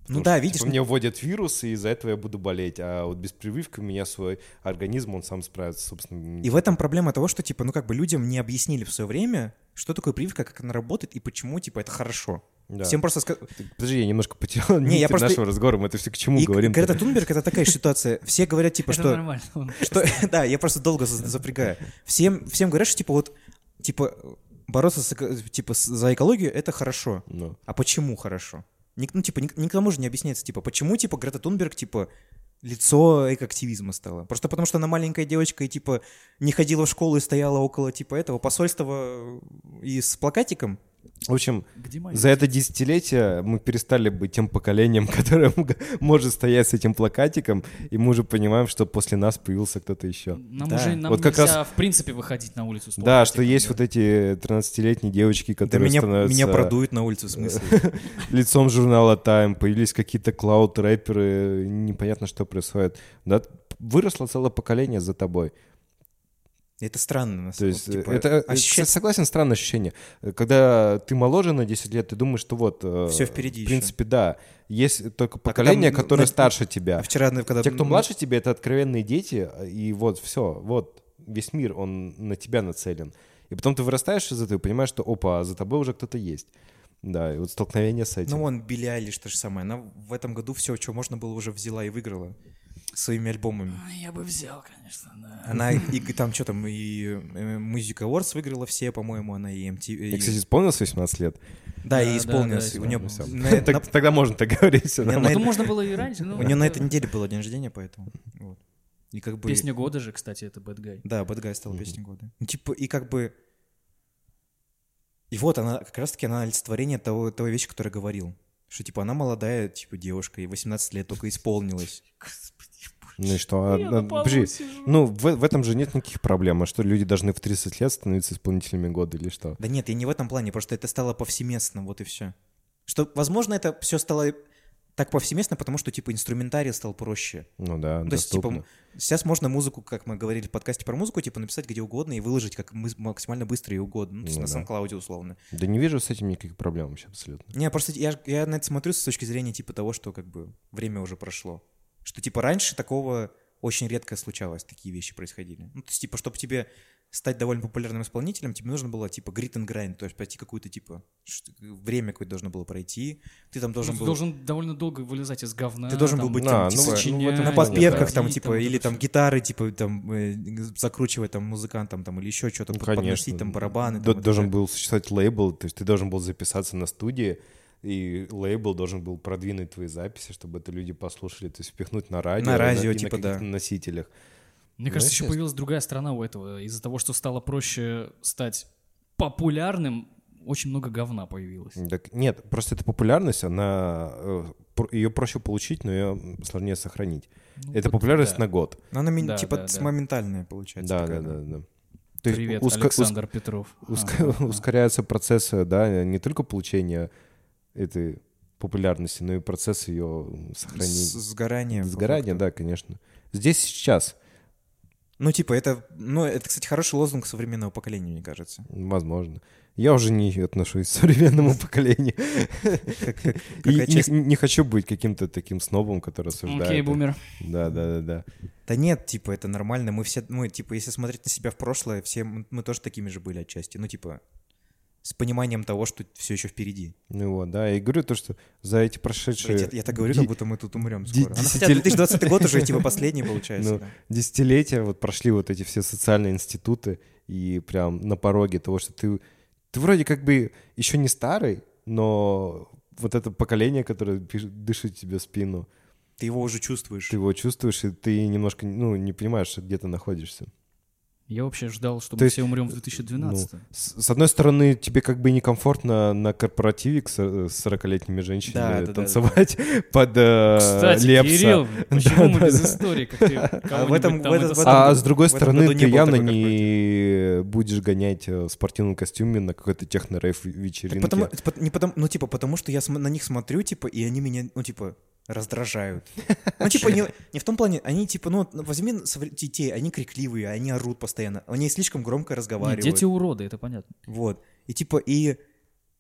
[SPEAKER 2] Ну
[SPEAKER 1] Потому
[SPEAKER 2] да,
[SPEAKER 1] что,
[SPEAKER 2] видишь,
[SPEAKER 1] типа, мне вводят вирус, и из-за этого я буду болеть. А вот без прививки у меня свой организм, он сам справится, собственно.
[SPEAKER 2] и в этом проблема того, что, типа, ну, как бы людям не объяснили в свое время, что такое прививка, как она работает и почему, типа, это хорошо.
[SPEAKER 1] Да.
[SPEAKER 2] Всем просто сказали...
[SPEAKER 1] Подожди, я немножко потерял
[SPEAKER 2] Не, я
[SPEAKER 1] нить
[SPEAKER 2] просто-
[SPEAKER 1] нашего разговора, мы это все к чему
[SPEAKER 2] И
[SPEAKER 1] говорим?
[SPEAKER 2] Грета Тунберг — это такая ситуация. Все говорят, типа,
[SPEAKER 3] Это
[SPEAKER 2] что...
[SPEAKER 3] нормально. он-
[SPEAKER 2] что да, я просто долго за- запрягаю. Всем, всем говорят, что, типа, вот, типа, бороться с эко- типа, с- за экологию — это хорошо.
[SPEAKER 1] Ну,
[SPEAKER 2] А почему хорошо? Ник- ну, типа, ник- никому же не объясняется, типа, почему, типа, Грета Тунберг, типа, лицо экоактивизма стало. Просто потому, что она маленькая девочка и, типа, не ходила в школу и стояла около, типа, этого посольства и с плакатиком.
[SPEAKER 1] в общем,
[SPEAKER 3] Где мои?
[SPEAKER 1] за это десятилетие мы перестали быть тем поколением, которое м- может стоять с этим плакатиком, и мы уже понимаем, что после нас появился кто-то еще.
[SPEAKER 3] Нам
[SPEAKER 2] Да.
[SPEAKER 3] уже нам
[SPEAKER 1] Вот как
[SPEAKER 3] нельзя, в принципе, выходить на улицу с
[SPEAKER 1] Да,
[SPEAKER 3] плакатиком,
[SPEAKER 1] что есть
[SPEAKER 3] да.
[SPEAKER 1] вот эти тринадцатилетние девочки,
[SPEAKER 2] Да
[SPEAKER 1] которые
[SPEAKER 2] меня,
[SPEAKER 1] становятся
[SPEAKER 2] меня продуют на улице, в смысле.
[SPEAKER 1] лицом журнала Time, появились какие-то клауд-рэперы, непонятно, что происходит. Да, выросло целое поколение за тобой.
[SPEAKER 2] Это странно, на
[SPEAKER 1] То
[SPEAKER 2] самом
[SPEAKER 1] есть
[SPEAKER 2] деле. Типа,
[SPEAKER 1] это,
[SPEAKER 2] ощущать-
[SPEAKER 1] кстати, согласен, странное ощущение. Когда ты моложе на десять лет, ты думаешь, что вот... э,
[SPEAKER 2] Всё впереди
[SPEAKER 1] В
[SPEAKER 2] ещё.
[SPEAKER 1] принципе, да. Есть только
[SPEAKER 2] когда
[SPEAKER 1] поколение,
[SPEAKER 2] м-
[SPEAKER 1] которое
[SPEAKER 2] на-
[SPEAKER 1] старше тебя.
[SPEAKER 2] А вчера, ну, когда...
[SPEAKER 1] Те, кто
[SPEAKER 2] ну,
[SPEAKER 1] младше тебя, это откровенные дети, и вот все, вот весь мир, он на тебя нацелен. И потом ты вырастаешь из этого и понимаешь, что опа, за тобой уже кто-то есть. Да, и вот столкновение с этим.
[SPEAKER 2] Ну, вон, Билли Айлиш то же самое. Она в этом году все, что можно было, уже взяла и выиграла своими альбомами.
[SPEAKER 3] Я бы взял, конечно, да.
[SPEAKER 2] Она и, и там, что там, и э, Music Awards выиграла все, по-моему, она и эм ти ви.
[SPEAKER 1] Я, кстати, исполнилось восемнадцать лет.
[SPEAKER 2] Да,
[SPEAKER 3] Да,
[SPEAKER 2] и
[SPEAKER 3] да,
[SPEAKER 2] исполнилось.
[SPEAKER 3] да,
[SPEAKER 2] у нее
[SPEAKER 1] Всё.
[SPEAKER 2] на,
[SPEAKER 1] Так-
[SPEAKER 2] на-
[SPEAKER 1] Тогда можно так говорить. всё
[SPEAKER 2] У меня
[SPEAKER 1] нормально.
[SPEAKER 3] Потом можно было и раньше. ну,
[SPEAKER 2] у нее на
[SPEAKER 3] это-
[SPEAKER 2] этой неделе было день рождения, поэтому. Вот. И как бы...
[SPEAKER 3] Песня года же, кстати, это Bad Guy.
[SPEAKER 2] Да, Bad Guy стала
[SPEAKER 1] Мгм.
[SPEAKER 2] песней года. Ну, типа, и как бы... И вот она, как раз-таки, она олицетворение того, того вещи, которую я говорил. Что, типа, она молодая, типа, девушка, и восемнадцать лет только исполнилось.
[SPEAKER 1] Ну и что? А,
[SPEAKER 3] Я
[SPEAKER 1] а,
[SPEAKER 3] на полу
[SPEAKER 1] подожди,
[SPEAKER 3] сижу.
[SPEAKER 1] ну, в, в этом же нет никаких проблем. А что, люди должны в тридцать лет становиться исполнителями года или что?
[SPEAKER 2] Да нет, я не в этом плане, просто это стало повсеместно, вот и все. Что, возможно, это все стало так повсеместно, потому что, типа, инструментарий стал проще.
[SPEAKER 1] Ну да,
[SPEAKER 2] Ну, то есть,
[SPEAKER 1] доступно.
[SPEAKER 2] типа, сейчас можно музыку, как мы говорили в подкасте про музыку, типа, написать где угодно и выложить как мы- максимально быстро и угодно. Ну, то есть
[SPEAKER 1] Ну
[SPEAKER 2] на
[SPEAKER 1] да.
[SPEAKER 2] SoundCloud условно.
[SPEAKER 1] Да не вижу с этим никаких проблем вообще абсолютно.
[SPEAKER 2] Не, просто я, ж- я на это смотрю с точки зрения, типа, того, что, как бы, время уже прошло. Что, типа, раньше такого очень редко случалось, такие вещи происходили. Ну, то есть, типа, чтобы тебе стать довольно популярным исполнителем, тебе нужно было, типа, grit and grind, то есть пройти какую-то, типа, ш- время какое-то должно было пройти, ты там должен
[SPEAKER 3] Ну, ты
[SPEAKER 2] был...
[SPEAKER 3] должен довольно долго вылезать из говна.
[SPEAKER 2] Ты должен был
[SPEAKER 3] там,
[SPEAKER 2] быть
[SPEAKER 1] Да,
[SPEAKER 2] там,
[SPEAKER 1] ну,
[SPEAKER 2] типа,
[SPEAKER 1] в этом
[SPEAKER 3] сочинять,
[SPEAKER 2] на
[SPEAKER 1] плане,
[SPEAKER 2] подпевках
[SPEAKER 1] да.
[SPEAKER 2] там,
[SPEAKER 3] ходить,
[SPEAKER 2] типа,
[SPEAKER 3] вот
[SPEAKER 2] или
[SPEAKER 3] это
[SPEAKER 2] там
[SPEAKER 3] всё.
[SPEAKER 2] гитары, типа, там, э, закручивать там музыкантам, там, или еще что-то,
[SPEAKER 1] Ну,
[SPEAKER 2] под- подносить
[SPEAKER 1] конечно.
[SPEAKER 2] там барабаны.
[SPEAKER 1] Д-
[SPEAKER 2] там,
[SPEAKER 1] должен
[SPEAKER 2] это.
[SPEAKER 1] был существовать лейбл, то есть ты должен был записаться на студии, и лейбл должен был продвинуть твои записи, чтобы это люди послушали, то есть впихнуть на радио,
[SPEAKER 2] На
[SPEAKER 1] и
[SPEAKER 2] радио,
[SPEAKER 1] и
[SPEAKER 2] типа,
[SPEAKER 1] на
[SPEAKER 2] да.
[SPEAKER 1] каких-то носителях.
[SPEAKER 3] Мне
[SPEAKER 1] Ну,
[SPEAKER 3] кажется, еще
[SPEAKER 1] естественно.
[SPEAKER 3] появилась другая сторона у этого. Из-за того, что стало проще стать популярным, очень много говна появилось.
[SPEAKER 1] Так, нет, просто эта популярность, она ее проще получить, но ее сложнее сохранить.
[SPEAKER 3] Ну,
[SPEAKER 1] это
[SPEAKER 3] вот
[SPEAKER 1] популярность
[SPEAKER 3] да.
[SPEAKER 1] на год.
[SPEAKER 2] Ну, она, ми-
[SPEAKER 3] Да,
[SPEAKER 2] типа,
[SPEAKER 3] да,
[SPEAKER 2] с-
[SPEAKER 3] да.
[SPEAKER 2] моментальная получается.
[SPEAKER 1] Да, да,
[SPEAKER 2] такая,
[SPEAKER 1] да, да. То есть
[SPEAKER 3] Привет,
[SPEAKER 1] уска-
[SPEAKER 3] Александр Петров.
[SPEAKER 1] уска-
[SPEAKER 3] Ага, ага.
[SPEAKER 1] ускоряются процессы, да, не только получения этой популярности, но и процесс ее
[SPEAKER 2] С-
[SPEAKER 1] сохранения.
[SPEAKER 2] Сгорание. по
[SPEAKER 1] Сгорание,
[SPEAKER 2] факту.
[SPEAKER 1] да, конечно. Здесь и сейчас,
[SPEAKER 2] Ну, типа, это, ну, это, кстати, хороший лозунг современного поколения, мне кажется.
[SPEAKER 1] возможно. Я уже не отношусь к современному поколению.
[SPEAKER 2] Как, как-
[SPEAKER 1] И
[SPEAKER 2] какая
[SPEAKER 1] не,
[SPEAKER 2] часть-
[SPEAKER 1] не хочу быть каким-то таким снобом, который осуждает.
[SPEAKER 3] Окей,
[SPEAKER 1] их.
[SPEAKER 3] бумер.
[SPEAKER 1] Да, да, да, да.
[SPEAKER 2] Да нет, типа, это нормально. Мы все, мы, типа, если смотреть на себя в прошлое, все мы, мы тоже такими же были отчасти. Ну, типа, с пониманием того, что все еще впереди.
[SPEAKER 1] Ну вот, да, и говорю то, что за эти прошедшие
[SPEAKER 2] Блядь, я, я так говорю,
[SPEAKER 1] ди-
[SPEAKER 2] как будто мы тут умрем
[SPEAKER 1] ди-
[SPEAKER 2] скоро. А, ну, хотя
[SPEAKER 1] десятил-
[SPEAKER 2] две тысячи двадцатый год уже, типа, последний получается.
[SPEAKER 1] Ну,
[SPEAKER 2] да.
[SPEAKER 1] десятилетия вот прошли вот эти все социальные институты, и прям на пороге того, что ты, ты вроде как бы еще не старый, но вот это поколение, которое пиш- дышит тебе в спину,
[SPEAKER 2] Ты его уже чувствуешь.
[SPEAKER 1] ты его чувствуешь, и ты немножко, ну, не понимаешь, где ты находишься.
[SPEAKER 3] Я вообще ждал, что
[SPEAKER 1] То
[SPEAKER 3] мы
[SPEAKER 1] есть,
[SPEAKER 3] все умрем в две тысячи двенадцатом.
[SPEAKER 1] С, с одной стороны, тебе как бы некомфортно на корпоративе к со- с сорокалетними женщинами
[SPEAKER 2] Да, да, да,
[SPEAKER 1] танцевать под э,
[SPEAKER 3] Кстати,
[SPEAKER 1] Лепса.
[SPEAKER 3] Кирилл, почему
[SPEAKER 1] Да,
[SPEAKER 3] мы
[SPEAKER 1] да,
[SPEAKER 3] без
[SPEAKER 1] да.
[SPEAKER 3] истории? Как ты
[SPEAKER 2] в этом-
[SPEAKER 3] кого-нибудь там
[SPEAKER 2] в этом-
[SPEAKER 3] это
[SPEAKER 2] в этом
[SPEAKER 1] А
[SPEAKER 2] году-
[SPEAKER 1] с другой
[SPEAKER 2] в этом
[SPEAKER 1] стороны,
[SPEAKER 2] году
[SPEAKER 1] ты
[SPEAKER 2] не было
[SPEAKER 1] явно
[SPEAKER 2] такой
[SPEAKER 1] не будешь гонять э, в спортивном костюме на какой-то техно-рейв
[SPEAKER 2] Так
[SPEAKER 1] вечеринке.
[SPEAKER 2] потому, пот- не потому, ну, типа, потому что я см- на них смотрю, типа, и они меня, ну, типа, раздражают. Ну, типа, не, не в том плане, они, типа, ну, ну, возьми совре- детей, они крикливые, они орут постоянно, они слишком громко
[SPEAKER 3] Нет,
[SPEAKER 2] разговаривают.
[SPEAKER 3] дети уроды, это понятно.
[SPEAKER 2] Вот. И, типа, и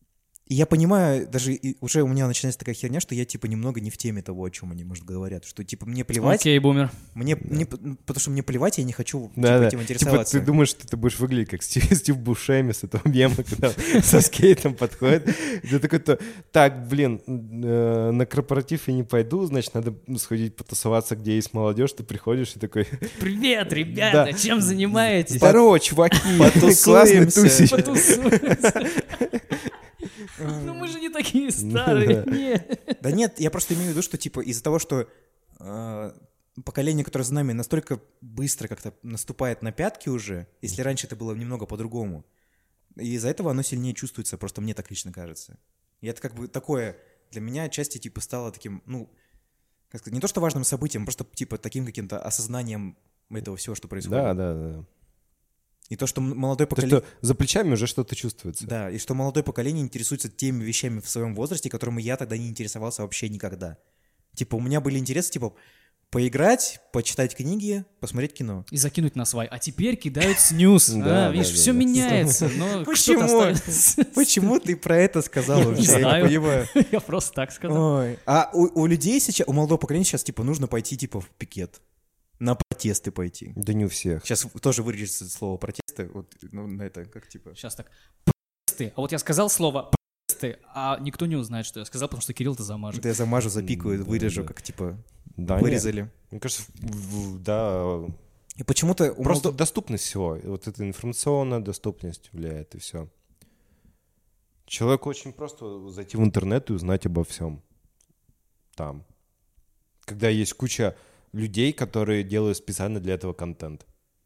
[SPEAKER 2] И я понимаю, даже и уже у меня начинается такая херня, что я, типа, немного не в теме того, о чем они, может, говорят. Что, типа, мне плевать.
[SPEAKER 3] Окей, бумер.
[SPEAKER 2] Мне, мне, потому что мне плевать, я не хочу,
[SPEAKER 1] Да,
[SPEAKER 2] типа,
[SPEAKER 1] да.
[SPEAKER 2] этим
[SPEAKER 1] Типа,
[SPEAKER 2] интересоваться.
[SPEAKER 1] ты думаешь, что ты будешь выглядеть как Стив, Стив Бушеми с этого мема, когда со скейтом подходит. И ты такой-то, так, блин, э, на корпоратив я не пойду, значит, надо сходить потусоваться, где есть молодежь. Ты приходишь и такой...
[SPEAKER 3] Привет, ребята,
[SPEAKER 1] Да.
[SPEAKER 3] чем занимаетесь?
[SPEAKER 1] Здорово, чуваки!
[SPEAKER 2] Потусуемся.
[SPEAKER 1] Классный тусич.
[SPEAKER 3] Потусуемся. Ну мы же не такие старые. Нет.
[SPEAKER 2] Да нет, я просто имею в виду, что, типа, из-за того, что э, поколение, которое за нами, настолько быстро как-то наступает на пятки уже, если раньше это было немного по-другому, и из-за этого оно сильнее чувствуется, просто мне так лично кажется. И это как бы такое, для меня отчасти, типа, стало таким, ну, как сказать, не то что важным событием, просто, типа, таким каким-то осознанием этого всего, что происходит.
[SPEAKER 1] Да, да, да.
[SPEAKER 2] И то, что м- молодое
[SPEAKER 1] То,
[SPEAKER 2] поколение...
[SPEAKER 1] что за плечами уже что-то чувствуется.
[SPEAKER 2] Да, и что молодое поколение интересуется теми вещами в своем возрасте, которыми я тогда не интересовался вообще никогда. Типа, у меня были интересы, типа, поиграть, почитать книги, посмотреть кино.
[SPEAKER 3] И закинуть на свай. А теперь кидают снюс.
[SPEAKER 1] Да,
[SPEAKER 3] А, видишь,
[SPEAKER 1] да,
[SPEAKER 3] все
[SPEAKER 1] да.
[SPEAKER 3] меняется. Но
[SPEAKER 2] Почему?
[SPEAKER 3] кто-то остается.
[SPEAKER 2] Почему ты про это сказал
[SPEAKER 3] Я
[SPEAKER 2] вообще?
[SPEAKER 3] не
[SPEAKER 2] Я
[SPEAKER 3] знаю.
[SPEAKER 2] не понимаю.
[SPEAKER 3] Я просто так сказал.
[SPEAKER 2] Ой. А у, у людей сейчас, у молодого поколения сейчас, типа, нужно пойти, типа, в пикет. На протесты пойти.
[SPEAKER 1] Да не у всех.
[SPEAKER 2] Сейчас тоже вырежется слово протесты. Вот, ну, на это как, типа...
[SPEAKER 3] Сейчас так. Протесты. А вот я сказал слово протесты, а никто не узнает, что я сказал, потому что Кирилл-то замажет.
[SPEAKER 2] Это я замажу, запикаю,
[SPEAKER 1] Да,
[SPEAKER 2] вырежу,
[SPEAKER 1] да.
[SPEAKER 2] как, типа,
[SPEAKER 1] Да,
[SPEAKER 2] вырезали.
[SPEAKER 1] нет. Мне кажется, в- в- да,
[SPEAKER 2] И почему-то... у
[SPEAKER 1] просто
[SPEAKER 2] молодо-
[SPEAKER 1] доступность всего. И вот эта информационная доступность влияет, и все. Человеку очень просто зайти в интернет и узнать обо всем. Там. Когда есть куча людей, которые делают специально для этого контент.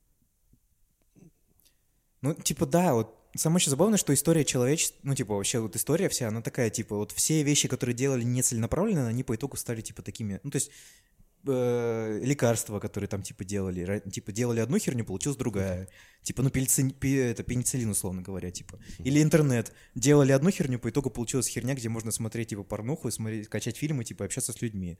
[SPEAKER 2] Ну, типа, да, вот самое еще забавное, что история человечества, ну, типа, вообще вот история вся, она такая, типа, вот все вещи, которые делали нецеленаправленно, они по итогу стали, типа, такими, ну, то есть э, лекарства, которые там, типа, делали, ра- типа, делали одну херню, получилась другая, типа, ну, пеници- пе- это пенициллин, условно говоря, типа, или интернет, делали одну херню, по итогу получилась херня, где можно смотреть, типа, порнуху, и смотреть, качать фильмы, типа, общаться с людьми.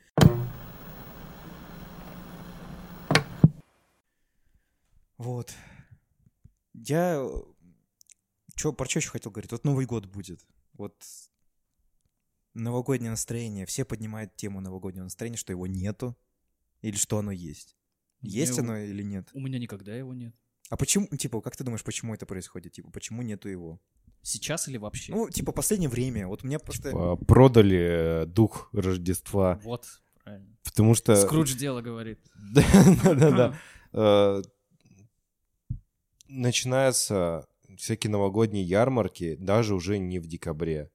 [SPEAKER 2] Вот. Я чё, про что еще хотел говорить? Вот Новый год будет. Вот новогоднее настроение. Все поднимают тему новогоднего настроения, что его нету. Или что оно есть. Есть
[SPEAKER 3] Ну,
[SPEAKER 2] оно или нет?
[SPEAKER 3] У меня никогда его нет.
[SPEAKER 2] А почему, типа, как ты думаешь, почему это происходит? Типа, почему нету его?
[SPEAKER 3] Сейчас или вообще?
[SPEAKER 2] Ну, типа, последнее время. Вот у меня просто...
[SPEAKER 1] Типа, продали э, дух Рождества.
[SPEAKER 3] Вот, правильно.
[SPEAKER 1] Потому что...
[SPEAKER 3] Скрудж дело говорит.
[SPEAKER 1] Да-да-да. Э, Начинаются всякие новогодние ярмарки даже уже не в декабре.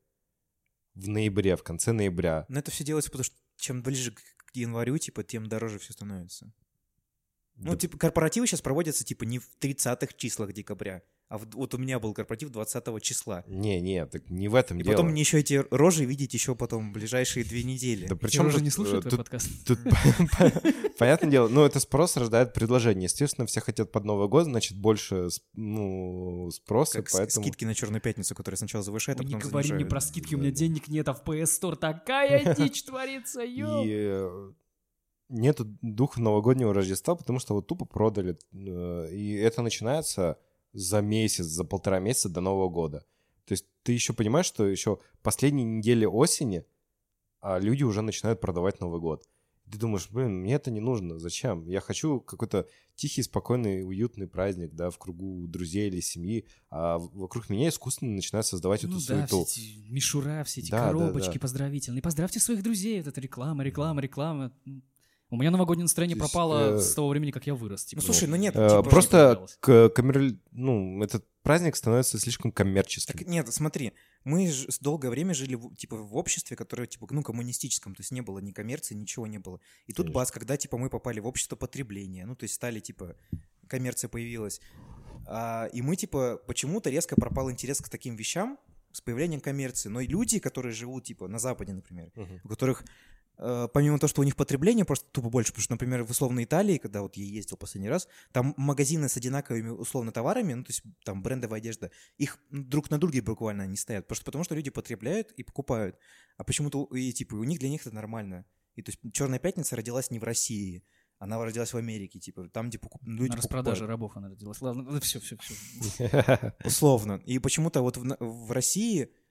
[SPEAKER 1] В ноябре, в конце ноября.
[SPEAKER 2] Но это все делается, потому что чем ближе к к январю, типа, тем дороже все становится. Ну,
[SPEAKER 1] Да.
[SPEAKER 2] типа, корпоративы сейчас проводятся, типа, не в тридцатых числах декабря, а в- вот у меня был корпоратив двадцатого числа.
[SPEAKER 1] Не, не, так не в этом
[SPEAKER 2] И
[SPEAKER 1] дело.
[SPEAKER 2] потом мне еще эти рожи видеть еще потом ближайшие две недели.
[SPEAKER 1] Да
[SPEAKER 3] Эти
[SPEAKER 1] причем
[SPEAKER 3] рожи
[SPEAKER 1] тут,
[SPEAKER 3] не
[SPEAKER 1] э,
[SPEAKER 3] слушают твой
[SPEAKER 1] тут,
[SPEAKER 3] подкаст?
[SPEAKER 1] тут понятное дело, ну это спрос рождает предложение. Естественно, все хотят под Новый год, значит больше с- ну спроса,
[SPEAKER 2] Как с-
[SPEAKER 1] поэтому
[SPEAKER 2] скидки на Черную пятницу, которые сначала завышают, а
[SPEAKER 3] Ой, не
[SPEAKER 2] потом
[SPEAKER 3] говори мне
[SPEAKER 2] занижают.
[SPEAKER 3] про скидки, у меня денег нет, а в пи эс Store такая дичь творится, ёп.
[SPEAKER 1] и э, нету духа новогоднего Рождества, потому что вот тупо продали, э, и это начинается за месяц, за полтора месяца до Нового года. То есть ты еще понимаешь, что еще последние недели осени, а люди уже начинают продавать Новый год. Ты думаешь, блин, мне это не нужно, зачем? Я хочу какой-то тихий, спокойный, уютный праздник, да, в кругу друзей или семьи, а в- вокруг меня искусственно начинают создавать
[SPEAKER 3] Ну
[SPEAKER 1] эту
[SPEAKER 3] да, все
[SPEAKER 1] суету.
[SPEAKER 3] эти мишура, все эти
[SPEAKER 1] Да, да,
[SPEAKER 3] коробочки
[SPEAKER 1] да.
[SPEAKER 3] поздравительные. Поздравьте своих друзей, вот это реклама, реклама, реклама. У меня новогоднее настроение
[SPEAKER 1] То есть,
[SPEAKER 3] пропало
[SPEAKER 1] э,
[SPEAKER 3] с того времени, как я вырос. типа,
[SPEAKER 2] Ну, слушай, ну нет,
[SPEAKER 1] Э,
[SPEAKER 2] типа,
[SPEAKER 1] Просто
[SPEAKER 3] появлялось.
[SPEAKER 1] к- коммер- ну, этот праздник становится слишком коммерческим.
[SPEAKER 2] Так нет, смотри, мы ж с долгое время жили в, типа в обществе, которое типа ну коммунистическом, то есть не было ни коммерции, ничего не было. И тут
[SPEAKER 1] Конечно.
[SPEAKER 2] бас, когда типа мы попали в общество потребления, ну то есть стали типа коммерция появилась, а, и мы типа почему-то резко пропал интерес к таким вещам с появлением коммерции. Но и люди, которые живут типа на Западе, например,
[SPEAKER 1] Мгм.
[SPEAKER 2] у которых э, помимо того, что у них потребление просто тупо больше, потому что, например, в условной Италии, когда вот я ездил последний раз, там магазины с одинаковыми условно товарами, ну то есть там брендовая одежда, их друг на друге буквально не стоят, просто потому что люди потребляют и покупают, а почему-то и типа у них для них это нормально. И то есть Черная пятница родилась не в России, она родилась в Америке, типа там, где покуп... люди
[SPEAKER 3] На распродаже
[SPEAKER 2] покупают.
[SPEAKER 3] рабов она родилась. Ладно, все, все, все.
[SPEAKER 2] Условно. И почему-то вот в, на- в России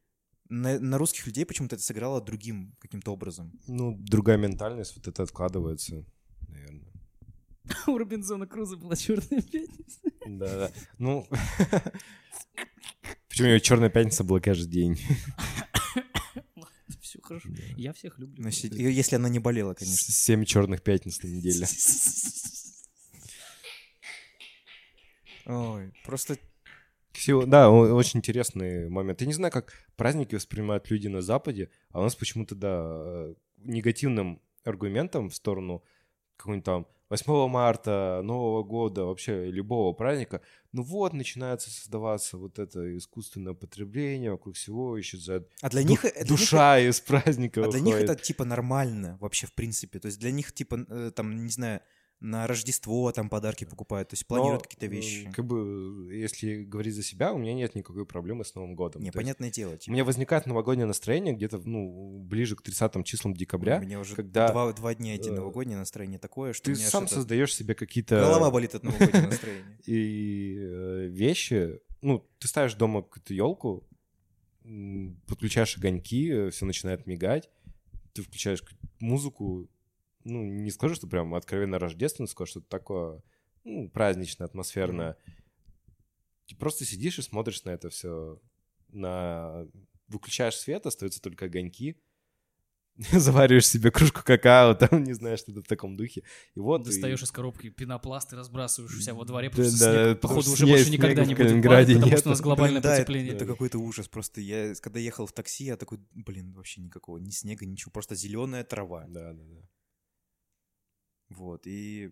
[SPEAKER 2] на, на русских людей почему-то это сыграло другим каким-то образом.
[SPEAKER 1] Ну, другая ментальность, вот это откладывается, наверное.
[SPEAKER 3] У Робинзона Крузо была черная пятница.
[SPEAKER 1] Да, да. Ну, почему у него черная пятница была каждый день?
[SPEAKER 3] Все хорошо. Я всех люблю.
[SPEAKER 2] Ну, если, если она не болела, конечно.
[SPEAKER 1] Семь черных пятниц на неделе.
[SPEAKER 2] Ой, просто...
[SPEAKER 1] Всего- Да, о- очень интересный момент. Я не знаю, как праздники воспринимают люди на Западе, а у нас почему-то, да, э, негативным аргументом в сторону какого-нибудь там восьмого марта, Нового года, вообще любого праздника, ну вот, начинается создаваться вот это искусственное потребление, вокруг всего исчезает
[SPEAKER 2] А для
[SPEAKER 1] ду-
[SPEAKER 2] них... для них-
[SPEAKER 1] душа из праздника
[SPEAKER 2] А для них
[SPEAKER 1] выходит.
[SPEAKER 2] это типа нормально вообще в принципе. То есть для них типа э, там, не знаю, на Рождество там подарки покупают, то есть планируют
[SPEAKER 1] Но,
[SPEAKER 2] какие-то вещи.
[SPEAKER 1] м, Как бы, если говорить за себя, у меня нет никакой проблемы с Новым годом.
[SPEAKER 2] Не,
[SPEAKER 1] То есть
[SPEAKER 2] понятное дело.
[SPEAKER 1] у
[SPEAKER 2] Типа,
[SPEAKER 1] меня возникает новогоднее настроение где-то, ну, ближе к тридцатым числам декабря,
[SPEAKER 2] у меня уже
[SPEAKER 1] когда
[SPEAKER 2] два, два дня эти
[SPEAKER 1] э,
[SPEAKER 2] новогоднее настроение такое, что
[SPEAKER 1] ты
[SPEAKER 2] у меня
[SPEAKER 1] сам
[SPEAKER 2] что-то-
[SPEAKER 1] создаешь себе какие-то
[SPEAKER 2] голова болит от новогоднего настроения.
[SPEAKER 1] и э, вещи. Ну, ты ставишь дома какую-то елку, м, подключаешь огоньки, все начинает мигать, ты включаешь к- музыку, ну, не скажу, что прям откровенно рождественское, что-то такое, ну, праздничное, атмосферное. Ты просто сидишь и смотришь на это все. На... Выключаешь свет, остаются только огоньки. Завариваешь себе кружку какао, там, не знаю, что-то в таком духе. И вот... и-
[SPEAKER 3] Достаешь из коробки пенопласт и разбрасываешь у себя во дворе,
[SPEAKER 1] Да,
[SPEAKER 3] потому что
[SPEAKER 1] да,
[SPEAKER 3] снег,
[SPEAKER 1] потому
[SPEAKER 3] походу,
[SPEAKER 1] что
[SPEAKER 3] уже
[SPEAKER 1] снег-
[SPEAKER 3] больше
[SPEAKER 1] снега
[SPEAKER 3] никогда
[SPEAKER 1] в
[SPEAKER 3] не будет
[SPEAKER 1] Калининграде
[SPEAKER 3] падать, потому
[SPEAKER 1] нет.
[SPEAKER 3] что у нас глобальное
[SPEAKER 2] Блин, да, это-
[SPEAKER 3] потепление.
[SPEAKER 2] Это, какой-то ужас просто. Я, когда ехал в такси, я такой, блин, вообще никакого, ни снега, ничего, просто зеленая трава.
[SPEAKER 1] Да, да, да.
[SPEAKER 2] Вот, и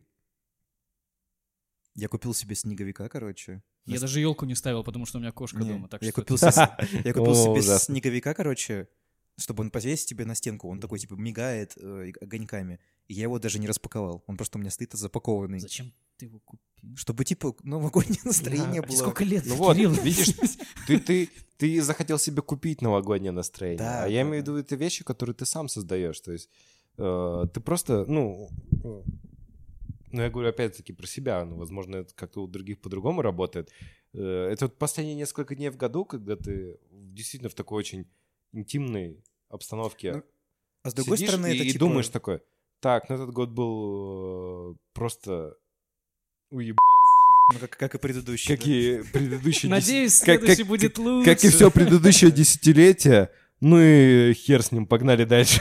[SPEAKER 2] я купил себе снеговика, короче.
[SPEAKER 3] Я даже елку не ставил, потому что у меня кошка
[SPEAKER 2] Не,
[SPEAKER 3] дома. Так
[SPEAKER 2] я
[SPEAKER 3] что
[SPEAKER 2] купил,
[SPEAKER 3] это-
[SPEAKER 2] себе, я купил
[SPEAKER 1] О,
[SPEAKER 2] себе
[SPEAKER 1] ужасно.
[SPEAKER 2] снеговика, короче, чтобы он повесить тебе на стенку. Он такой, типа, мигает э, огоньками. И я его даже не распаковал. Он просто у меня стоит запакованный.
[SPEAKER 3] Зачем ты его купил?
[SPEAKER 2] Чтобы, типа, новогоднее настроение
[SPEAKER 1] Да.
[SPEAKER 2] было.
[SPEAKER 3] Сколько лет,
[SPEAKER 1] Ну вот,
[SPEAKER 3] Кирилл?
[SPEAKER 1] видишь, ты, ты, ты захотел себе купить новогоднее настроение.
[SPEAKER 2] Да,
[SPEAKER 1] а я
[SPEAKER 2] да,
[SPEAKER 1] имею в виду, это вещи, которые ты сам создаешь. То есть э, ты просто, ну, э, ну, я говорю опять-таки про себя, ну, возможно, это как-то у других по-другому работает. Э, это вот последние несколько дней в году, когда ты действительно в такой очень интимной обстановке
[SPEAKER 2] Ну, А с другой
[SPEAKER 1] сидишь
[SPEAKER 2] стороны,
[SPEAKER 1] и,
[SPEAKER 2] это
[SPEAKER 1] и
[SPEAKER 2] типа...
[SPEAKER 1] думаешь такой, так, ну этот год был э, просто уеб...
[SPEAKER 2] ну, как, как и предыдущий.
[SPEAKER 1] как и предыдущие
[SPEAKER 3] Надеюсь,
[SPEAKER 1] десят- как-
[SPEAKER 3] следующий
[SPEAKER 1] как-
[SPEAKER 3] будет
[SPEAKER 1] как-
[SPEAKER 3] лучше.
[SPEAKER 1] Как и все предыдущее десятилетие. Ну и хер с ним, погнали дальше.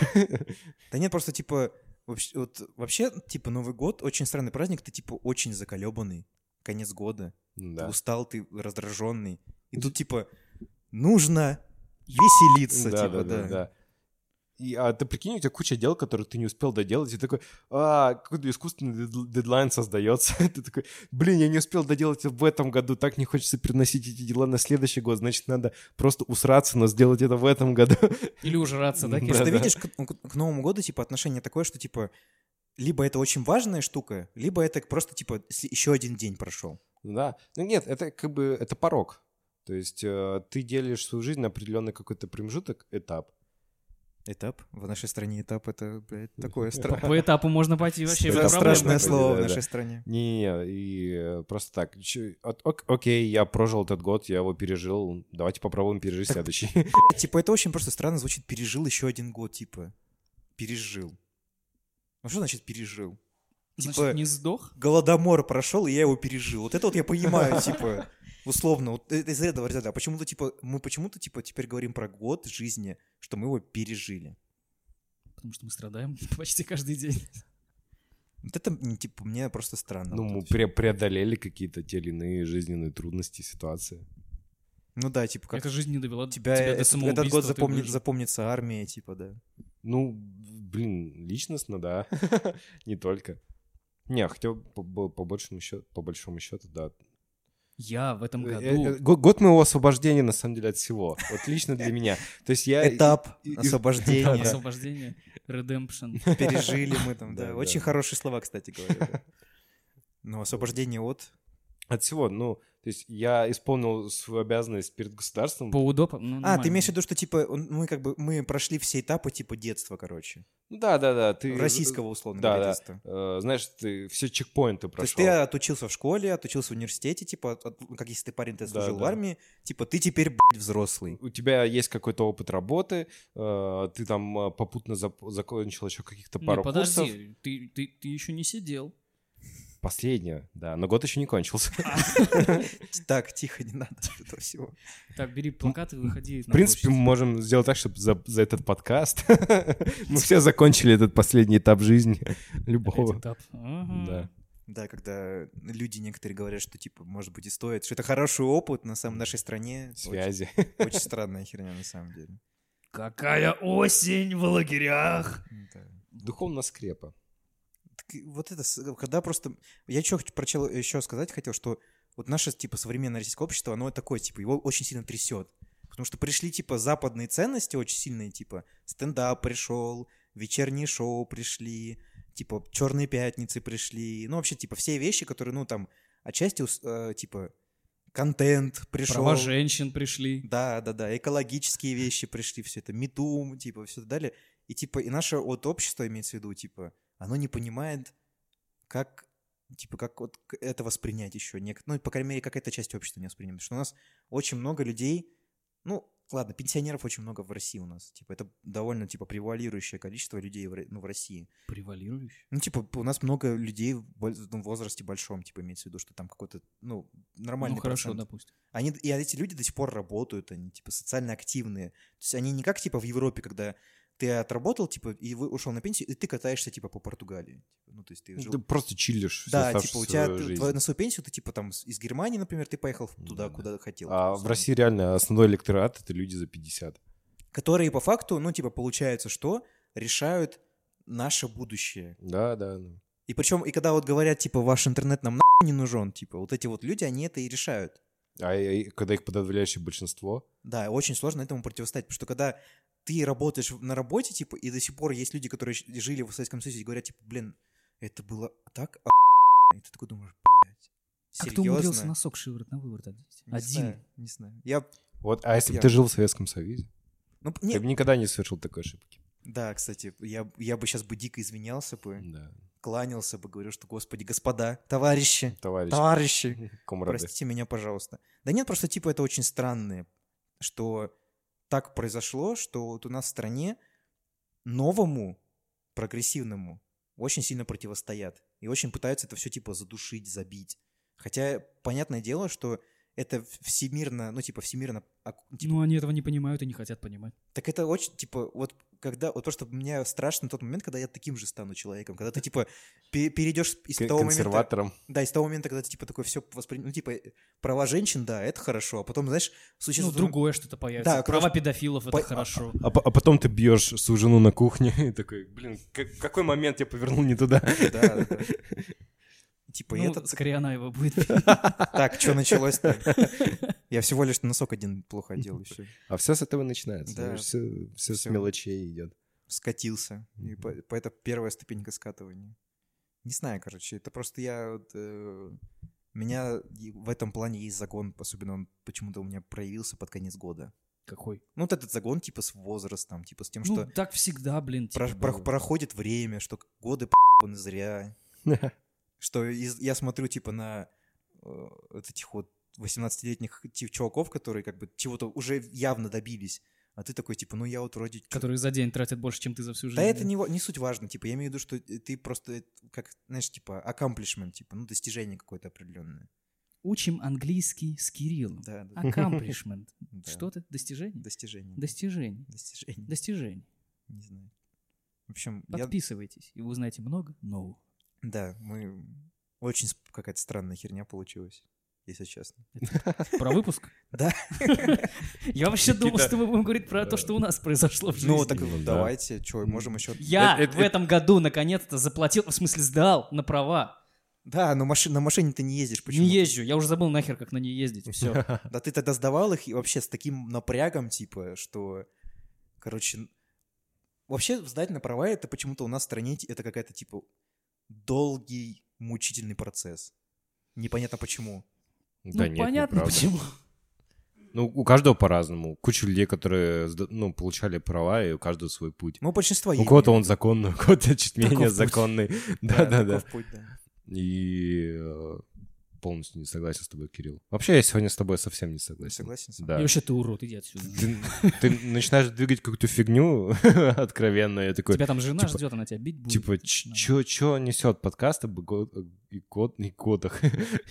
[SPEAKER 2] Да нет, просто типа... Вообще, вот, вообще, типа, Новый год очень странный праздник, ты типа очень заколебанный. Конец года. Ты
[SPEAKER 1] Да.
[SPEAKER 2] устал, ты раздраженный. И тут типа нужно веселиться,
[SPEAKER 1] Да,
[SPEAKER 2] типа,
[SPEAKER 1] да, да,
[SPEAKER 2] да.
[SPEAKER 1] да. И, а ты прикинь, у тебя куча дел, которые ты не успел доделать, и ты такой, а, какой-то искусственный дед- дедлайн создается. Ты такой, блин, я не успел доделать в этом году, так не хочется переносить эти дела на следующий год, значит, надо просто усраться, но сделать это в этом году.
[SPEAKER 3] Или ужраться, да,
[SPEAKER 1] Да,
[SPEAKER 3] Кир?
[SPEAKER 2] Просто
[SPEAKER 1] да.
[SPEAKER 2] видишь, к, к- к Новому году, типа, отношение такое, что, типа, либо это очень важная штука, либо это просто, типа, еще один день прошел.
[SPEAKER 1] Да. Ну нет, это как бы, это порог. То есть э, ты делишь свою жизнь на определенный какой-то промежуток, этап.
[SPEAKER 2] Этап. В нашей стране этап — это, блядь, такое
[SPEAKER 3] По,
[SPEAKER 2] странное.
[SPEAKER 3] по этапу можно пойти вообще
[SPEAKER 1] Это
[SPEAKER 3] без
[SPEAKER 2] Это
[SPEAKER 3] проблем.
[SPEAKER 2] страшное
[SPEAKER 1] Да,
[SPEAKER 2] слово в
[SPEAKER 1] да,
[SPEAKER 2] нашей
[SPEAKER 1] да.
[SPEAKER 2] стране.
[SPEAKER 1] Не-не-не, и э, просто так. Чё- от- ок- Окей, я прожил этот год, я его пережил. Давайте попробуем пережить
[SPEAKER 2] Так-
[SPEAKER 1] следующий.
[SPEAKER 2] Типа, это очень просто странно звучит. Пережил еще один год, типа. Пережил. Ну что значит пережил?
[SPEAKER 3] Значит,
[SPEAKER 2] Типа,
[SPEAKER 3] не сдох?
[SPEAKER 2] Голодомор прошел, и я его пережил. Вот это вот я понимаю, типа, условно. Вот э- из этого ряда. А почему-то, типа, мы почему-то, типа, теперь говорим про год жизни, что мы его пережили.
[SPEAKER 3] Потому что мы страдаем почти каждый день.
[SPEAKER 2] Вот это, м, типа, мне просто странно.
[SPEAKER 1] Ну,
[SPEAKER 2] вот
[SPEAKER 1] мы
[SPEAKER 2] это всё.
[SPEAKER 1] пре- преодолели какие-то те или иные жизненные трудности, ситуации.
[SPEAKER 2] Ну да, типа, как
[SPEAKER 3] Эта жизнь не довела
[SPEAKER 2] тебя,
[SPEAKER 3] тебя до
[SPEAKER 2] этот,
[SPEAKER 3] самоубийства.
[SPEAKER 2] этот год
[SPEAKER 3] ты
[SPEAKER 2] запомни-
[SPEAKER 3] выжил.
[SPEAKER 2] запомнится армия, типа, да.
[SPEAKER 1] Ну, блин, личностно, да. Не только. Не, хотя по, по- по большому счету, по большому счету, да.
[SPEAKER 3] Я в этом
[SPEAKER 1] Э,
[SPEAKER 3] году...
[SPEAKER 1] э, Год год моего освобождения, на самом деле, от всего. Вот лично для меня. То есть я...
[SPEAKER 2] Этап
[SPEAKER 1] и- и-
[SPEAKER 2] освобождения.
[SPEAKER 1] Да, да.
[SPEAKER 3] Освобождение, redemption.
[SPEAKER 2] Пережили мы там,
[SPEAKER 1] Да,
[SPEAKER 2] да.
[SPEAKER 1] да.
[SPEAKER 2] Очень хорошие слова, кстати говоря. да. Ну, освобождение от...
[SPEAKER 1] От всего, ну, То есть я исполнил свою обязанность перед государством.
[SPEAKER 3] По удобам. Ну,
[SPEAKER 2] А,
[SPEAKER 3] нормально.
[SPEAKER 2] ты имеешь в виду, что, типа, он- мы как бы, мы прошли все этапы, типа, детства, короче.
[SPEAKER 1] Да-да-да. Ты...
[SPEAKER 2] Российского, условно
[SPEAKER 1] Да,
[SPEAKER 2] говоря,
[SPEAKER 1] да.
[SPEAKER 2] детства.
[SPEAKER 1] Э, знаешь, ты все чекпоинты
[SPEAKER 2] То есть
[SPEAKER 1] прошел.
[SPEAKER 2] ты отучился в школе, отучился в университете, типа, от- от- как если ты парень, ты
[SPEAKER 1] Да,
[SPEAKER 2] служил в
[SPEAKER 1] да.
[SPEAKER 2] армии, типа, ты теперь, блядь, взрослый.
[SPEAKER 1] У тебя есть какой-то опыт работы, э, ты там э, попутно зап- закончил еще каких-то
[SPEAKER 3] Не,
[SPEAKER 1] пару курсов.
[SPEAKER 3] подожди, ты, ты, ты еще не сидел.
[SPEAKER 1] Последнее, да, но год еще не кончился.
[SPEAKER 2] Так, тихо, не надо этого всего.
[SPEAKER 3] Так, бери плакат и выходи.
[SPEAKER 1] В принципе, мы можем сделать так, чтобы за, за этот подкаст мы все закончили этот последний этап жизни любого. Да.
[SPEAKER 2] Да, когда люди некоторые говорят, что, типа, может быть, и стоит, что это хороший опыт на самом нашей стране.
[SPEAKER 1] Связи.
[SPEAKER 2] Очень, очень странная херня, на самом деле.
[SPEAKER 3] Какая осень в лагерях!
[SPEAKER 2] Да.
[SPEAKER 1] Духовная скрепа.
[SPEAKER 2] Так и вот это, с- когда просто... Я что прочел еще сказать хотел, что вот наше, типа, современное российское общество, оно такое, типа, его очень сильно трясет. Потому что пришли, типа, западные ценности очень сильные, типа, стендап пришел, вечерние шоу пришли, типа, черные пятницы пришли. Ну, вообще, типа, все вещи, которые, ну, там, отчасти, ус- э, типа, контент пришел.
[SPEAKER 3] Права женщин пришли.
[SPEAKER 2] Да, да, да, экологические вещи пришли, все это, мету, типа, все это далее. И, типа, и наше вот общество, имеется в виду, типа, оно не понимает, как, типа, как вот к- это воспринять еще. Нек- Ну, по крайней мере, какая-то часть общества не воспринимает. Потому что у нас очень много людей, ну, ладно, пенсионеров очень много в России у нас. Типа, это довольно, типа, превалирующее количество людей в, Ро- ну, в России.
[SPEAKER 3] Превалирующий.
[SPEAKER 2] Ну, типа, у нас много людей в боль- ну, в возрасте большом, типа, имеется в виду, что там какой-то, ну, нормальный
[SPEAKER 3] Ну хорошо,
[SPEAKER 2] процент.
[SPEAKER 3] допустим.
[SPEAKER 2] Они, и эти люди до сих пор работают, они, типа, социально активные. То есть они не как, типа, в Европе, когда ты отработал, типа, и вы ушел на пенсию, и ты катаешься, типа, по Португалии. Типа, ну, то есть ты жил...
[SPEAKER 1] Ты просто чиллишь всю
[SPEAKER 2] Да, типа, у
[SPEAKER 1] оставшуюся
[SPEAKER 2] тебя ты-
[SPEAKER 1] жизнь.
[SPEAKER 2] твоя- на свою пенсию ты, типа, там, с- из Германии, например, ты поехал туда,
[SPEAKER 1] Да, да.
[SPEAKER 2] куда хотел.
[SPEAKER 1] А
[SPEAKER 2] типа,
[SPEAKER 1] в России реально основной электорат — это люди за пятьдесят.
[SPEAKER 2] Которые, по факту, ну, типа, получается, что решают наше будущее.
[SPEAKER 1] Да, да. да.
[SPEAKER 2] И причем, и когда вот говорят, типа, ваш интернет нам нахуй не нужен, типа, вот эти вот люди, они это и решают.
[SPEAKER 1] А и- когда их подавляющее большинство,
[SPEAKER 2] Да, очень сложно этому противостоять, потому что когда ты работаешь на работе, типа, и до сих пор есть люди, которые щ- жили в Советском Союзе и говорят, типа, блин, это было так охуенно. И ты такой думаешь, блядь,
[SPEAKER 3] А
[SPEAKER 2] серьезно?
[SPEAKER 3] кто умудрился носок шиворот на выворот одеть?
[SPEAKER 2] Не
[SPEAKER 3] Один.
[SPEAKER 2] знаю, не знаю. Я,
[SPEAKER 1] вот, а если бы
[SPEAKER 2] Я-
[SPEAKER 1] ты жил в Советском Союзе,
[SPEAKER 2] ну,
[SPEAKER 1] ты
[SPEAKER 2] не,
[SPEAKER 1] бы никогда не совершил такой ошибки.
[SPEAKER 2] да, кстати, я, я бы сейчас бы дико извинялся бы,
[SPEAKER 1] Да.
[SPEAKER 2] кланялся бы, говорю, что, господи, господа, товарищи,
[SPEAKER 1] Товарищ,
[SPEAKER 2] товарищи,
[SPEAKER 1] комрады.
[SPEAKER 2] простите меня, пожалуйста. Да нет, просто, типа, это очень странно, что так произошло, что вот у нас в стране новому, прогрессивному очень сильно противостоят. И очень пытаются это все, типа, задушить, забить. Хотя, понятное дело, что это всемирно, ну, типа, всемирно... ак- типа,
[SPEAKER 3] Ну, они этого не понимают и не хотят понимать.
[SPEAKER 2] так это очень, типа, вот когда... Вот просто мне страшно тот момент, когда я таким же стану человеком. Когда ты, типа, пе- перейдешь из
[SPEAKER 1] К-
[SPEAKER 2] того момента...
[SPEAKER 1] консерватором.
[SPEAKER 2] Да, из того момента, когда ты, типа, такой все воспринимаешь... Ну, типа, права женщин, да, это хорошо. А потом, знаешь, в случае...
[SPEAKER 3] Ну,
[SPEAKER 2] с-
[SPEAKER 3] другое что-то появится.
[SPEAKER 2] Да,
[SPEAKER 3] Права
[SPEAKER 2] короче,
[SPEAKER 3] педофилов — это
[SPEAKER 2] по-
[SPEAKER 3] хорошо.
[SPEAKER 1] А, по- а потом ты бьешь свою жену на кухне и такой, блин, как- в какой момент я повернул не туда?
[SPEAKER 2] Да, да, да. Типа, и
[SPEAKER 3] Ну,
[SPEAKER 2] этот...
[SPEAKER 3] скорее она его будет.
[SPEAKER 2] Так, что началось-то? Я всего лишь носок один плохо одел, и все.
[SPEAKER 1] А все с этого начинается.
[SPEAKER 2] Да.
[SPEAKER 1] Все, все с
[SPEAKER 2] Всё.
[SPEAKER 1] мелочей идет.
[SPEAKER 2] Скатился. И
[SPEAKER 1] Мгм.
[SPEAKER 2] по, по- это первая ступенька скатывания. Не знаю, короче, это просто я... вот, э, меня и в этом плане есть загон, особенно он почему-то у меня проявился под конец года.
[SPEAKER 3] Какой?
[SPEAKER 2] Ну, вот этот загон типа с возрастом, типа с тем,
[SPEAKER 3] Ну,
[SPEAKER 2] что
[SPEAKER 3] так всегда, блин. типа,
[SPEAKER 2] про- про-
[SPEAKER 3] было.
[SPEAKER 2] проходит время, что годы п***аны зря. Что из- я смотрю, типа, на э, вот этих вот восемнадцатилетних ти- чуваков, которые как бы чего-то уже явно добились, а ты такой, типа, ну я вот вроде... чё-
[SPEAKER 3] Которые за день тратят больше, чем ты за всю жизнь.
[SPEAKER 2] Да это не, ва- не суть важно, типа, я имею в виду, что ты просто, э, как, знаешь, типа, accomplishment, типа, ну, достижение какое-то определенное.
[SPEAKER 3] Учим английский с Кириллом.
[SPEAKER 2] Да, да,
[SPEAKER 3] Accomplishment.
[SPEAKER 2] да.
[SPEAKER 3] Что это? Достижение?
[SPEAKER 2] Достижение.
[SPEAKER 3] Достижение.
[SPEAKER 2] Достижение.
[SPEAKER 3] Достижение.
[SPEAKER 2] Не знаю. В общем, я...
[SPEAKER 3] Подписывайтесь, и вы узнаете много нового.
[SPEAKER 2] Да, мы... Очень сп- какая-то странная херня получилась, если честно.
[SPEAKER 3] Про выпуск?
[SPEAKER 2] Да.
[SPEAKER 3] Я вообще думал,
[SPEAKER 1] Какие-то-
[SPEAKER 3] что мы будем говорить про то, что у нас произошло в жизни.
[SPEAKER 2] Ну, так
[SPEAKER 1] Ну, да.
[SPEAKER 2] давайте, что, можем еще...
[SPEAKER 3] Я
[SPEAKER 1] Это- это-
[SPEAKER 3] в этом году наконец-то заплатил, в смысле сдал на права.
[SPEAKER 2] Да, но маши- на машине ты не ездишь, почему?
[SPEAKER 3] Не езжу, я уже забыл нахер, как на ней ездить. Все.
[SPEAKER 2] Да ты тогда сдавал их и вообще с таким напрягом, типа, что, короче, вообще сдать на права это почему-то у нас в стране т- это какая-то, типа, долгий, мучительный процесс. Непонятно почему.
[SPEAKER 1] Да
[SPEAKER 3] Ну,
[SPEAKER 1] нет,
[SPEAKER 3] понятно,
[SPEAKER 1] неправда.
[SPEAKER 3] почему.
[SPEAKER 1] Ну, у каждого по-разному. Куча людей, которые, сда- ну, получали права, и у каждого свой путь.
[SPEAKER 2] Ну, большинство
[SPEAKER 1] У кого-то он законный, у кого-то чуть менее
[SPEAKER 3] путь.
[SPEAKER 1] законный.
[SPEAKER 2] Да,
[SPEAKER 1] Да-да-да.
[SPEAKER 2] таков путь, да.
[SPEAKER 1] И э, полностью не согласен с тобой, Кирилл. Вообще, я сегодня с тобой совсем не согласен.
[SPEAKER 2] Согласен?
[SPEAKER 1] Да.
[SPEAKER 3] И вообще ты урод, иди отсюда.
[SPEAKER 1] Ты, ты начинаешь двигать какую-то фигню откровенную, я такой,
[SPEAKER 3] Тебя там жена
[SPEAKER 1] типа-
[SPEAKER 3] ждет, она тебя бить будет.
[SPEAKER 1] типа, ч- чё, чё несет подкаст об го- и год, и годах?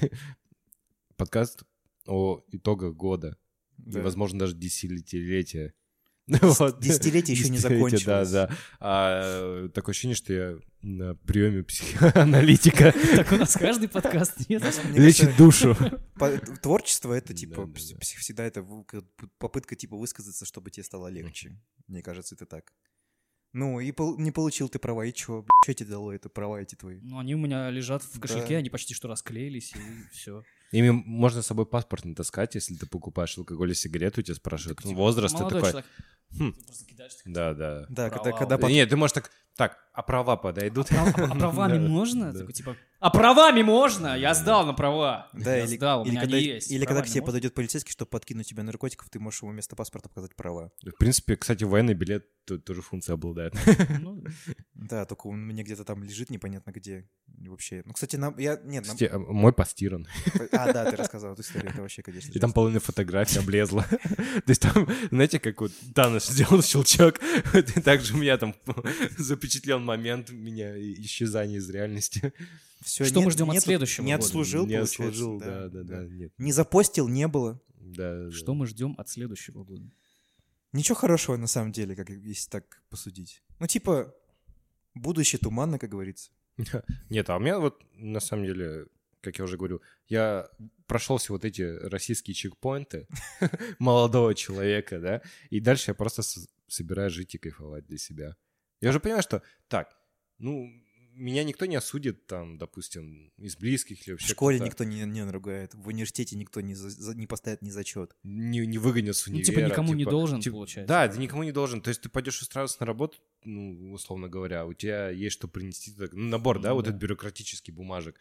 [SPEAKER 1] Подкаст о итогах года. И,
[SPEAKER 2] Да.
[SPEAKER 1] возможно, даже десятилетия.
[SPEAKER 2] Дес- десятилетие еще не закончилось.
[SPEAKER 1] Да, да. А, такое ощущение, что я на приеме психоаналитика
[SPEAKER 3] Так у нас каждый подкаст нет.
[SPEAKER 2] Мне
[SPEAKER 1] лечит
[SPEAKER 2] кажется,
[SPEAKER 1] душу.
[SPEAKER 2] по- Творчество — это, типа,
[SPEAKER 1] Да, да, да.
[SPEAKER 2] вс- всегда это в- к- попытка, типа, высказаться, чтобы тебе стало легче. Мне кажется, это так. Ну, и пол- не получил ты права, и чё? Бля, чё тебе дало это права эти твои?
[SPEAKER 3] Ну, они у меня лежат в кошельке,
[SPEAKER 2] Да.
[SPEAKER 3] они почти что расклеились, и все.
[SPEAKER 1] Ими можно с собой паспорт не таскать, если ты покупаешь алкоголь и сигарету, тебя спрашивают ну, возраст, ты
[SPEAKER 3] Молодой
[SPEAKER 1] такой,
[SPEAKER 3] человек.
[SPEAKER 1] хм.
[SPEAKER 3] Ты просто кидаешь такой,
[SPEAKER 1] да, да.
[SPEAKER 2] Да,
[SPEAKER 3] Права
[SPEAKER 2] когда, когда
[SPEAKER 3] вот
[SPEAKER 1] Да
[SPEAKER 2] под-
[SPEAKER 1] Нет, ты можешь так, так, а права подойдут?
[SPEAKER 3] А, а правами
[SPEAKER 1] Да,
[SPEAKER 3] можно?
[SPEAKER 1] да.
[SPEAKER 3] Такой, типа, а правами можно? Я сдал на права.
[SPEAKER 2] Да,
[SPEAKER 3] Я
[SPEAKER 2] или,
[SPEAKER 3] сдал, у
[SPEAKER 2] или
[SPEAKER 3] меня
[SPEAKER 2] когда,
[SPEAKER 3] они есть.
[SPEAKER 2] или когда к
[SPEAKER 3] Правами
[SPEAKER 2] тебе
[SPEAKER 3] можно?
[SPEAKER 2] подойдет полицейский, чтобы подкинуть тебя наркотиков, ты можешь ему вместо паспорта показать права.
[SPEAKER 1] В принципе, кстати, военный билет то- тоже функция обладает.
[SPEAKER 3] Ну,
[SPEAKER 2] Да, только он у меня где-то там лежит непонятно где. Вообще. Ну, кстати, нам, я... Нет, нам-
[SPEAKER 1] Кстати, а мой постиран.
[SPEAKER 2] А, да, ты рассказал эту историю, это вообще, конечно.
[SPEAKER 1] И там половина фотографий облезла. То есть там, знаете, как вот Танос сделал щелчок, вот и так же у меня там запечатлен момент меня исчезания из реальности.
[SPEAKER 2] Всё,
[SPEAKER 3] Что мы
[SPEAKER 2] нет-
[SPEAKER 3] ждем от
[SPEAKER 2] нету-
[SPEAKER 3] следующего
[SPEAKER 2] Не
[SPEAKER 3] года?
[SPEAKER 2] отслужил,
[SPEAKER 1] Не
[SPEAKER 2] получается,
[SPEAKER 1] отслужил, да, да, да, нет.
[SPEAKER 2] Не запостил, не было.
[SPEAKER 1] Да, да,
[SPEAKER 3] что мы ждем от следующего года?
[SPEAKER 2] Ничего хорошего, на самом деле, как если так посудить. Ну, типа, будущее туманно, как говорится.
[SPEAKER 1] Нет, а у меня вот, на самом деле, как я уже говорю, я прошел все вот эти российские чекпоинты молодого человека, да, и дальше я просто с- собираюсь жить и кайфовать для себя. Я уже понимаю, что так, ну, меня никто не осудит, там, допустим, из близких или
[SPEAKER 2] В
[SPEAKER 1] вообще
[SPEAKER 2] школе
[SPEAKER 1] кто-то
[SPEAKER 2] никто не, не наругает, в университете никто не, за- за- не поставит ни зачет.
[SPEAKER 1] не, не выгонят с
[SPEAKER 3] Ну,
[SPEAKER 1] универа.
[SPEAKER 3] типа, никому не должен,
[SPEAKER 1] типа,
[SPEAKER 3] получается.
[SPEAKER 1] Да, ты никому не должен. То есть ты пойдешь устраиваться на работу, ну, условно говоря, у тебя есть что принести, так, ну, набор, да,
[SPEAKER 3] Ну
[SPEAKER 1] вот
[SPEAKER 3] да.
[SPEAKER 1] этот бюрократический бумажек.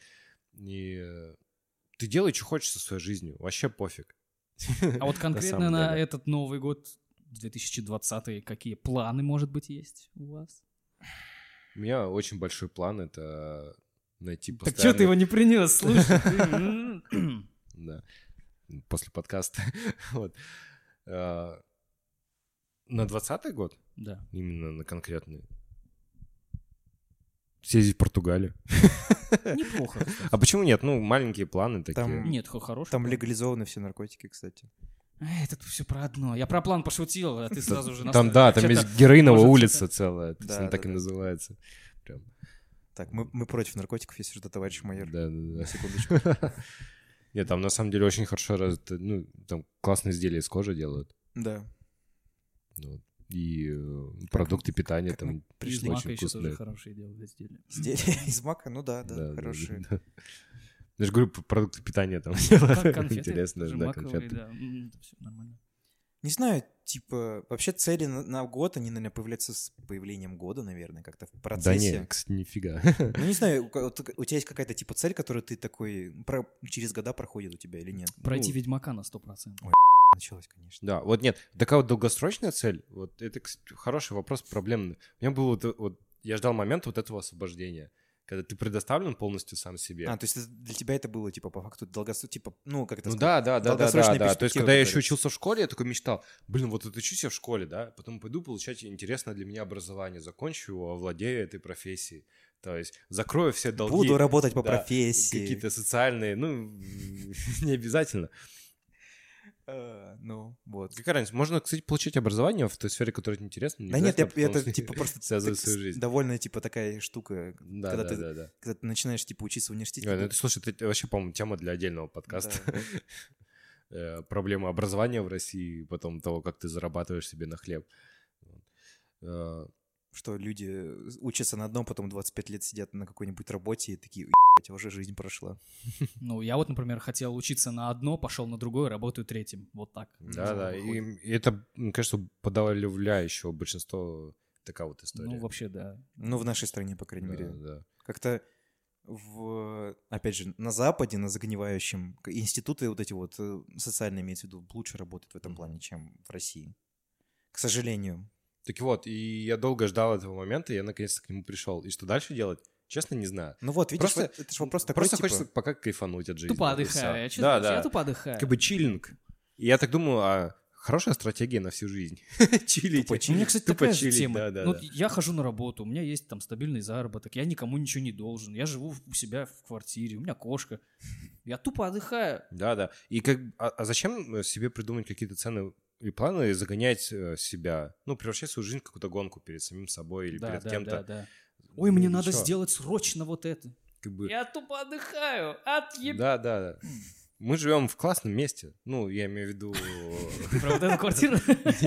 [SPEAKER 1] И э, ты делай, что хочешь со своей жизнью, вообще пофиг.
[SPEAKER 3] А вот конкретно
[SPEAKER 1] самом
[SPEAKER 3] на
[SPEAKER 1] деле.
[SPEAKER 3] этот Новый год, две тысячи двадцатый, какие планы, может быть, есть у вас?
[SPEAKER 1] У меня очень большой план — это найти
[SPEAKER 3] Так что
[SPEAKER 1] постоянный...
[SPEAKER 3] ты его не принес, слушай? ты-
[SPEAKER 1] Да, после подкаста. Вот. А, На двадцатый год,
[SPEAKER 3] Да.
[SPEAKER 1] именно на конкретный, съездить в Португалию.
[SPEAKER 3] Неплохо. кстати.
[SPEAKER 1] А почему нет? Ну, маленькие планы такие.
[SPEAKER 2] Там-
[SPEAKER 3] Нет, хо- хороший.
[SPEAKER 2] Там
[SPEAKER 3] план.
[SPEAKER 2] легализованы все наркотики, кстати.
[SPEAKER 3] Эй, это все про одно. Я про план пошутил, а ты сразу же
[SPEAKER 1] Там,
[SPEAKER 3] настроил.
[SPEAKER 1] да, там
[SPEAKER 3] Вообще-то-
[SPEAKER 1] есть героиновая
[SPEAKER 3] может,
[SPEAKER 1] улица
[SPEAKER 3] что-то-
[SPEAKER 1] целая. То есть
[SPEAKER 2] Да,
[SPEAKER 1] она
[SPEAKER 2] да,
[SPEAKER 1] так и
[SPEAKER 2] да.
[SPEAKER 1] называется. Прям.
[SPEAKER 2] Так, мы, мы против наркотиков, если что, товарищ майор.
[SPEAKER 1] Да, да,
[SPEAKER 2] На
[SPEAKER 1] да.
[SPEAKER 2] секундочку.
[SPEAKER 1] Нет, там на самом деле очень хорошо развито, ну, там классные изделия из кожи делают.
[SPEAKER 2] Да.
[SPEAKER 1] Вот. И э, продукты питания
[SPEAKER 2] как мы
[SPEAKER 1] там
[SPEAKER 3] Из
[SPEAKER 2] пришли.
[SPEAKER 3] мака
[SPEAKER 1] очень
[SPEAKER 3] еще тоже
[SPEAKER 1] вкусные.
[SPEAKER 3] хорошие делают изделия.
[SPEAKER 2] Изделия из мака, ну да, да,
[SPEAKER 1] Да, да,
[SPEAKER 2] хорошие.
[SPEAKER 1] да. Я же говорю, про продукты питания там
[SPEAKER 3] Как
[SPEAKER 1] делают.
[SPEAKER 3] конфеты,
[SPEAKER 1] Интересно,
[SPEAKER 3] тоже
[SPEAKER 1] да,
[SPEAKER 3] маковые,
[SPEAKER 1] конфеты.
[SPEAKER 3] да. М, это всё нормально.
[SPEAKER 2] Не знаю, типа, вообще цели на, на год, они, наверное, появляются с появлением года, наверное, как-то в
[SPEAKER 1] Да
[SPEAKER 2] процессе.
[SPEAKER 1] не, кстати, нифига.
[SPEAKER 2] Ну, не знаю, у, ка- вот у тебя есть какая-то, типа, цель, которую ты такой, про- через года проходит у тебя или нет?
[SPEAKER 3] Пройти
[SPEAKER 1] Ну,
[SPEAKER 3] Ведьмака на сто процентов.
[SPEAKER 2] Началось, конечно.
[SPEAKER 1] Да, вот нет, такая вот долгосрочная цель, вот это, кстати, хороший вопрос, проблемный. У меня был вот, вот, я ждал момента вот этого освобождения, когда ты предоставлен полностью сам себе.
[SPEAKER 2] А, то есть это- для тебя это было, типа, по факту долгосрочно, типа, ну, как это
[SPEAKER 1] Ну
[SPEAKER 2] сказать?
[SPEAKER 1] да, да, да, да, да,
[SPEAKER 2] долгосрочная
[SPEAKER 1] да. То есть,
[SPEAKER 2] перспектива,
[SPEAKER 1] когда я
[SPEAKER 2] как
[SPEAKER 1] еще
[SPEAKER 2] говорится.
[SPEAKER 1] учился в школе, я такой мечтал, блин, вот отучусь я в школе, да, потом пойду получать интересное для меня образование, закончу его, овладею этой профессией. То есть закрою все долги.
[SPEAKER 2] Буду работать по
[SPEAKER 1] да,
[SPEAKER 2] профессии.
[SPEAKER 1] Какие-то социальные, ну, не обязательно.
[SPEAKER 2] А, ну, вот.
[SPEAKER 1] Какая разница? Можно, кстати, получить образование в той сфере, которая тебе интересна. не
[SPEAKER 2] Да нет, я-
[SPEAKER 1] обязательно
[SPEAKER 2] это,
[SPEAKER 1] потом
[SPEAKER 2] типа, просто
[SPEAKER 1] связывать
[SPEAKER 2] так-
[SPEAKER 1] свою жизнь.
[SPEAKER 2] довольно, типа, такая штука,
[SPEAKER 1] Да,
[SPEAKER 2] когда
[SPEAKER 1] да,
[SPEAKER 2] ты-
[SPEAKER 1] да, да.
[SPEAKER 2] когда ты начинаешь, типа, учиться в университете.
[SPEAKER 1] Ой, ну
[SPEAKER 2] ты-
[SPEAKER 1] это, слушай, это вообще, по-моему, тема для отдельного подкаста.
[SPEAKER 2] Да.
[SPEAKER 1] Э, Проблема образования в России, потом того, как ты зарабатываешь себе на хлеб. Вот. Э,
[SPEAKER 2] Что люди учатся на одном, потом двадцать пять лет сидят на какой-нибудь работе и такие, ебать, уже жизнь прошла.
[SPEAKER 3] Ну, я вот, например, хотел учиться на одно, пошел на другое, работаю третьим. Вот так.
[SPEAKER 1] Да, да. И,
[SPEAKER 2] выходит.
[SPEAKER 1] и это, мне кажется, подавляющего большинство такая вот история.
[SPEAKER 3] Ну, вообще, да.
[SPEAKER 2] Ну, в нашей стране, по крайней
[SPEAKER 1] Да,
[SPEAKER 2] мере.
[SPEAKER 1] да.
[SPEAKER 2] Как-то в, опять же, на Западе, на загнивающем, к- институты вот эти вот э, социальные, имеется в виду, лучше работают в этом плане, чем в России. К сожалению.
[SPEAKER 1] Так вот, и я долго ждал этого момента, и я наконец-то к нему пришел. И что дальше делать? Честно, не знаю.
[SPEAKER 2] Ну вот, видишь,
[SPEAKER 1] Просто-
[SPEAKER 2] вот это же вопрос такой,
[SPEAKER 1] Просто
[SPEAKER 2] типа,
[SPEAKER 1] хочется пока кайфануть от жизни.
[SPEAKER 3] Тупо
[SPEAKER 1] вот и всё.
[SPEAKER 3] отдыхаю. Я чё
[SPEAKER 1] Да,
[SPEAKER 3] думаешь?
[SPEAKER 1] да.
[SPEAKER 3] Я тупо отдыхаю.
[SPEAKER 1] Как бы чиллинг. И я так думаю, а хорошая стратегия на всю жизнь. Чилить.
[SPEAKER 2] Тупо
[SPEAKER 3] У меня, кстати,
[SPEAKER 1] Тупо
[SPEAKER 3] такая же
[SPEAKER 1] чилить,
[SPEAKER 3] тема.
[SPEAKER 1] да, да,
[SPEAKER 3] Ну,
[SPEAKER 1] да.
[SPEAKER 3] я хожу на работу, у меня есть там стабильный заработок, я никому ничего не должен, я живу у себя в квартире, у меня кошка. Я тупо отдыхаю.
[SPEAKER 1] Да, да. И как, а, а зачем себе придумать какие-то цены и планы и загонять э, себя? Ну, превращать свою жизнь в какую-то гонку перед самим собой или
[SPEAKER 3] Да,
[SPEAKER 1] перед
[SPEAKER 3] да,
[SPEAKER 1] кем-то.
[SPEAKER 3] да, да. Ой,
[SPEAKER 1] Ну,
[SPEAKER 3] мне
[SPEAKER 1] и
[SPEAKER 3] надо
[SPEAKER 1] чё?
[SPEAKER 3] сделать срочно вот это.
[SPEAKER 1] Как бы,
[SPEAKER 3] Я тупо отдыхаю. Отъеб...
[SPEAKER 1] да, да, да. Мы живем в классном месте. Ну, я имею в виду...
[SPEAKER 3] Про вот эту квартиру?
[SPEAKER 1] Нет,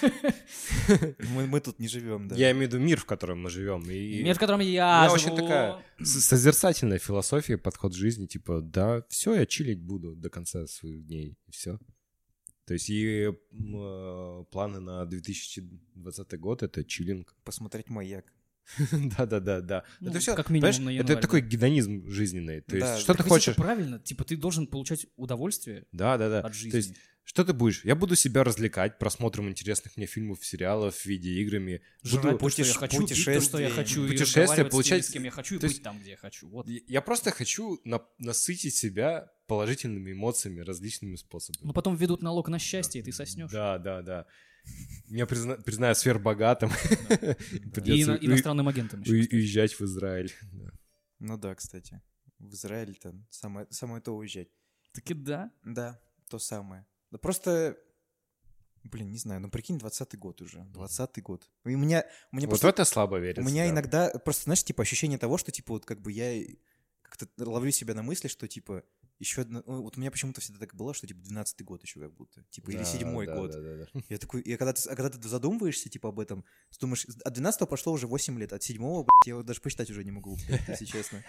[SPEAKER 1] нет.
[SPEAKER 2] мы, мы тут не живем, да.
[SPEAKER 1] Я имею в виду мир, в котором мы живем. И
[SPEAKER 3] Мир, в котором
[SPEAKER 1] у
[SPEAKER 3] я
[SPEAKER 1] меня
[SPEAKER 3] живу.
[SPEAKER 1] очень такая с- созерцательная философия, подход к жизни. Типа, да, все, я чилить буду до конца своих дней. И все. То есть и м, э, планы на две тысячи двадцатый год — это чиллинг.
[SPEAKER 2] Посмотреть «Маяк».
[SPEAKER 1] Да-да-да-да.
[SPEAKER 3] Ну,
[SPEAKER 1] Это все,
[SPEAKER 3] как минимум на январь,
[SPEAKER 1] это такой
[SPEAKER 3] да.
[SPEAKER 1] гедонизм жизненный. То есть
[SPEAKER 2] Да,
[SPEAKER 1] что
[SPEAKER 3] Так
[SPEAKER 1] ты
[SPEAKER 3] ведь
[SPEAKER 1] хочешь...
[SPEAKER 3] это правильно. Типа ты должен получать удовольствие
[SPEAKER 1] Да-да-да.
[SPEAKER 3] от жизни.
[SPEAKER 1] То есть что ты будешь? Я буду себя развлекать просмотром интересных мне фильмов, сериалов, видеоиграми.
[SPEAKER 3] Жрать
[SPEAKER 1] Буду...
[SPEAKER 3] то, что я
[SPEAKER 2] путеше-
[SPEAKER 3] хочу, пить то, что я
[SPEAKER 2] путешествия,
[SPEAKER 3] хочу, и
[SPEAKER 1] путешествия,
[SPEAKER 3] разговаривать
[SPEAKER 1] получать-
[SPEAKER 3] с, теми, с кем я хочу, и
[SPEAKER 1] то
[SPEAKER 3] быть
[SPEAKER 1] есть-
[SPEAKER 3] там, где я хочу. Вот.
[SPEAKER 1] Я просто хочу на- насытить себя положительными эмоциями различными способами.
[SPEAKER 3] Но потом введут налог на счастье, и ты соснешь.
[SPEAKER 1] Да, да, да. Меня призна... признают сверхбогатым.
[SPEAKER 3] И
[SPEAKER 1] Придется
[SPEAKER 3] ино- иностранным агентом еще.
[SPEAKER 1] у-
[SPEAKER 3] кстати.
[SPEAKER 1] уезжать в Израиль. Да.
[SPEAKER 2] Ну да, кстати. В Израиль-то самое, самое то уезжать.
[SPEAKER 3] Таки да.
[SPEAKER 2] Да, то самое. Да просто, блин, не знаю, ну прикинь, двадцатый год уже. Двадцатый год. И у меня, у меня
[SPEAKER 1] Вот
[SPEAKER 2] просто-
[SPEAKER 1] в это слабо верится.
[SPEAKER 2] У меня
[SPEAKER 1] да.
[SPEAKER 2] иногда просто, знаешь, типа ощущение того, что типа вот как бы я как-то ловлю себя на мысли, что типа еще одна... ну, вот у меня почему-то всегда так было, что типа двенадцатый год еще как будто. Типа или
[SPEAKER 1] Да,
[SPEAKER 2] седьмой
[SPEAKER 1] да,
[SPEAKER 2] год.
[SPEAKER 1] да, да, да.
[SPEAKER 2] Я такой, и когда ты, а когда ты задумываешься типа об этом, ты думаешь, от двенадцатого прошло уже восемь лет, от седьмого, блядь, я вот даже посчитать уже не могу, блядь, если честно.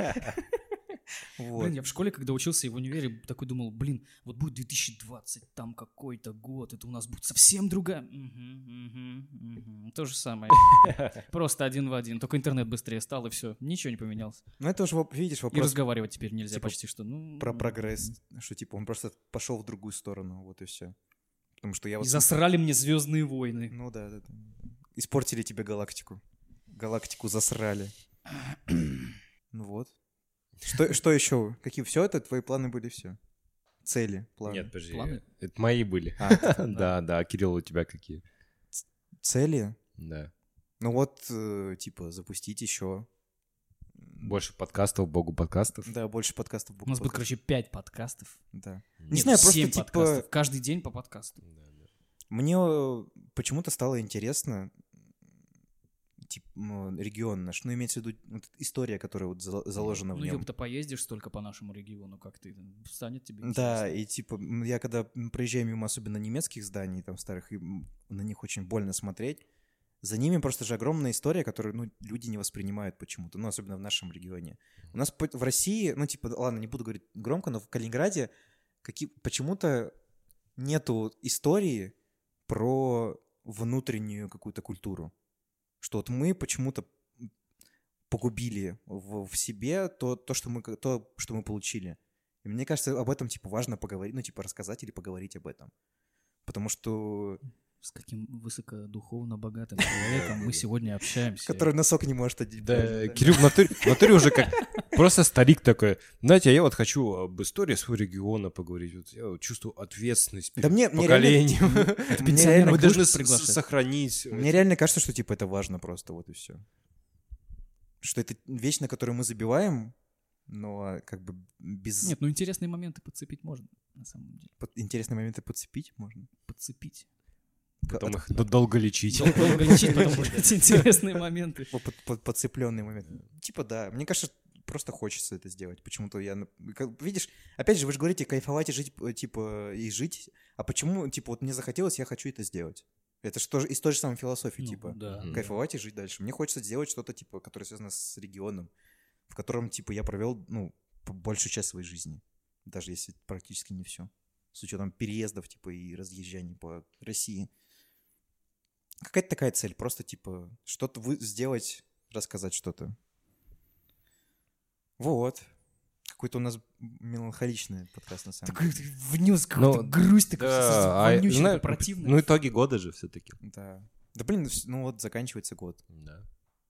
[SPEAKER 2] Вот.
[SPEAKER 3] Блин, я в школе, когда учился и в универе, такой думал, блин, вот будет две тысячи двадцать, там какой-то год, это у нас будет совсем другая. Мгм, мгм, мгм. То же самое. Просто один в один. Только интернет быстрее стал, и все. Ничего не поменялось.
[SPEAKER 2] Ну это уже, воп- видишь,
[SPEAKER 3] И
[SPEAKER 2] вопрос
[SPEAKER 3] разговаривать теперь нельзя
[SPEAKER 2] типа
[SPEAKER 3] почти что. Ну,
[SPEAKER 2] про прогресс, что типа он просто пошел в другую сторону, вот и все. Потому что я
[SPEAKER 3] И
[SPEAKER 2] вот...
[SPEAKER 3] засрали мне Звездные войны.
[SPEAKER 2] Ну да, да, да. Испортили тебе галактику. Галактику засрали. Ну вот. Что, что еще? Какие все это твои планы были все? Цели, планы.
[SPEAKER 1] Нет, подожди.
[SPEAKER 3] Планы?
[SPEAKER 1] Это мои были.
[SPEAKER 2] А,
[SPEAKER 1] Да, да. Кирилл, у тебя какие?
[SPEAKER 2] цели?
[SPEAKER 1] Да.
[SPEAKER 2] Ну вот, э, типа, запустить еще.
[SPEAKER 1] Больше подкастов, богу подкастов.
[SPEAKER 2] Да, больше подкастов.
[SPEAKER 3] У нас будет, короче, пять подкастов.
[SPEAKER 2] Да. Не
[SPEAKER 3] Нет,
[SPEAKER 2] знаю, просто
[SPEAKER 3] семь
[SPEAKER 2] типа...
[SPEAKER 3] подкастов. Каждый день по подкасту.
[SPEAKER 1] Да, да.
[SPEAKER 2] Мне э, почему-то стало интересно типа, регион наш. Ну, имеется в виду вот история, которая вот зал- заложена в
[SPEAKER 3] Ну,
[SPEAKER 2] нем.
[SPEAKER 3] ёпта, поездишь столько по нашему региону, как ты, станет тебе
[SPEAKER 2] Да,
[SPEAKER 3] интересно.
[SPEAKER 2] и типа м, я когда м, проезжаю мимо особенно немецких зданий, там старых, и м, на них очень больно смотреть. За ними просто же огромная история, которую ну, люди не воспринимают почему-то, ну, особенно в нашем регионе. У нас по- в России, ну, типа, ладно, не буду говорить громко, но в Калининграде какие, почему-то нету истории про внутреннюю какую-то культуру. Что вот мы почему-то погубили в, в себе то, то, что мы, то, что мы получили. И мне кажется, об этом, типа, важно поговорить, ну, типа, рассказать или поговорить об этом. Потому что...
[SPEAKER 3] С каким высокодуховно богатым человеком мы сегодня общаемся.
[SPEAKER 2] Который носок не может одеть.
[SPEAKER 1] Да,
[SPEAKER 2] правильно, да?
[SPEAKER 1] Кирилл в натуре, в натуре уже как просто старик такой. Знаете, я вот хочу об истории своего региона поговорить. Вот я вот чувствую ответственность
[SPEAKER 2] Да
[SPEAKER 1] перед
[SPEAKER 2] мне, мне
[SPEAKER 1] поколением.
[SPEAKER 2] реально,
[SPEAKER 3] Это
[SPEAKER 2] мне
[SPEAKER 3] пенсионеры
[SPEAKER 2] реально-
[SPEAKER 1] Мы
[SPEAKER 3] будешь
[SPEAKER 1] должны с-
[SPEAKER 3] приглашать?
[SPEAKER 1] с- сохранить.
[SPEAKER 2] мне реально кажется, что, типа, это важно просто, вот и все. Что это вещь, на которую мы забиваем, но как бы без...
[SPEAKER 3] Нет, ну интересные моменты подцепить можно, на самом деле.
[SPEAKER 2] под- интересные моменты подцепить можно.
[SPEAKER 3] Подцепить.
[SPEAKER 1] Потом их д- долго лечить.
[SPEAKER 3] Дол- Долго лечить, потом будут интересные моменты.
[SPEAKER 2] Под- под- подцепленный момент. Типа, да. Мне кажется, просто хочется это сделать. Почему-то я... на- как- Видишь, опять же, вы же говорите, кайфовать и жить, э, типа, и жить. А почему, типа, вот мне захотелось, я хочу это сделать. Это же тоже из той же самой философии,
[SPEAKER 3] Ну,
[SPEAKER 2] типа.
[SPEAKER 3] да.
[SPEAKER 1] Мгм.
[SPEAKER 2] Кайфовать и жить дальше. Мне хочется сделать что-то, типа, которое связано с регионом, в котором, типа, я провел, ну, п- большую часть своей жизни. Даже если практически не все. С учетом переездов, типа, и разъезжаний по России. Какая-то такая цель. Просто, типа, что-то вы сделать, рассказать что-то. Вот. Какой-то у нас меланхоличный подкаст, на самом
[SPEAKER 3] Такой
[SPEAKER 2] деле.
[SPEAKER 3] внес какую-то
[SPEAKER 1] Ну,
[SPEAKER 3] грусть, такой
[SPEAKER 1] Да, а,
[SPEAKER 3] вонючий,
[SPEAKER 1] знаю,
[SPEAKER 3] такой противный.
[SPEAKER 1] ну итоги года же все-таки.
[SPEAKER 2] Да. Да блин, ну вс- ну вот заканчивается год.
[SPEAKER 1] Да.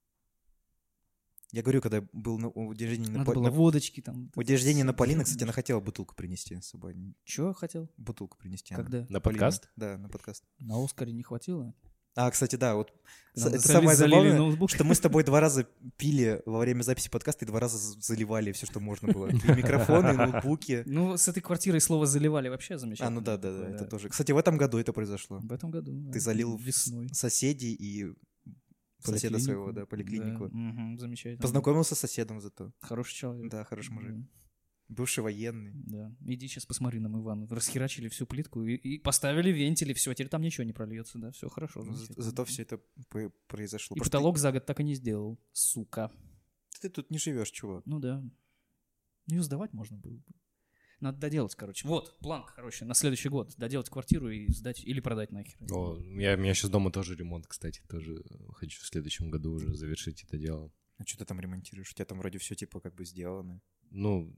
[SPEAKER 2] Я говорю, когда был на, у день рождения
[SPEAKER 3] Надо
[SPEAKER 2] Напо-
[SPEAKER 3] было
[SPEAKER 2] на-
[SPEAKER 3] водочки там.
[SPEAKER 2] у день рождения Наполина, кстати, она хотела бутылку принести с собой.
[SPEAKER 3] Чё хотел?
[SPEAKER 2] Бутылку принести. она.
[SPEAKER 3] Когда?
[SPEAKER 1] На
[SPEAKER 2] Полина.
[SPEAKER 1] подкаст?
[SPEAKER 2] Да, на подкаст.
[SPEAKER 3] На Оскаре не хватило?
[SPEAKER 2] А, кстати, да, вот с-
[SPEAKER 3] Нам
[SPEAKER 2] это
[SPEAKER 3] зали-
[SPEAKER 2] самое
[SPEAKER 3] залили
[SPEAKER 2] забавное,
[SPEAKER 3] ноутбук.
[SPEAKER 2] что мы с тобой два раза пили во время записи подкаста и два раза з- заливали все, что можно было. И микрофоны, и ноутбуки.
[SPEAKER 3] Ну, с этой квартирой слово «заливали» вообще
[SPEAKER 2] А,
[SPEAKER 3] замечательно.
[SPEAKER 2] ну да, да, да,
[SPEAKER 3] такое,
[SPEAKER 2] это тоже. Кстати, в этом году это произошло.
[SPEAKER 3] В этом году, да.
[SPEAKER 2] Ты залил в
[SPEAKER 3] весной.
[SPEAKER 2] с- соседей и соседа
[SPEAKER 3] Поликлинику.
[SPEAKER 2] своего, да, поликлинику.
[SPEAKER 3] Да, мгм, замечательно.
[SPEAKER 2] Познакомился с соседом зато.
[SPEAKER 3] Хороший человек.
[SPEAKER 2] Да, хороший мужик.
[SPEAKER 3] Да,
[SPEAKER 2] Бывший военный.
[SPEAKER 3] да. Иди сейчас посмотри нам, Иван. Расхерачили всю плитку и, и поставили вентили, все, теперь там ничего не прольется, да, все хорошо.
[SPEAKER 2] За-
[SPEAKER 3] замечательно.
[SPEAKER 2] Зато все это п- произошло.
[SPEAKER 3] И
[SPEAKER 2] Потому что
[SPEAKER 3] потолок за год так и не сделал, сука.
[SPEAKER 2] Ты, ты тут не живешь, чувак.
[SPEAKER 3] Ну да. Ну ее сдавать можно было бы. Надо доделать, короче. Вот, план, короче, на следующий год. Доделать квартиру и сдать, или продать нахер.
[SPEAKER 1] О, я, у меня сейчас дома тоже ремонт, кстати, тоже хочу в следующем году уже завершить это дело.
[SPEAKER 2] А что ты там ремонтируешь? У тебя там вроде все типа как бы сделано.
[SPEAKER 1] Ну,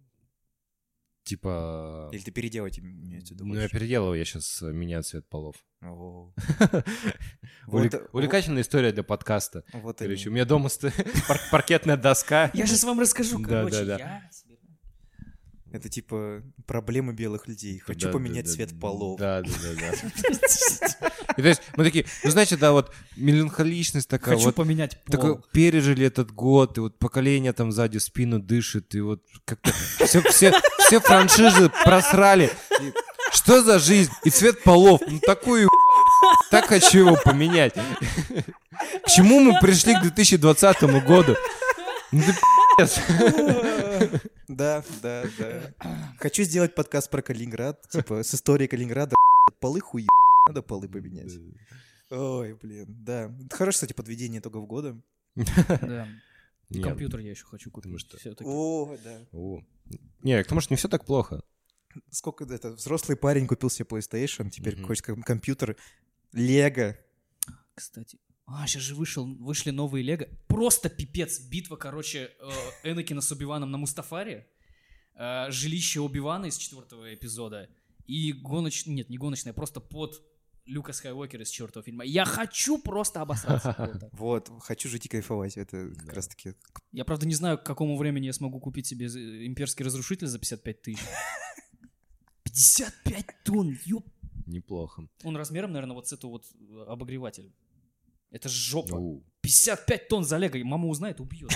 [SPEAKER 1] типа...
[SPEAKER 2] Или ты переделать имеется в виду?
[SPEAKER 1] Ну, я
[SPEAKER 2] хочешь?
[SPEAKER 1] переделываю, я сейчас меняю цвет полов.
[SPEAKER 2] О.
[SPEAKER 1] Увлек-
[SPEAKER 2] Вот,
[SPEAKER 1] Увлекательная история для подкаста.
[SPEAKER 2] Вот
[SPEAKER 1] Короче, у
[SPEAKER 2] они.
[SPEAKER 1] меня дома стоит пар- паркетная доска.
[SPEAKER 3] Я сейчас вам расскажу,
[SPEAKER 1] Да,
[SPEAKER 3] короче.
[SPEAKER 1] да, да.
[SPEAKER 3] Я себе-
[SPEAKER 2] Это типа проблемы белых людей. Хочу
[SPEAKER 1] Да,
[SPEAKER 2] поменять
[SPEAKER 1] да, да,
[SPEAKER 2] цвет полов.
[SPEAKER 1] Да, да, да, да. И то есть мы такие, ну знаете, да, вот меланхоличность такая,
[SPEAKER 3] Хочу
[SPEAKER 1] вот
[SPEAKER 3] поменять пол.
[SPEAKER 1] такой, пережили этот год, и вот поколение там сзади в спину дышит, и вот как-то все, все, все франшизы просрали. И что за жизнь? И цвет полов, ну такую так хочу его поменять. К чему мы пришли к две тысячи двадцатому году? Ну ты пи***ц.
[SPEAKER 2] Да, да, да. Хочу сделать подкаст про Калининград, типа с историей Калининграда. Полы хуй, надо полы поменять. Ой, блин, да. Это хорошее, кстати, подведение итогов года.
[SPEAKER 3] Да. И
[SPEAKER 1] Не,
[SPEAKER 3] компьютер я еще хочу
[SPEAKER 1] потому
[SPEAKER 3] купить.
[SPEAKER 1] что-
[SPEAKER 3] всё-таки.
[SPEAKER 2] О, да.
[SPEAKER 1] о. Не, потому что не все так плохо.
[SPEAKER 2] Сколько это? Взрослый парень купил себе PlayStation, теперь
[SPEAKER 1] Мгм.
[SPEAKER 2] хочет ком- компьютер. Лего.
[SPEAKER 3] Кстати. А, сейчас же вышел, вышли новые Лего. Просто пипец. Битва, короче, э, Энакина с Оби-Ваном на Мустафаре. Э, жилище Оби-Вана из четвертого эпизода. И гоночная... Нет, не гоночная, просто под Люка Скайуокера из чертового фильма. Я хочу просто обосраться. Вот так.
[SPEAKER 2] Вот, хочу жить и кайфовать. Это как
[SPEAKER 1] Да.
[SPEAKER 2] раз таки...
[SPEAKER 3] Я, правда, не знаю, к какому времени я смогу купить себе з- имперский разрушитель за пятьдесят пять тысяч. пятьдесят пять тонн, ёп.
[SPEAKER 1] Неплохо.
[SPEAKER 3] Он размером, наверное, вот с этого вот э, обогреватель. Это ж жопа.
[SPEAKER 1] У.
[SPEAKER 3] пятьдесят пять тонн за Лего. И мама узнает, убьет.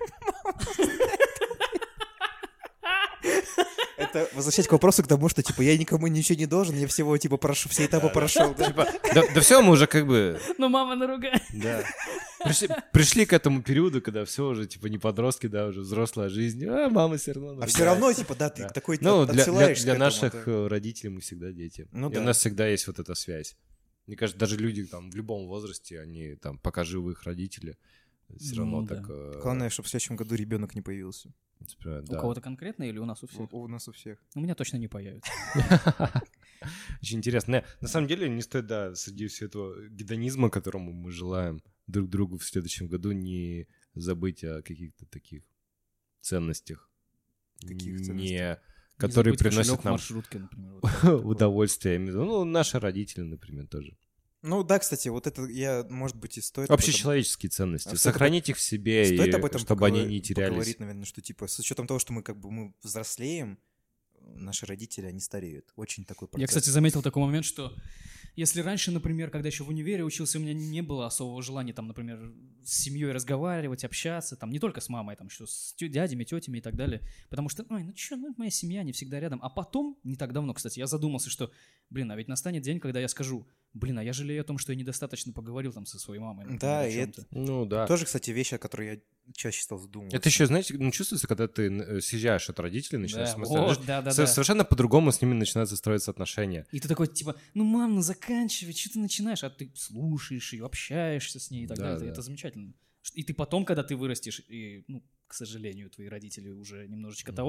[SPEAKER 2] Это возвращать к вопросу к тому, что, типа, я никому ничего не должен, я всего, типа, прошу, все этапы прошел. да.
[SPEAKER 1] Типа, да, да все, мы уже как бы
[SPEAKER 3] Но мама наругает.
[SPEAKER 1] да, пришли, пришли к этому периоду, когда все уже типа не подростки, да, уже взрослая жизнь, а мама все равно.
[SPEAKER 2] А все равно, типа, да, ты
[SPEAKER 1] Да.
[SPEAKER 2] такой
[SPEAKER 1] Ну,
[SPEAKER 2] от-
[SPEAKER 1] для, для,
[SPEAKER 2] отсылаешься
[SPEAKER 1] для
[SPEAKER 2] к этому,
[SPEAKER 1] наших
[SPEAKER 2] да.
[SPEAKER 1] э, родителей мы всегда дети.
[SPEAKER 2] Ну
[SPEAKER 1] И
[SPEAKER 2] да.
[SPEAKER 1] у нас всегда есть вот эта связь. Мне кажется, даже люди там в любом возрасте, они там, пока живы их родители, все равно
[SPEAKER 3] Ну, да.
[SPEAKER 1] так... э,
[SPEAKER 2] Главное, чтобы в следующем году ребенок не появился.
[SPEAKER 1] типа,
[SPEAKER 3] У
[SPEAKER 1] да.
[SPEAKER 3] кого-то конкретно или у нас у всех?
[SPEAKER 2] У, у нас у всех.
[SPEAKER 3] У меня точно не появится.
[SPEAKER 1] Очень интересно. Не, На самом деле не стоит, да, среди всего этого гедонизма, которому мы желаем друг другу в следующем году, не забыть о каких-то таких ценностях.
[SPEAKER 2] Каких
[SPEAKER 1] Не-
[SPEAKER 2] ценностях?
[SPEAKER 1] которые
[SPEAKER 3] Не забыть
[SPEAKER 1] приносят
[SPEAKER 3] кошелек в
[SPEAKER 1] нам
[SPEAKER 3] маршрутке, например. вот такое.
[SPEAKER 1] удовольствие. Я имею в виду, ну, наши родители, например, тоже.
[SPEAKER 2] Ну да, кстати, вот это я, может быть, и стоит... об этом-
[SPEAKER 1] Общечеловеческие ценности.
[SPEAKER 2] А стоит
[SPEAKER 1] Сохранить их в себе,
[SPEAKER 2] Стоит
[SPEAKER 1] и
[SPEAKER 2] об этом
[SPEAKER 1] чтобы они
[SPEAKER 2] поговор-
[SPEAKER 1] не терялись.
[SPEAKER 2] поговорить, наверное, что, типа, с учетом того, что мы, как бы, мы взрослеем, наши родители, они стареют. Очень такой процесс.
[SPEAKER 3] Я, кстати, заметил такой момент, что если раньше, например, когда еще в универе учился, у меня не было особого желания, там, например, с семьей разговаривать, общаться, там, не только с мамой, там, еще с тё- дядями, тетями и так далее, потому что, ой, ну что, ну, моя семья не всегда рядом. А потом, не так давно, кстати, я задумался, что, блин, а ведь настанет день, когда я скажу, блин, а я жалею о том, что я недостаточно поговорил там со своей мамой. например,
[SPEAKER 2] Да,
[SPEAKER 3] о
[SPEAKER 2] и
[SPEAKER 3] чём-то».
[SPEAKER 1] Ну, да.
[SPEAKER 2] Тоже, кстати, вещь, о которой я чаще стал задумываться.
[SPEAKER 1] Это еще, знаете, ну, чувствуется, когда ты э, съезжаешь от родителей, начинаешь
[SPEAKER 3] Да,
[SPEAKER 1] самостоятельно
[SPEAKER 3] вот,
[SPEAKER 1] жить,
[SPEAKER 3] да, да,
[SPEAKER 1] со-
[SPEAKER 3] да.
[SPEAKER 1] совершенно по-другому с ними начинаются строиться отношения.
[SPEAKER 3] И ты такой, типа, ну, мам, ну заканчивай, что ты начинаешь? А ты слушаешь ее, общаешься с ней и так
[SPEAKER 1] Да,
[SPEAKER 3] далее.
[SPEAKER 1] да.
[SPEAKER 3] Это замечательно. И ты потом, когда ты вырастешь, и, ну, к сожалению, твои родители уже немножечко
[SPEAKER 1] Мгм.
[SPEAKER 3] того,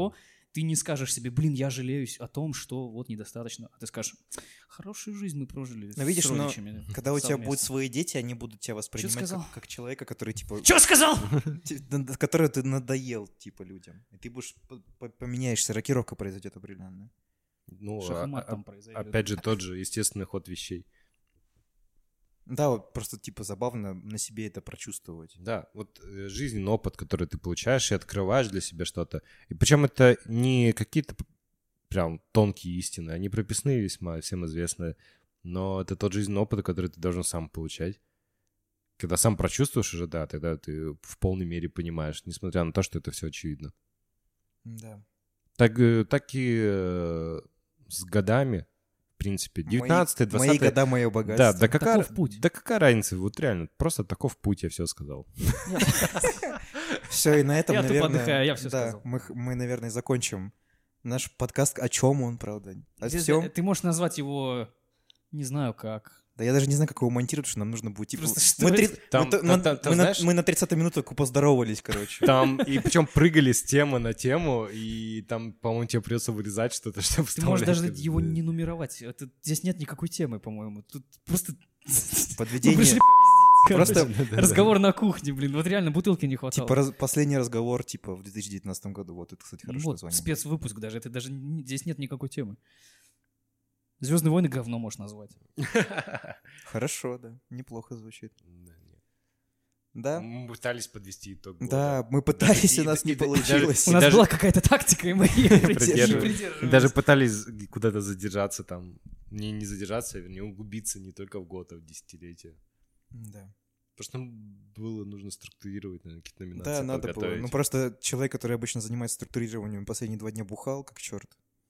[SPEAKER 3] ты не скажешь себе, блин, я жалеюсь о том, что вот недостаточно. А ты скажешь, хорошую жизнь мы прожили
[SPEAKER 2] Но видишь,
[SPEAKER 3] с
[SPEAKER 2] но
[SPEAKER 3] родичами.
[SPEAKER 2] когда у тебя
[SPEAKER 3] совместно».
[SPEAKER 2] будут свои дети, они будут тебя воспринимать
[SPEAKER 3] сказал?
[SPEAKER 2] как, как человека, который, типа...
[SPEAKER 3] Чё сказал?
[SPEAKER 2] Который ты надоел, типа, людям. И ты будешь... Поменяешься, рокировка произойдет определенная.
[SPEAKER 1] Ну,
[SPEAKER 3] Шахмат
[SPEAKER 1] а-
[SPEAKER 3] там
[SPEAKER 1] а-
[SPEAKER 3] произойдет.
[SPEAKER 1] опять же, тот же естественный ход вещей.
[SPEAKER 2] Да, вот просто, типа, забавно на себе это прочувствовать.
[SPEAKER 1] Да, вот э, жизненный опыт, который ты получаешь и открываешь для себя что-то. И причем это не какие-то п- прям тонкие истины, они прописные весьма, всем известные. Но это тот жизненный опыт, который ты должен сам получать. Когда сам прочувствуешь уже, да, тогда ты в полной мере понимаешь, несмотря на то, что это все очевидно.
[SPEAKER 2] Да.
[SPEAKER 1] Так, э, так и э, с годами, в принципе, девятнадцатый,
[SPEAKER 2] Мои
[SPEAKER 1] двадцатый...
[SPEAKER 2] года, мое
[SPEAKER 1] Да,
[SPEAKER 2] богатство.
[SPEAKER 1] да какая,
[SPEAKER 3] Таков путь.
[SPEAKER 1] да какая разница, вот реально, просто таков путь, я все сказал.
[SPEAKER 2] Все, и на этом,
[SPEAKER 3] Я тупо
[SPEAKER 2] наверное...
[SPEAKER 3] отдыхаю, я всё
[SPEAKER 2] да,
[SPEAKER 3] сказал.
[SPEAKER 2] Мы, х- мы, наверное, закончим наш подкаст. О чем он, правда? О
[SPEAKER 3] Здесь,
[SPEAKER 2] всем.
[SPEAKER 3] э, Ты можешь назвать его, не знаю как.
[SPEAKER 2] Да я даже не знаю, как его монтировать, потому что нам нужно будет... Типа...
[SPEAKER 3] Просто что
[SPEAKER 2] мы,
[SPEAKER 3] это?
[SPEAKER 2] три-
[SPEAKER 1] Там-
[SPEAKER 2] мы то-
[SPEAKER 1] там-
[SPEAKER 2] мы-
[SPEAKER 1] там- там,
[SPEAKER 2] мы на-
[SPEAKER 1] знаешь-
[SPEAKER 2] мы на тридцатой минуте поздоровались, короче.
[SPEAKER 1] Там, и причем прыгали с темы на тему, и там, по-моему, тебе придется вырезать что-то, чтобы
[SPEAKER 3] Ты можешь
[SPEAKER 1] вставлять.
[SPEAKER 3] даже его не нумеровать. Это, здесь нет никакой темы, по-моему. Тут просто... Мы
[SPEAKER 2] Подведение.
[SPEAKER 3] пришли
[SPEAKER 2] Просто,
[SPEAKER 3] разговор на кухне, блин. Вот реально бутылки не хватало.
[SPEAKER 2] типа, раз- последний разговор, типа, в две тысячи девятнадцатом году. Вот это, кстати, хорошо
[SPEAKER 3] Вот,
[SPEAKER 2] название.
[SPEAKER 3] спецвыпуск даже. Это даже не- здесь нет никакой темы. Звездные войны говно можешь назвать.
[SPEAKER 2] Хорошо, да. Неплохо звучит.
[SPEAKER 1] Да, нет.
[SPEAKER 2] Да?
[SPEAKER 1] Мы пытались подвести итог года.
[SPEAKER 2] Да, мы пытались,
[SPEAKER 1] И-
[SPEAKER 2] у нас
[SPEAKER 1] и-
[SPEAKER 2] не
[SPEAKER 1] и- и даже-
[SPEAKER 2] получилось.
[SPEAKER 3] У нас
[SPEAKER 1] даже-
[SPEAKER 3] была какая-то тактика, и мы ее не
[SPEAKER 1] Придерживались.
[SPEAKER 3] придерживались.
[SPEAKER 1] Даже пытались куда-то задержаться там. Не, не задержаться, а вернее, углубиться не только в год, а в десятилетие.
[SPEAKER 2] Да.
[SPEAKER 1] Потому что нам было нужно структурировать, наверное, какие-то номинации,
[SPEAKER 2] Да, надо было.
[SPEAKER 1] подготовить.
[SPEAKER 2] Ну, просто человек, который обычно занимается структурированием, последние два дня бухал, как черт.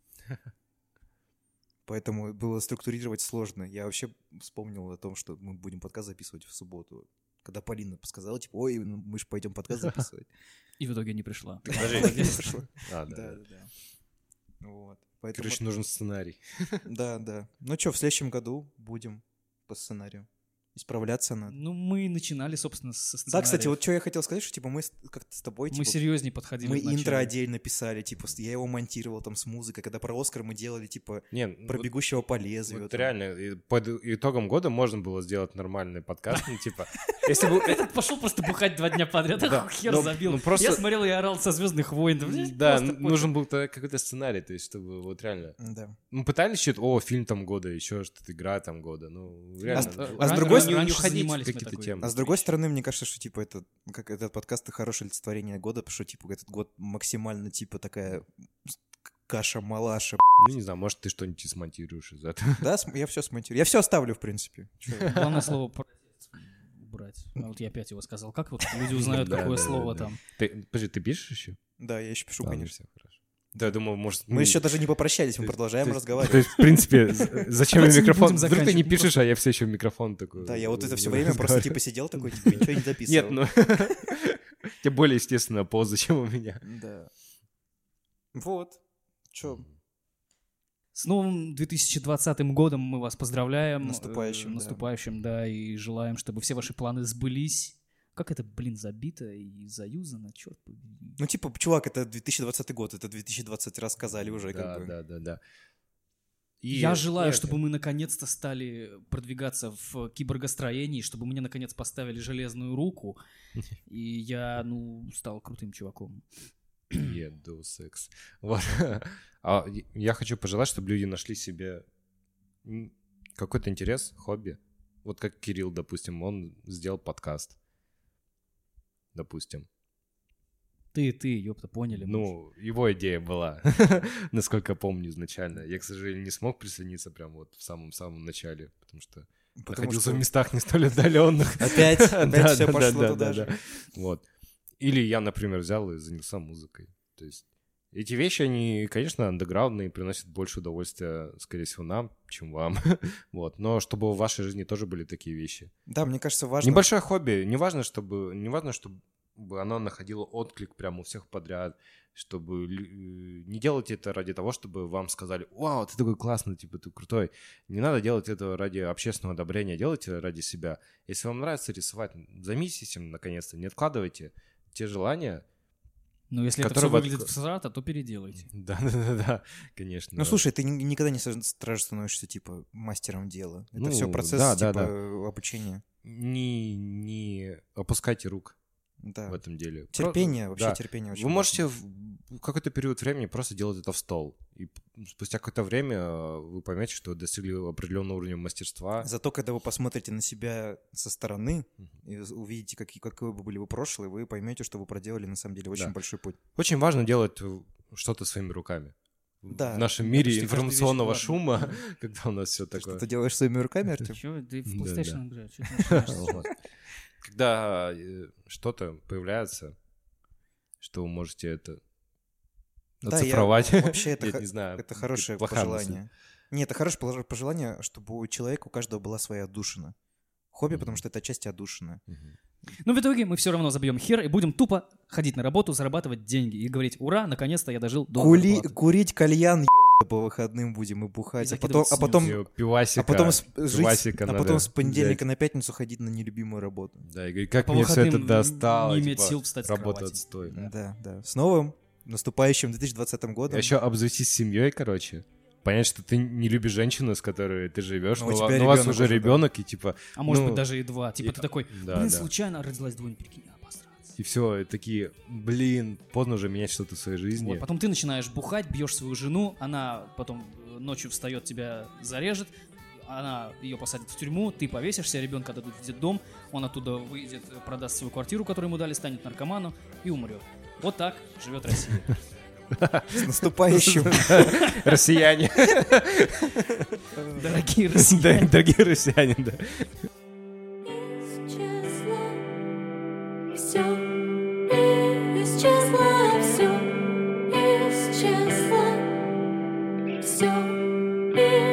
[SPEAKER 2] Поэтому было структурировать сложно. Я вообще вспомнил о том, что мы будем подкаст записывать в субботу. Когда Полина сказала, типа, ой, ну мы же пойдем подкаст записывать.
[SPEAKER 3] И в итоге не пришла.
[SPEAKER 1] Подожди.
[SPEAKER 2] Не пришло.
[SPEAKER 1] А, да,
[SPEAKER 2] Да,
[SPEAKER 1] да.
[SPEAKER 2] да, да. Вот. Поэтому,
[SPEAKER 1] Короче, нужен сценарий.
[SPEAKER 2] да, да. Ну что, в следующем году будем по сценарию. Исправляться надо.
[SPEAKER 3] Ну, мы начинали, собственно, со
[SPEAKER 2] Да, кстати,
[SPEAKER 3] сценариев.
[SPEAKER 2] вот что я хотел сказать, что типа мы с- как-то с тобой,
[SPEAKER 3] Мы
[SPEAKER 2] типа,
[SPEAKER 3] серьезнее подходили.
[SPEAKER 2] мы
[SPEAKER 3] вначале.
[SPEAKER 2] интро отдельно писали, типа, с- я его монтировал там с музыкой, когда про Оскар мы делали, типа,
[SPEAKER 1] Не, ну,
[SPEAKER 2] про
[SPEAKER 1] вот-
[SPEAKER 2] бегущего по лезвию.
[SPEAKER 1] вот
[SPEAKER 2] там.
[SPEAKER 1] реально, и под итогом года можно было сделать нормальный подкаст, ну, типа, если бы...
[SPEAKER 3] Этот пошел просто бухать два дня подряд,
[SPEAKER 1] Да.
[SPEAKER 3] хер
[SPEAKER 1] Ну,
[SPEAKER 3] забил.
[SPEAKER 1] ну, просто-
[SPEAKER 3] Я смотрел и орал со «Звездных войн».
[SPEAKER 1] Да,
[SPEAKER 3] Просто
[SPEAKER 1] н- нужен был тогда какой-то сценарий, то есть, чтобы вот реально...
[SPEAKER 2] Да.
[SPEAKER 1] Мы пытались что-то, о, фильм там года, еще что-то, игра там года, ну, реально.
[SPEAKER 2] с-
[SPEAKER 1] ну,
[SPEAKER 2] а с
[SPEAKER 1] ран-
[SPEAKER 2] другой
[SPEAKER 1] ран-
[SPEAKER 2] стороны,
[SPEAKER 1] не
[SPEAKER 3] раньше
[SPEAKER 1] уходить в
[SPEAKER 3] занимались мы
[SPEAKER 1] какие-то
[SPEAKER 3] такой.
[SPEAKER 1] темы.
[SPEAKER 2] А с другой стороны, мне кажется, что, типа, это, как этот подкаст — это хорошее олицетворение года, потому что, типа, этот год максимально, типа, такая каша-малаша.
[SPEAKER 1] Ну, не знаю, может, ты что-нибудь и смонтируешь из этого.
[SPEAKER 2] Да, см- я все смонтирую. Я все оставлю, в принципе. Чё?
[SPEAKER 3] Главное слово про- убрать. А вот я опять его сказал. Как вот люди узнают,
[SPEAKER 1] Да,
[SPEAKER 3] какое
[SPEAKER 1] да,
[SPEAKER 3] слово
[SPEAKER 1] да, да.
[SPEAKER 3] там?
[SPEAKER 1] Ты, подожди, ты пишешь еще?
[SPEAKER 2] Да, я еще пишу,
[SPEAKER 1] Ладно,
[SPEAKER 2] конечно.
[SPEAKER 1] всё, хорошо. Да, я думал, может...
[SPEAKER 2] Мы еще даже не попрощались, мы
[SPEAKER 1] то есть-
[SPEAKER 2] продолжаем
[SPEAKER 1] то есть-
[SPEAKER 2] разговаривать.
[SPEAKER 1] То есть, в принципе, з- зачем
[SPEAKER 3] Давайте
[SPEAKER 1] я
[SPEAKER 3] не
[SPEAKER 1] микрофон?
[SPEAKER 3] будем
[SPEAKER 1] Вдруг ты не
[SPEAKER 3] заканчивать.
[SPEAKER 1] пишешь, а я все еще в микрофон такой.
[SPEAKER 2] Да, я вот это все
[SPEAKER 1] э,
[SPEAKER 2] время просто,
[SPEAKER 1] разговариваю.
[SPEAKER 2] типа, сидел такой, типа, ничего не записывал.
[SPEAKER 1] Нет, ну... Тебе более естественная поза, чем у меня.
[SPEAKER 2] Да. Вот. Че?
[SPEAKER 3] С новым две тысячи двадцатым годом мы вас поздравляем.
[SPEAKER 2] Наступающим,
[SPEAKER 3] Э,
[SPEAKER 2] да.
[SPEAKER 3] Наступающим, да. И желаем, чтобы все ваши планы сбылись. Как это, блин, забито и заюзано, черт побери.
[SPEAKER 2] Ну, типа, чувак, это две тысячи двадцатый год, это две тысячи двадцать раз сказали уже,
[SPEAKER 1] Да,
[SPEAKER 2] как бы.
[SPEAKER 1] да, да, да. И
[SPEAKER 3] Я желаю,
[SPEAKER 1] это-
[SPEAKER 3] чтобы мы наконец-то стали продвигаться в киборгостроении, чтобы мне наконец поставили железную руку, и я, ну, стал крутым чуваком.
[SPEAKER 1] Еду секс. Вот. А я- я хочу пожелать, чтобы люди нашли себе м, какой-то интерес, хобби. Вот как Кирилл, допустим, он сделал подкаст. Допустим.
[SPEAKER 3] Ты, ты, ёпта, поняли. мы уже.
[SPEAKER 1] Ну, его идея была, насколько помню изначально. Я, к сожалению, не смог присоединиться прям вот в самом-самом начале, потому что
[SPEAKER 2] Потому
[SPEAKER 1] находился
[SPEAKER 2] что
[SPEAKER 1] в местах не столь отдаленных.
[SPEAKER 2] опять, опять
[SPEAKER 1] Да,
[SPEAKER 2] все
[SPEAKER 1] да,
[SPEAKER 2] пошло
[SPEAKER 1] да,
[SPEAKER 2] туда
[SPEAKER 1] да,
[SPEAKER 2] же.
[SPEAKER 1] да. Вот. Или я, например, взял и занялся музыкой. То есть эти вещи, они, конечно, андеграундные, приносят больше удовольствия, скорее всего, нам, чем вам. Вот. Но чтобы в вашей жизни тоже были такие вещи.
[SPEAKER 2] Да, мне кажется, важно...
[SPEAKER 1] Небольшое хобби. Не важно, чтобы, не важно, чтобы оно находило отклик прямо у всех подряд, чтобы лю- э, не делать это ради того, чтобы вам сказали: «Вау, ты такой классный, типа, ты крутой». Не надо делать это ради общественного одобрения, делайте ради себя. Если вам нравится рисовать, займитесь этим наконец-то, не откладывайте те желания,
[SPEAKER 3] Ну, если это
[SPEAKER 1] Который
[SPEAKER 3] все
[SPEAKER 1] вот-
[SPEAKER 3] выглядит всрато, то переделайте.
[SPEAKER 1] Да-да-да, конечно.
[SPEAKER 2] Ну, слушай, ты ни- никогда не со- сразу становишься, типа, мастером дела. Это
[SPEAKER 1] Ну,
[SPEAKER 2] все процесс,
[SPEAKER 1] да, да,
[SPEAKER 2] типа,
[SPEAKER 1] да.
[SPEAKER 2] обучения.
[SPEAKER 1] Не, не опускайте рук
[SPEAKER 2] Да.
[SPEAKER 1] в этом деле.
[SPEAKER 2] Терпение,
[SPEAKER 1] Про-
[SPEAKER 2] вообще
[SPEAKER 1] да.
[SPEAKER 2] терпение очень
[SPEAKER 1] Вы можете
[SPEAKER 2] важно.
[SPEAKER 1] в какой-то период времени просто делать это в стол. И п- спустя какое-то время э, вы поймете, что вы достигли определенного уровня мастерства.
[SPEAKER 2] Зато, когда вы посмотрите на себя со стороны и з- увидите, какие, какое бы были вы прошлые, вы поймете, что вы проделали на самом деле очень
[SPEAKER 1] Да.
[SPEAKER 2] большой путь.
[SPEAKER 1] Очень важно делать э, что-то своими руками.
[SPEAKER 2] Да.
[SPEAKER 1] В нашем
[SPEAKER 3] Да,
[SPEAKER 1] мире
[SPEAKER 3] почти каждая
[SPEAKER 1] информационного
[SPEAKER 3] вещь
[SPEAKER 1] шума, когда у нас все
[SPEAKER 2] Ты
[SPEAKER 1] такое.
[SPEAKER 2] что-то делаешь своими руками, Артем?
[SPEAKER 3] Чё, ты в
[SPEAKER 1] Да,
[SPEAKER 3] PlayStation
[SPEAKER 1] да.
[SPEAKER 3] играешь? Чё ты начинаешь сейчас?
[SPEAKER 1] Вот. Когда э, что-то появляется, что вы можете это
[SPEAKER 2] Да, я-
[SPEAKER 1] оцифровать.
[SPEAKER 2] вообще это
[SPEAKER 1] Нет,
[SPEAKER 2] х-
[SPEAKER 1] не знаю.
[SPEAKER 2] Это хорошее
[SPEAKER 1] плохая мысль.
[SPEAKER 2] пожелание. Нет, это хорошее пож- пожелание, чтобы у человека, у каждого была своя отдушина. Хобби, потому
[SPEAKER 1] Мгм.
[SPEAKER 2] что это отчасти отдушина.
[SPEAKER 1] Мгм.
[SPEAKER 3] Ну, в итоге мы все равно забьем хер и будем тупо ходить на работу, зарабатывать деньги и говорить: ура, наконец-то я дожил до
[SPEAKER 2] Кули-
[SPEAKER 3] зарплаты.
[SPEAKER 2] Курить кальян по выходным будем и бухать.
[SPEAKER 3] И
[SPEAKER 2] А потом,
[SPEAKER 3] закидывать
[SPEAKER 2] а потом,
[SPEAKER 1] И Пивасика.
[SPEAKER 2] а потом с- жить,
[SPEAKER 1] пивасика
[SPEAKER 2] а
[SPEAKER 1] надо
[SPEAKER 2] потом с понедельника
[SPEAKER 1] взять.
[SPEAKER 2] на пятницу ходить на нелюбимую работу.
[SPEAKER 1] Да, и говорит, как
[SPEAKER 3] По
[SPEAKER 1] мне все это
[SPEAKER 3] выходным
[SPEAKER 1] достало.
[SPEAKER 3] не иметь
[SPEAKER 1] типа,
[SPEAKER 3] сил встать с
[SPEAKER 1] Работа
[SPEAKER 3] кровати.
[SPEAKER 1] отстой.
[SPEAKER 2] Да, да. С новым наступающим две тысячи двадцатым годом.
[SPEAKER 1] Еще обзавестись семьей, короче. Понять, что ты не любишь женщину, с которой ты живешь,
[SPEAKER 2] Но
[SPEAKER 1] но,
[SPEAKER 2] у
[SPEAKER 1] ва-
[SPEAKER 2] тебя
[SPEAKER 1] но у вас
[SPEAKER 2] ребенок
[SPEAKER 1] уже
[SPEAKER 2] уже, да.
[SPEAKER 1] ребенок, и типа.
[SPEAKER 3] А может
[SPEAKER 1] ну,
[SPEAKER 3] быть, даже и два. Типа
[SPEAKER 1] и-
[SPEAKER 3] ты такой:
[SPEAKER 1] да,
[SPEAKER 3] блин,
[SPEAKER 1] да.
[SPEAKER 3] случайно родилась двойня, прикинь, обосраться.
[SPEAKER 1] И все, такие, блин, поздно уже менять что-то в своей жизни.
[SPEAKER 3] Вот, потом ты начинаешь бухать, бьешь свою жену, она потом э, ночью встает, тебя зарежет, она ее посадит в тюрьму, ты повесишься, ребенка дадут в детдом, он оттуда выйдет, э, продаст свою квартиру, которую ему дали, станет наркоманом и умрет. Вот так живет Россия.
[SPEAKER 2] С наступающим.
[SPEAKER 1] Россияне.
[SPEAKER 3] Дорогие
[SPEAKER 1] Да,
[SPEAKER 3] россияне.
[SPEAKER 1] дорогие россияне, да.
[SPEAKER 4] Исчезло все, исчезло все, исчезло все.